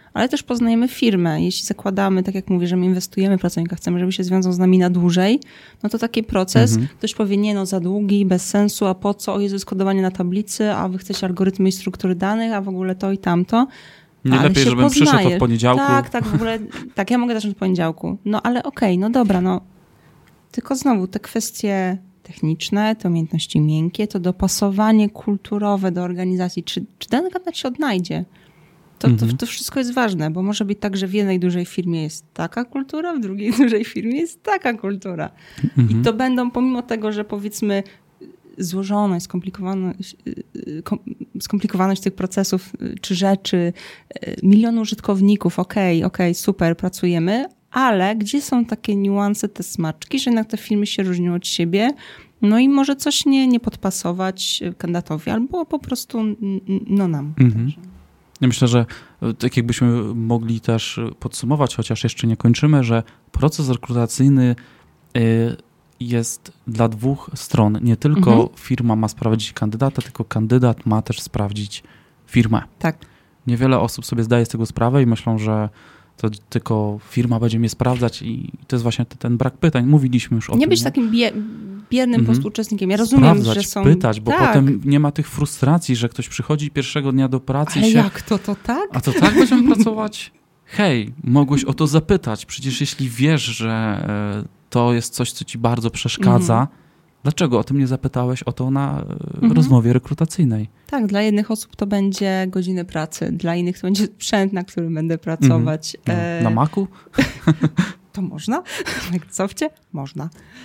ale też poznajemy firmę. Jeśli zakładamy, tak jak mówię, że my inwestujemy w pracownika, chcemy, żeby się związał z nami na dłużej, no to taki proces, ktoś powie, nie no, za długi, bez sensu, a po co? O Jezu, jest kodowanie na tablicy, a wy chcecie algorytmy i struktury danych, a w ogóle to i tamto. Nie lepiej, żebym przyszedł od poniedziałku. Tak, w ogóle, tak, ja mogę zacząć od poniedziałku. No ale okej, no dobra, no. Tylko znowu te kwestie techniczne, te umiejętności miękkie, to dopasowanie kulturowe do organizacji, czy dany kandydat się odnajdzie. To wszystko jest ważne, bo może być tak, że w jednej dużej firmie jest taka kultura, w drugiej dużej firmie jest taka kultura. I to będą, pomimo tego, że powiedzmy złożoność, skomplikowaność tych procesów czy rzeczy, milion użytkowników, okej, super, pracujemy, ale gdzie są takie niuanse, te smaczki, że jednak te firmy się różnią od siebie, no i może coś nie podpasować kandydatowi, albo po prostu nam. Ja myślę, że tak jakbyśmy mogli też podsumować, chociaż jeszcze nie kończymy, że proces rekrutacyjny jest dla dwóch stron. Nie tylko firma ma sprawdzić kandydata, tylko kandydat ma też sprawdzić firmę. Tak. Niewiele osób sobie zdaje z tego sprawę i myślą, że to tylko firma będzie mnie sprawdzać i to jest właśnie ten brak pytań. Mówiliśmy już o tym. Nie być takim biernym po prostu uczestnikiem. Ja rozumiem, sprawdzać, że są... pytać, bo potem nie ma tych frustracji, że ktoś przychodzi pierwszego dnia do pracy ale i się... jak to tak? A to tak będziemy pracować? Hej, mogłeś o to zapytać. Przecież jeśli wiesz, że to jest coś, co ci bardzo przeszkadza, dlaczego o tym nie zapytałeś o to na rozmowie rekrutacyjnej? Tak, dla jednych osób to będzie godziny pracy, dla innych to będzie sprzęt, na którym będę pracować. Na Macu? To można? W Microsoftie? Można.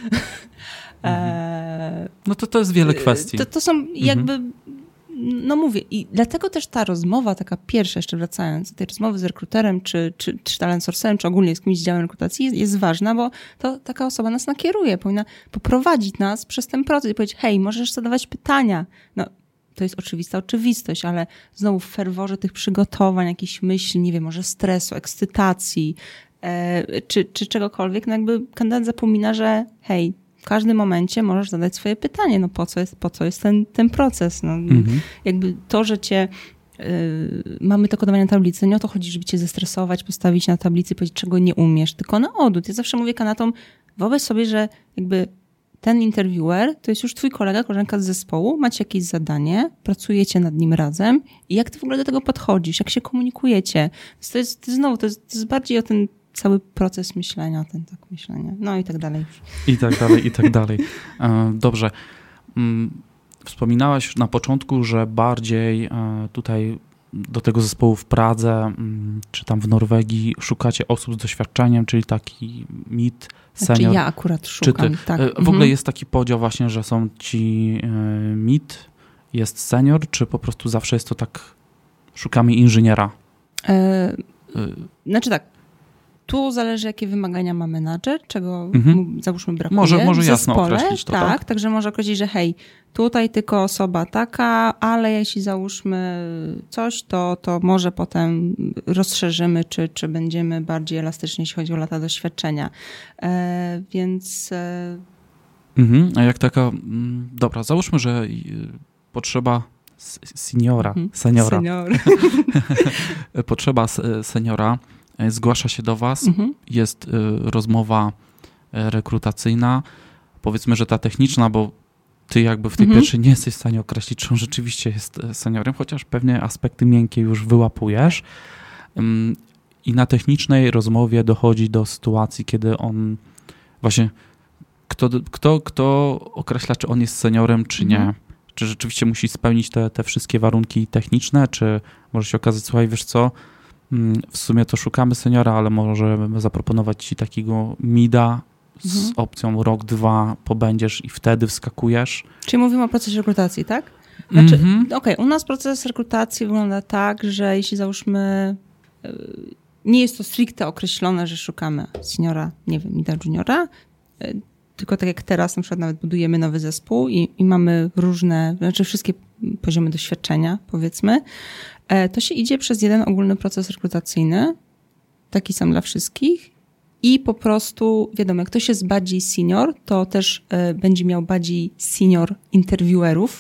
No to jest wiele kwestii. To są jakby... No mówię, i dlatego też ta rozmowa, taka pierwsza, jeszcze wracając do tej rozmowy z rekruterem, czy talent sourcerem, czy ogólnie z kimś z działem rekrutacji jest ważna, bo to taka osoba nas nakieruje, powinna poprowadzić nas przez ten proces i powiedzieć, hej, możesz zadawać pytania. No, to jest oczywista oczywistość, ale znowu w ferworze tych przygotowań, jakichś myśli, nie wiem, może stresu, ekscytacji, czy czegokolwiek, no jakby kandydat zapomina, że hej, w każdym momencie możesz zadać swoje pytanie, no po co jest ten proces. No, jakby to, że mamy to kodowanie na tablicy, nie o to chodzi, żeby cię zestresować, postawić na tablicy i powiedzieć, czego nie umiesz, tylko na odwrót. Ja zawsze mówię kandydatom, wyobraź sobie, że jakby ten interviewer to jest już twój kolega, koleżanka z zespołu, macie jakieś zadanie, pracujecie nad nim razem i jak ty w ogóle do tego podchodzisz, jak się komunikujecie. To jest bardziej o ten cały proces myślenia, myślenie, no i tak dalej. I tak dalej. Dobrze. Wspominałaś na początku, że bardziej tutaj do tego zespołu w Pradze, czy tam w Norwegii szukacie osób z doświadczeniem, czyli taki mid, senior. Znaczy ja akurat szukam, tak. W ogóle jest taki podział właśnie, że są ci mid, jest senior, czy po prostu zawsze jest to tak, szukamy inżyniera? Znaczy tak, tu zależy, jakie wymagania ma menadżer, czego załóżmy brakuje może w jasno zespole. określić to, tak? Także może określić, że hej, tutaj tylko osoba taka, ale jeśli załóżmy coś, to może potem rozszerzymy, czy będziemy bardziej elastyczni, jeśli chodzi o lata doświadczenia. Więc... A jak taka... Dobra, załóżmy, że potrzeba seniora. Potrzeba seniora. Zgłasza się do was, jest rozmowa rekrutacyjna, powiedzmy, że ta techniczna, bo ty jakby w tej pierwszej nie jesteś w stanie określić, czy on rzeczywiście jest seniorem, chociaż pewnie aspekty miękkie już wyłapujesz. I na technicznej rozmowie dochodzi do sytuacji, kiedy on właśnie, kto określa, czy on jest seniorem, czy nie. Czy rzeczywiście musi spełnić te wszystkie warunki techniczne, czy może się okazać, słuchaj, wiesz co, w sumie to szukamy seniora, ale możemy zaproponować ci takiego mida z opcją rok, 2 pobędziesz i wtedy wskakujesz. Czyli mówimy o procesie rekrutacji, tak? Znaczy, u nas proces rekrutacji wygląda tak, że jeśli załóżmy nie jest to stricte określone, że szukamy seniora, nie wiem, mida juniora, tylko tak jak teraz na przykład nawet budujemy nowy zespół i mamy różne, znaczy wszystkie poziomy doświadczenia, powiedzmy, to się idzie przez jeden ogólny proces rekrutacyjny, taki sam dla wszystkich i po prostu, wiadomo, jak ktoś jest bardziej senior, to też będzie miał bardziej senior interviewerów,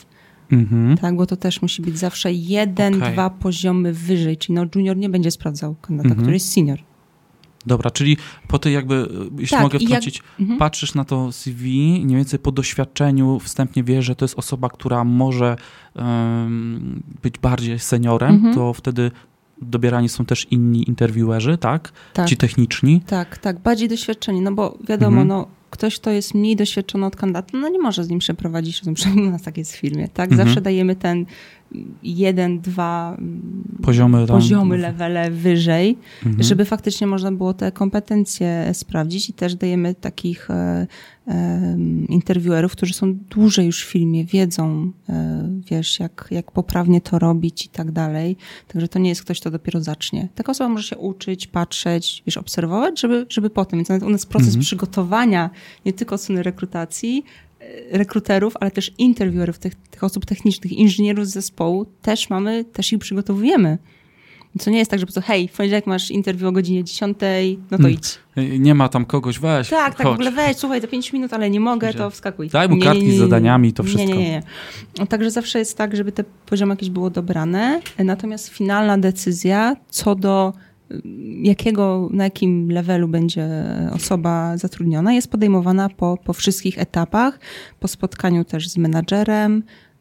Tak, bo to też musi być zawsze 1-2 poziomy wyżej, czyli junior nie będzie sprawdzał kandydata, który jest senior. Dobra, czyli po tej jakby, jeśli mogę wtrącić, patrzysz na to CV, mniej więcej po doświadczeniu wstępnie wiesz, że to jest osoba, która może być bardziej seniorem, to wtedy dobierani są też inni interviewerzy, tak? Ci techniczni. Tak, bardziej doświadczeni, no bo wiadomo, ktoś, kto jest mniej doświadczony od kandydata, no nie może z nim przeprowadzić, przynajmniej u nas tak jest w firmie, tak? Zawsze dajemy ten 1-2 poziomy, levele wyżej, żeby faktycznie można było te kompetencje sprawdzić i też dajemy takich interviewerów, którzy są dłużej już w firmie, wiedzą, wiesz, jak poprawnie to robić i tak dalej. Także to nie jest ktoś, kto dopiero zacznie. Taka osoba może się uczyć, patrzeć, wiesz, obserwować, żeby potem. Więc nawet u nas proces przygotowania nie tylko od strony rekruterów, ale też interviewerów, tych osób technicznych, inżynierów z zespołu, też ich przygotowujemy. To nie jest tak, że po prostu hej, w poniedziałek masz interwiu o godzinie 10, no to idź. Nie ma tam kogoś, weź, Tak, w ogóle weź, słuchaj, za 5 minut, ale nie mogę, to wskakuj. Daj mu kartki z zadaniami, to wszystko. Nie. Także zawsze jest tak, żeby te poziomy jakieś było dobrane, natomiast finalna decyzja co do na jakim levelu będzie osoba zatrudniona, jest podejmowana po wszystkich etapach, po spotkaniu też z menadżerem,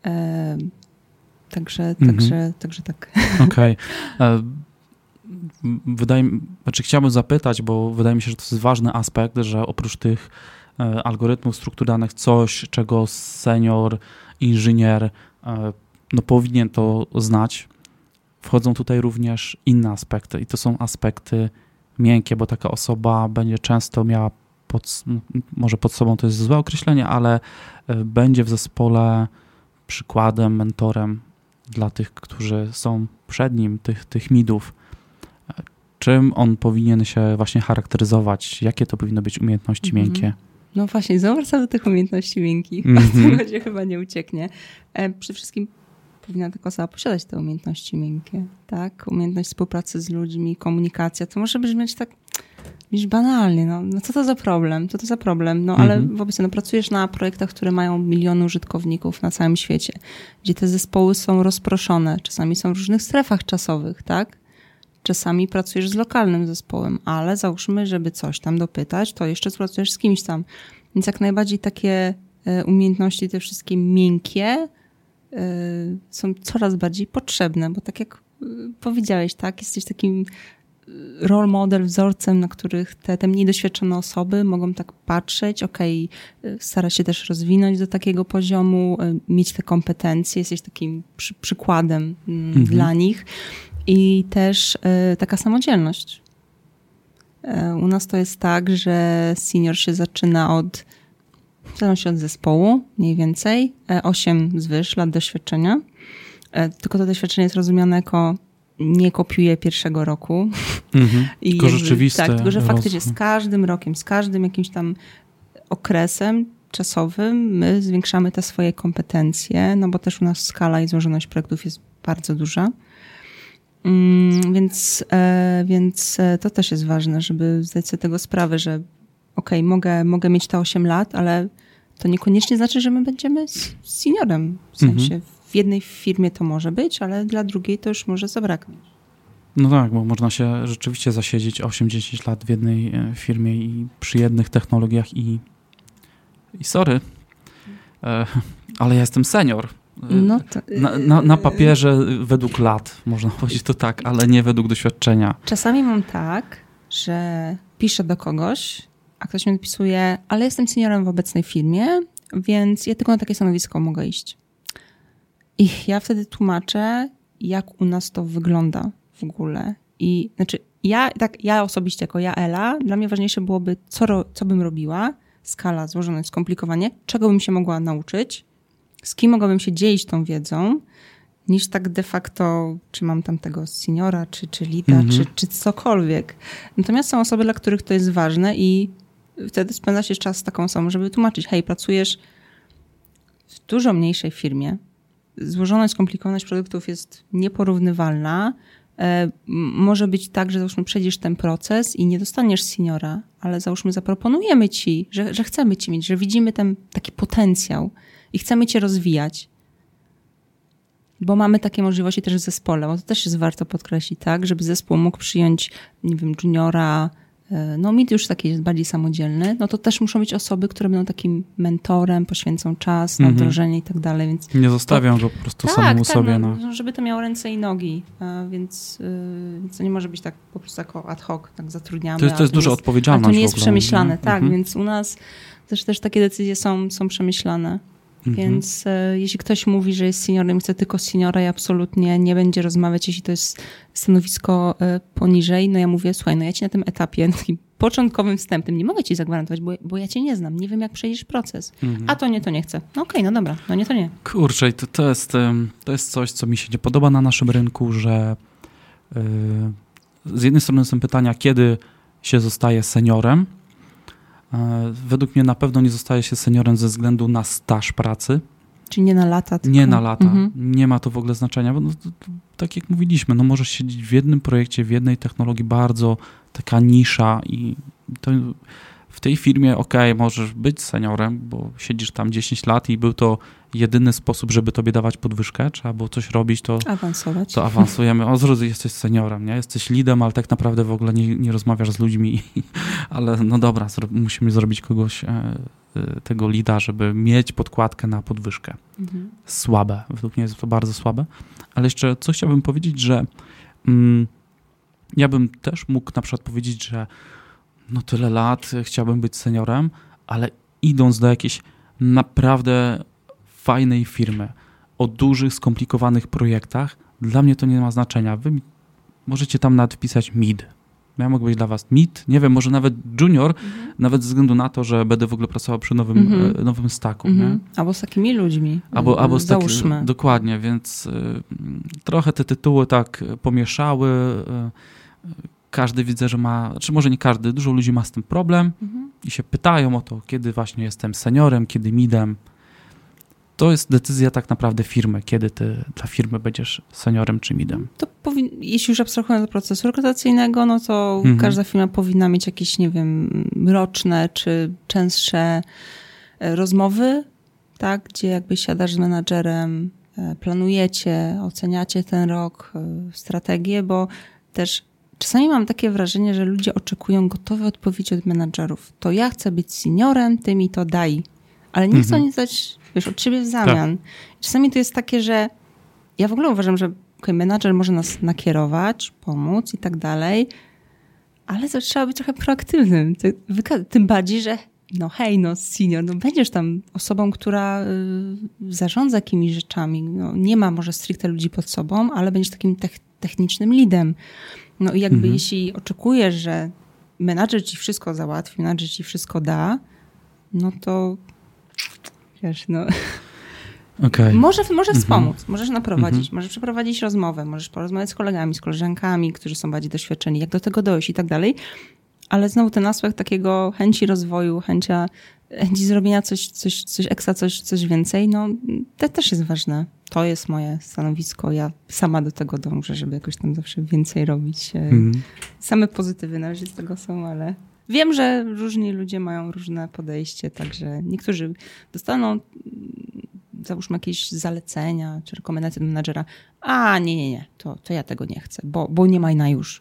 Także tak. Okej. Chciałbym zapytać, bo wydaje mi się, że to jest ważny aspekt, że oprócz tych algorytmów, struktur danych, coś, czego senior, inżynier powinien to znać, wchodzą tutaj również inne aspekty i to są aspekty miękkie, bo taka osoba będzie często miała może pod sobą to jest złe określenie, ale będzie w zespole przykładem, mentorem dla tych, którzy są przed nim, tych midów. Czym on powinien się właśnie charakteryzować? Jakie to powinny być umiejętności miękkie? No właśnie, wracam do tych umiejętności miękkich. W tym razie chyba nie ucieknie. Przede wszystkim powinna taka osoba posiadać te umiejętności miękkie, tak? Umiejętność współpracy z ludźmi, komunikacja. To może brzmieć tak banalnie, no co to za problem? No ale wobec tego pracujesz na projektach, które mają miliony użytkowników na całym świecie, gdzie te zespoły są rozproszone, czasami są w różnych strefach czasowych, tak? Czasami pracujesz z lokalnym zespołem, ale załóżmy, żeby coś tam dopytać, to jeszcze pracujesz z kimś tam. Więc jak najbardziej takie umiejętności, te wszystkie miękkie są coraz bardziej potrzebne, bo tak jak powiedziałeś, tak, jesteś takim role model, wzorcem, na których te mniej doświadczone osoby mogą tak patrzeć, starać się też rozwinąć do takiego poziomu, mieć te kompetencje, jesteś takim przykładem dla nich i też taka samodzielność. U nas to jest tak, że senior się zaczyna od zespołu, mniej więcej, 8 lat doświadczenia, tylko to doświadczenie jest rozumiane jako nie kopiuję pierwszego roku. Tylko rzeczywiste. Tak, tylko że faktycznie z każdym rokiem, z każdym jakimś tam okresem czasowym my zwiększamy te swoje kompetencje, no bo też u nas skala i złożoność projektów jest bardzo duża. Więc to też jest ważne, żeby zdać sobie tego sprawę, że mogę mieć te 8 lat, ale to niekoniecznie znaczy, że my będziemy seniorem. W sensie w jednej firmie to może być, ale dla drugiej to już może zabraknąć. No tak, bo można się rzeczywiście zasiedzieć 8-10 lat w jednej firmie i przy jednych technologiach i sorry, ale ja jestem senior. No to, na papierze według lat, można powiedzieć to tak, ale nie według doświadczenia. Czasami mam tak, że piszę do kogoś, a ktoś mi napisuje, ale jestem seniorem w obecnej firmie, więc ja tylko na takie stanowisko mogę iść. I ja wtedy tłumaczę, jak u nas to wygląda w ogóle. I znaczy ja osobiście jako Ela, dla mnie ważniejsze byłoby, co bym robiła, skala, złożoność, skomplikowanie, czego bym się mogła nauczyć, z kim mogłabym się dzielić tą wiedzą, niż tak de facto, czy mam tam tego seniora, czy leada, czy cokolwiek. Natomiast są osoby, dla których to jest ważne i wtedy spędza się czas z taką osobą, żeby tłumaczyć, hej, pracujesz w dużo mniejszej firmie, złożoność, skomplikowaność produktów jest nieporównywalna. Może być tak, że załóżmy przejdziesz ten proces i nie dostaniesz seniora, ale załóżmy zaproponujemy ci, że chcemy cię mieć, że widzimy ten taki potencjał i chcemy cię rozwijać. bo mamy takie możliwości też w zespole, bo to też jest warto podkreślić, tak, żeby zespół mógł przyjąć, nie wiem, juniora, no mid już taki jest bardziej samodzielny, no to też muszą być osoby, które będą takim mentorem, poświęcą czas na wdrożenie i tak dalej, więc... Nie zostawiam go po prostu samemu sobie. No, żeby to miało ręce i nogi, więc to nie może być tak po prostu jako ad hoc, tak zatrudniamy. To jest duża odpowiedzialność. Ale to nie jest przemyślane, tak, Mhm. więc u nas też takie decyzje są przemyślane. Więc jeśli ktoś mówi, że jest seniorem i chce tylko seniora i absolutnie nie będzie rozmawiać, jeśli to jest stanowisko poniżej, no ja mówię, słuchaj, no ja ci na tym etapie, takim początkowym wstępnym nie mogę ci zagwarantować, bo ja cię nie znam, nie wiem jak przejdziesz proces. A to nie chcę. No okej, no dobra, no nie to nie. Kurczę, to jest coś, co mi się nie podoba na naszym rynku, że z jednej strony są pytania, kiedy się zostaje seniorem. Według mnie na pewno nie zostaje się seniorem ze względu na staż pracy. Czyli nie na lata. Tylko... Nie na lata. Nie ma to w ogóle znaczenia, bo tak jak mówiliśmy, no możesz siedzieć w jednym projekcie, w jednej technologii, bardzo taka nisza i to w tej firmie możesz być seniorem, bo siedzisz tam 10 lat i był to jedyny sposób, żeby tobie dawać podwyżkę, trzeba było coś robić, to awansujemy. Jesteś seniorem, nie? Jesteś leadem, ale tak naprawdę w ogóle nie rozmawiasz z ludźmi, ale no dobra, musimy zrobić kogoś tego leada, żeby mieć podkładkę na podwyżkę. Słabe. Według mnie jest to bardzo słabe. Ale jeszcze co chciałbym powiedzieć, że ja bym też mógł na przykład powiedzieć, że no tyle lat chciałbym być seniorem, ale idąc do jakiejś naprawdę fajnej firmy o dużych, skomplikowanych projektach, dla mnie to nie ma znaczenia. Wy możecie tam nawet wpisać mid. Ja mogę być dla was mid, nie wiem, może nawet junior, nawet ze względu na to, że będę w ogóle pracował przy nowym stacku. Nie? Albo z takimi ludźmi. Albo z takimi, dokładnie, więc trochę te tytuły tak pomieszały. Każdy widzę, że ma, czy może nie każdy, dużo ludzi ma z tym problem i się pytają o to, kiedy właśnie jestem seniorem, kiedy midem. To jest decyzja tak naprawdę firmy, kiedy ty dla firmy będziesz seniorem czy midem. To jeśli już abstrahując od procesu rekrutacyjnego, no to każda firma powinna mieć jakieś, nie wiem, roczne czy częstsze rozmowy, tak, gdzie jakby siadasz z menadżerem, planujecie, oceniacie ten rok, strategię, bo też czasami mam takie wrażenie, że ludzie oczekują gotowe odpowiedzi od menadżerów. To ja chcę być seniorem, ty mi to daj. Ale nie chcą nic dać, wiesz, od ciebie w zamian. Tak. Czasami to jest takie, że ja w ogóle uważam, że menadżer może nas nakierować, pomóc i tak dalej, ale to trzeba być trochę proaktywnym. Tym bardziej, że senior, będziesz tam osobą, która zarządza jakimiś rzeczami. No, nie ma może stricte ludzi pod sobą, ale będziesz takim technicznym leadem. No i jakby jeśli oczekujesz, że menadżer ci wszystko załatwi, menadżer ci wszystko da, no to wiesz, no... Okay. Może wspomóc, możesz naprowadzić, możesz przeprowadzić rozmowę, możesz porozmawiać z kolegami, z koleżankami, którzy są bardziej doświadczeni, jak do tego dojść i tak dalej, ale znowu ten aspekt takiego chęci rozwoju, chęci zrobienia coś ekstra, coś więcej, no to też jest ważne. To jest moje stanowisko, ja sama do tego dążę, żeby jakoś tam zawsze więcej robić. Same pozytywy na razie z tego są, ale wiem, że różni ludzie mają różne podejście, także niektórzy dostaną załóżmy jakieś zalecenia czy rekomendacje do menadżera. Nie, to ja tego nie chcę, bo nie ma na już.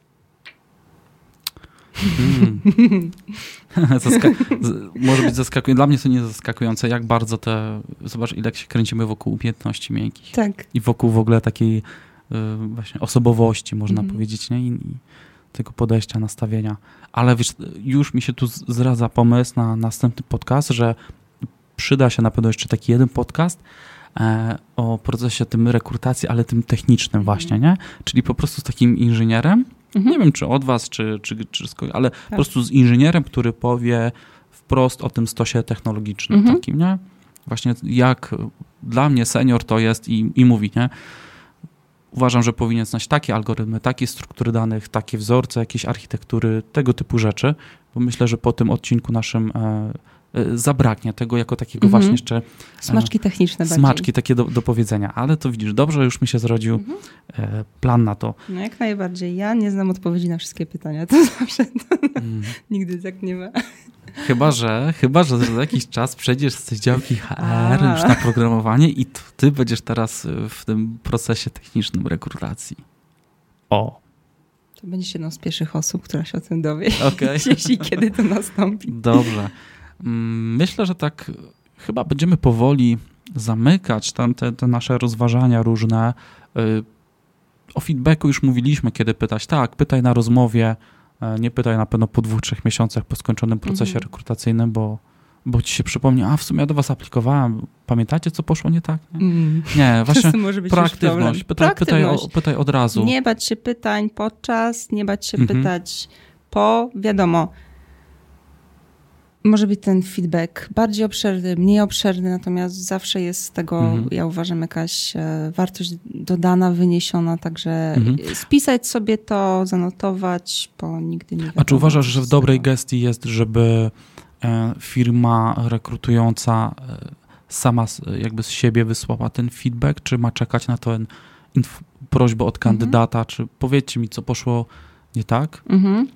Może być zaskakujące. Dla mnie to nie jest zaskakujące, jak bardzo zobacz, ile się kręcimy wokół umiejętności miękkich. Tak. I wokół w ogóle takiej właśnie osobowości, można powiedzieć, nie? I tego podejścia, nastawienia. Ale wiesz, już mi się tu zdradza pomysł na następny podcast, że przyda się na pewno jeszcze taki jeden podcast o procesie tym rekrutacji, ale tym technicznym właśnie, nie? Czyli po prostu z takim inżynierem, nie wiem czy od was, czy ale po prostu z inżynierem, który powie wprost o tym stosie technologicznym takim, nie? Właśnie jak dla mnie senior to jest i mówi, nie? Uważam, że powinien znać takie algorytmy, takie struktury danych, takie wzorce, jakieś architektury, tego typu rzeczy, bo myślę, że po tym odcinku naszym zabraknie tego jako takiego właśnie jeszcze... Smaczki techniczne bardziej. Smaczki takie do powiedzenia, ale to widzisz, dobrze już mi się zrodził plan na to. No jak najbardziej. Ja nie znam odpowiedzi na wszystkie pytania, to zawsze nigdy tak nie ma. Chyba, że za jakiś czas przejdziesz z tej działki HR już na programowanie i ty będziesz teraz w tym procesie technicznym rekrutacji. To będziesz jedną z pierwszych osób, która się o tym dowie. Okay. Jeśli kiedy to nastąpi. Dobrze. Myślę, że tak chyba będziemy powoli zamykać te nasze rozważania różne. O feedbacku już mówiliśmy, kiedy pytać. Tak, pytaj na rozmowie, nie pytaj na pewno po 2-3 miesiącach po skończonym procesie rekrutacyjnym, bo ci się przypomni, w sumie ja do was aplikowałem. Pamiętacie, co poszło nie tak? Nie, właśnie proaktywność. Pytaj od razu. Nie bać się pytań podczas, nie bać się pytać po, wiadomo. Może być ten feedback bardziej obszerny, mniej obszerny, natomiast zawsze jest z tego, ja uważam, jakaś wartość dodana, wyniesiona, także spisać sobie to, zanotować, bo nigdy nie wiadomo. A czy uważasz, że w dobrej gestii jest, żeby firma rekrutująca sama jakby z siebie wysłała ten feedback, czy ma czekać na tę prośbę od kandydata, czy powiedzcie mi, co poszło nie tak?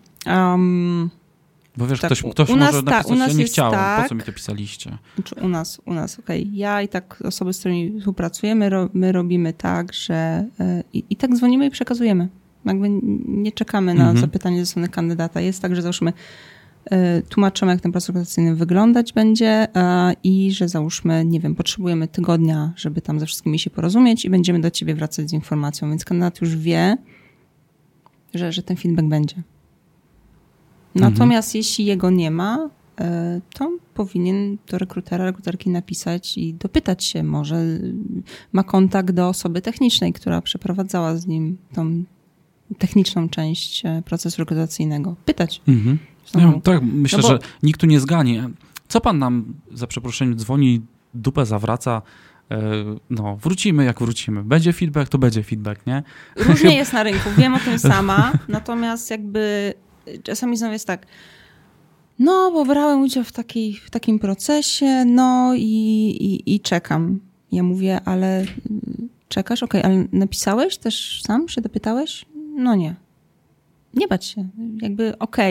Bo wiesz, tak, ktoś może napisać, ja nie chciałem, tak, po co mi to pisaliście? Znaczy u nas, okej. Ja i tak osoby, z którymi współpracujemy, my robimy tak, że i tak dzwonimy i przekazujemy. Jakby nie czekamy na zapytanie ze strony kandydata. Jest tak, że załóżmy tłumaczymy, jak ten proces rekrutacyjny wyglądać będzie i że załóżmy, nie wiem, potrzebujemy tygodnia, żeby tam ze wszystkimi się porozumieć i będziemy do ciebie wracać z informacją, więc kandydat już wie, że ten feedback będzie. Natomiast jeśli jego nie ma, to powinien do rekruterki napisać i dopytać się, może ma kontakt do osoby technicznej, która przeprowadzała z nim tą techniczną część procesu rekrutacyjnego. Pytać. Tak, myślę, że nikt tu nie zgani. Co pan nam, za przeproszeniem, dzwoni, dupę zawraca, wrócimy jak wrócimy. Będzie feedback, to będzie feedback, nie? Różnie jest na rynku, wiem o tym sama, natomiast jakby czasami znowu jest tak, bo brałem udział w takim procesie, i czekam. Ja mówię, ale czekasz? Okej, ale napisałeś też sam? Się dopytałeś? No nie. Nie bać się. Jakby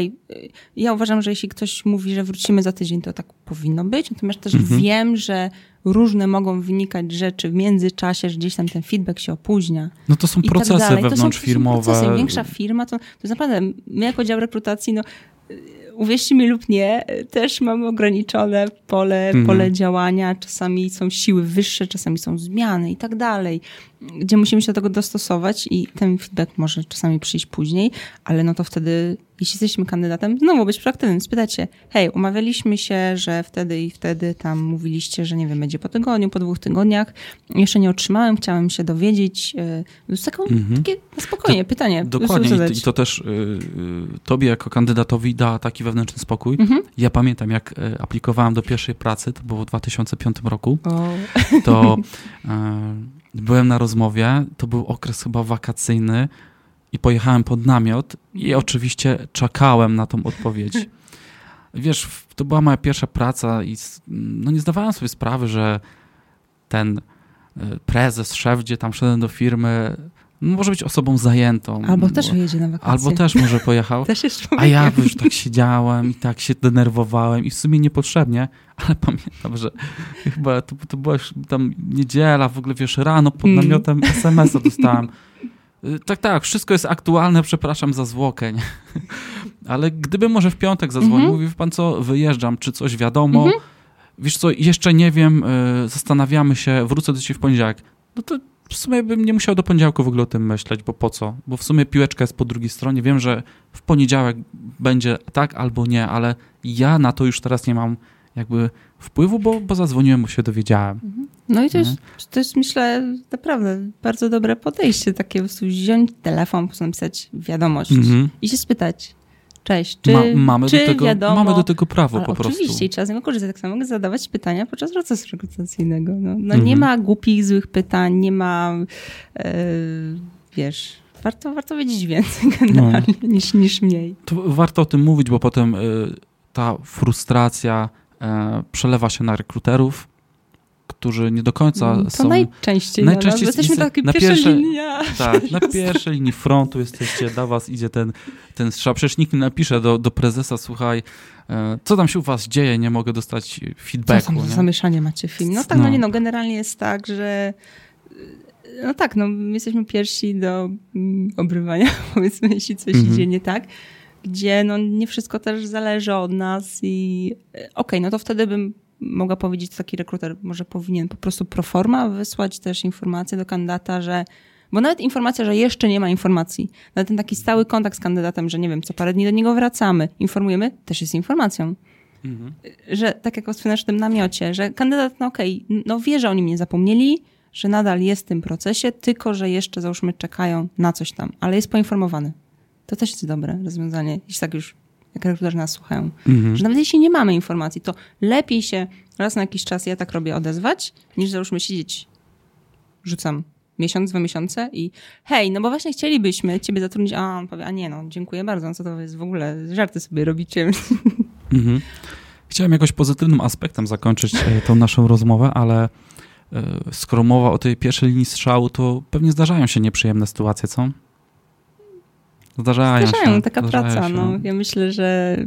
ja uważam, że jeśli ktoś mówi, że wrócimy za tydzień, to tak powinno być. Natomiast też wiem, że różne mogą wynikać rzeczy w międzyczasie, że gdzieś tam ten feedback się opóźnia. No to są procesy wewnątrzfirmowe. To są procesy. Większa firma, to jest naprawdę, my jako dział rekrutacji, uwierzcie mi lub nie, też mamy ograniczone pole działania. Czasami są siły wyższe, czasami są zmiany i tak dalej, gdzie musimy się do tego dostosować i ten feedback może czasami przyjść później, ale to wtedy, jeśli jesteśmy kandydatem, znowu być proaktywnym, spytać się, hej, umawialiśmy się, że wtedy i wtedy tam mówiliście, że nie wiem, będzie po tygodniu, po 2 tygodniach. Jeszcze nie otrzymałem, chciałem się dowiedzieć. Takie spokojnie pytanie. Dokładnie i to też tobie jako kandydatowi da taki wewnętrzny spokój. Ja pamiętam, jak aplikowałem do pierwszej pracy, to było w 2005 roku, to byłem na rozmowie, to był okres chyba wakacyjny i pojechałem pod namiot i oczywiście czekałem na tą odpowiedź. Wiesz, to była moja pierwsza praca i nie zdawałem sobie sprawy, że ten prezes, szef, gdzie tam szedłem do firmy, może być osobą zajętą. Albo też wyjedzie na wakacje. Albo też może pojechał. Też jest człowiekiem. A ja już tak siedziałem i tak się denerwowałem i w sumie niepotrzebnie, ale pamiętam, że chyba to była już tam niedziela, w ogóle wiesz, rano pod namiotem SMS-a dostałem. Tak, wszystko jest aktualne, przepraszam za zwłokę, nie? Ale gdyby może w piątek zadzwonił, mówi, pan co, wyjeżdżam, czy coś wiadomo, wiesz co, jeszcze nie wiem, zastanawiamy się, wrócę do ciebie w poniedziałek. No to w sumie bym nie musiał do poniedziałku w ogóle o tym myśleć, bo po co? Bo w sumie piłeczka jest po drugiej stronie. Wiem, że w poniedziałek będzie tak albo nie, ale ja na to już teraz nie mam jakby wpływu, bo zadzwoniłem, bo się dowiedziałem. No i to jest myślę naprawdę bardzo dobre podejście, takie po prostu wziąć telefon, napisać wiadomość i się spytać. Cześć, czy wiadomo? Mamy do tego prawo po prostu. Oczywiście i trzeba z niego korzystać. Tak samo mogę zadawać pytania podczas procesu rekrutacyjnego. Nie ma głupich, złych pytań, nie ma, warto wiedzieć więcej generalnie niż mniej. To warto o tym mówić, bo potem ta frustracja przelewa się na rekruterów, którzy nie do końca to są... Najczęściej jesteśmy takie pierwsza linia. Tak, na pierwszej linii frontu jesteście, do was idzie ten strzał. Przecież nikt nie napisze do prezesa, słuchaj, co tam się u was dzieje, nie mogę dostać feedbacku. Co zamieszanie macie w film. No tak, generalnie jest tak, że my jesteśmy pierwsi do obrywania, powiedzmy, jeśli coś idzie nie tak, gdzie nie wszystko też zależy od nas i to wtedy bym mogła powiedzieć, że taki rekruter może powinien po prostu pro forma wysłać też informację do kandydata, bo nawet informacja, że jeszcze nie ma informacji, nawet ten taki stały kontakt z kandydatem, że nie wiem, co parę dni do niego wracamy, informujemy, też jest informacją. Że tak jak wspominasz w tym namiocie, że kandydat, wie, że oni mnie zapomnieli, że nadal jest w tym procesie, tylko że jeszcze załóżmy czekają na coś tam, ale jest poinformowany. To też jest dobre rozwiązanie, jeśli tak już jak rekruterzy nas słuchają. Że nawet jeśli nie mamy informacji, to lepiej się raz na jakiś czas, ja tak robię, odezwać, niż załóżmy siedzieć, rzucam miesiąc, 2 miesiące i hej, bo właśnie chcielibyśmy ciebie zatrudnić, a on powie, dziękuję bardzo, co to jest w ogóle, żarty sobie robicie. Chciałem jakoś pozytywnym aspektem zakończyć tą naszą rozmowę, ale skoro mowa o tej pierwszej linii strzału, to pewnie zdarzają się nieprzyjemne sytuacje, co? Zdarzają się. Taka praca. Ja myślę, że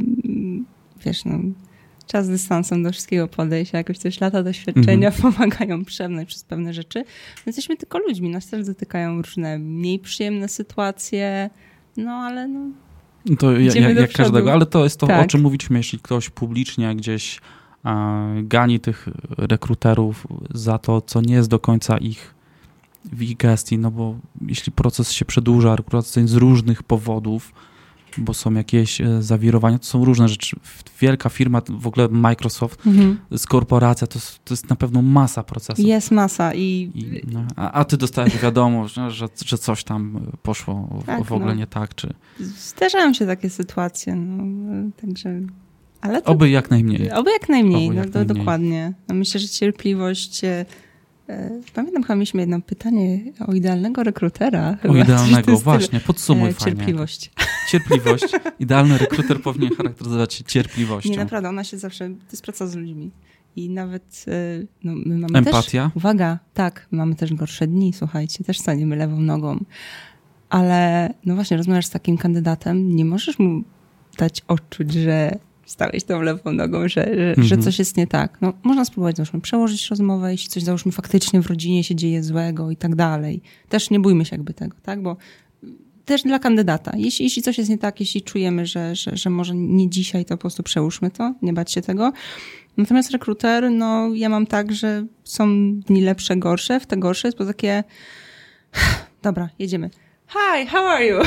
czas z dystansem do wszystkiego podejść, jakoś też lata doświadczenia pomagają przebrnąć przez pewne rzeczy. My jesteśmy tylko ludźmi, nas też dotykają różne mniej przyjemne sytuacje, ale to jak każdego, ale to jest to, o czym mówiliśmy, jeśli ktoś publicznie gdzieś gani tych rekruterów za to, co nie jest do końca w ich gestii, bo jeśli proces się przedłuża rekrutacyjny z różnych powodów, bo są jakieś zawirowania, to są różne rzeczy. Wielka firma, w ogóle Microsoft, z korporacja, to jest na pewno masa procesów. Jest masa. A ty dostałeś wiadomość, że coś tam poszło w ogóle nie tak. Zdarzają się takie sytuacje, także... Ale to... Oby jak najmniej. Dokładnie. Myślę, że cierpliwość... Pamiętam, chyba mieliśmy jedno pytanie o idealnego rekrutera. O idealnego, właśnie, podsumuj fajnie. Cierpliwość. Idealny rekruter powinien charakteryzować się cierpliwością. Nie, naprawdę, ona się zawsze, to jest praca z ludźmi. I nawet my mamy empatia? Też, uwaga, tak, mamy też gorsze dni, słuchajcie, też staniemy lewą nogą. Ale właśnie, rozmawiasz z takim kandydatem, nie możesz mu dać odczuć, że stałeś tą lewą nogą, że coś jest nie tak. Można spróbować, załóżmy, przełożyć rozmowę, jeśli coś, załóżmy, faktycznie w rodzinie się dzieje złego i tak dalej. Też nie bójmy się jakby tego, tak? Bo też dla kandydata. Jeśli coś jest nie tak, jeśli czujemy, że może nie dzisiaj, to po prostu przełóżmy to, nie bać się tego. Natomiast rekruter, ja mam tak, że są dni lepsze, gorsze. W te gorsze jest po takie dobra, jedziemy. Hi, how are you?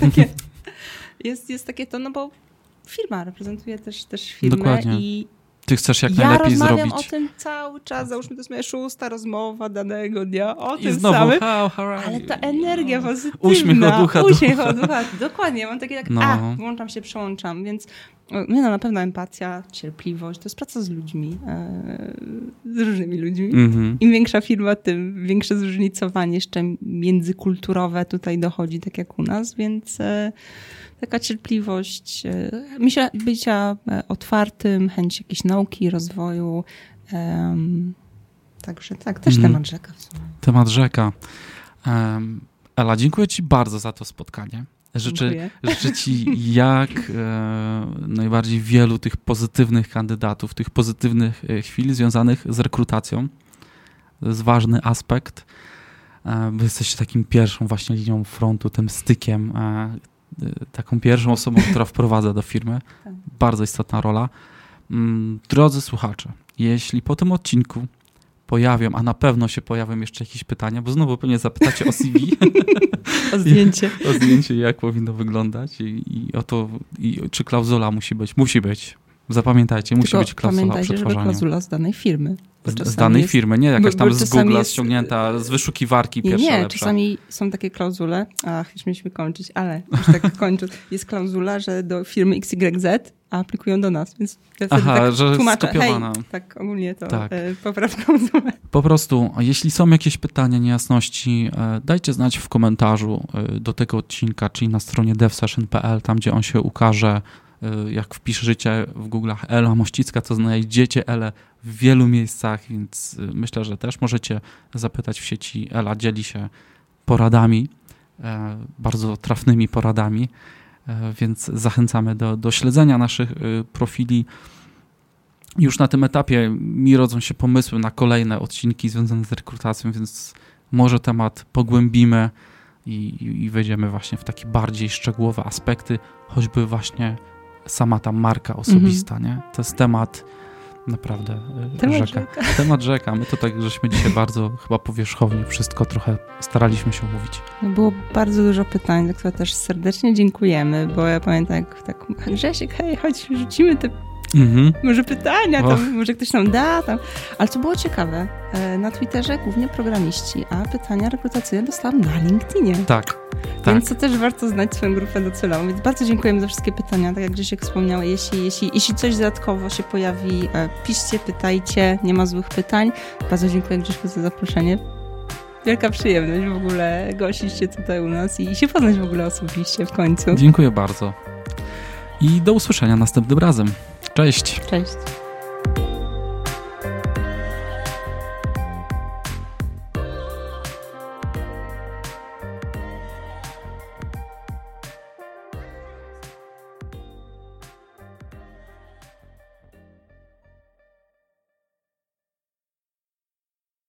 jest takie to, bo firma reprezentuje też firmę. Dokładnie. I ty chcesz jak najlepiej zrobić. Ja rozmawiam o tym cały czas, załóżmy, to jest moja 6. rozmowa danego dnia o I tym znowu, samym. how are you? Ale ta energia pozytywna. Uśmiech od ducha. Dokładnie, mam takie włączam się, przełączam, więc na pewno empatia, cierpliwość, to jest praca z ludźmi, z różnymi ludźmi. Im większa firma, tym większe zróżnicowanie jeszcze międzykulturowe tutaj dochodzi, tak jak u nas, więc taka cierpliwość, myślę, bycia otwartym, chęć jakiejś nauki, rozwoju. Także tak, też temat rzeka. Temat rzeka. Ela, dziękuję ci bardzo za to spotkanie. Życzę ci jak najbardziej wielu tych pozytywnych kandydatów, tych pozytywnych chwil związanych z rekrutacją. To jest ważny aspekt. Wy jesteście takim pierwszą właśnie linią frontu, tym stykiem, taką pierwszą osobą, która wprowadza do firmy. Bardzo istotna rola. Drodzy słuchacze, jeśli po tym odcinku pojawią, a na pewno się pojawią jeszcze jakieś pytania, bo znowu pewnie zapytacie o CV. O zdjęcie. O zdjęcie, jak powinno wyglądać i o to, czy klauzula musi być. Musi być. Zapamiętajcie, musi być klauzula o przetwarzaniu. Żeby klauzula z danej firmy. Z danej firmy, nie jakaś tam z Google'a ściągnięta, z wyszukiwarki pierwsza lepsza. lepsza. Czasami są takie klauzule, już mieliśmy kończyć, ale już tak kończę. Jest klauzula, że do firmy XYZ aplikują do nas, więc ja wtedy tak że tłumaczę, skopiowana. tak ogólnie to popraw klauzulę. Po prostu, jeśli są jakieś pytania, niejasności, dajcie znać w komentarzu do tego odcinka, czyli na stronie devsession.pl, tam gdzie on się ukaże Jak wpiszecie w Google'ach Ela Mościcka, to znajdziecie Elę w wielu miejscach, więc myślę, że też możecie zapytać w sieci. Ela dzieli się poradami, bardzo trafnymi poradami, więc zachęcamy do śledzenia naszych profili. Już na tym etapie mi rodzą się pomysły na kolejne odcinki związane z rekrutacją, więc może temat pogłębimy i wejdziemy właśnie w takie bardziej szczegółowe aspekty, choćby właśnie sama ta marka osobista, nie? To jest temat naprawdę rzeka. Temat rzeka. My to tak, żeśmy dzisiaj bardzo chyba powierzchownie wszystko trochę staraliśmy się omówić. No było bardzo dużo pytań, za które też serdecznie dziękujemy, bo ja pamiętam jak tak, Grzesiek, hej, chodź, rzucimy te może pytania, tam, może ktoś nam da. Tam. Ale co było ciekawe, na Twitterze głównie programiści, a pytania rekrutacyjne dostałam na LinkedInie. Tak. Więc to też warto znać swoją grupę docelową. Więc bardzo dziękujemy za wszystkie pytania. Tak jak Grzesiek wspomniał, jeśli coś dodatkowo się pojawi, piszcie, pytajcie, nie ma złych pytań. Bardzo dziękuję Grzesiu za zaproszenie. Wielka przyjemność w ogóle gościć się tutaj u nas i się poznać w ogóle osobiście w końcu. Dziękuję bardzo. I do usłyszenia następnym razem. Cześć. Cześć.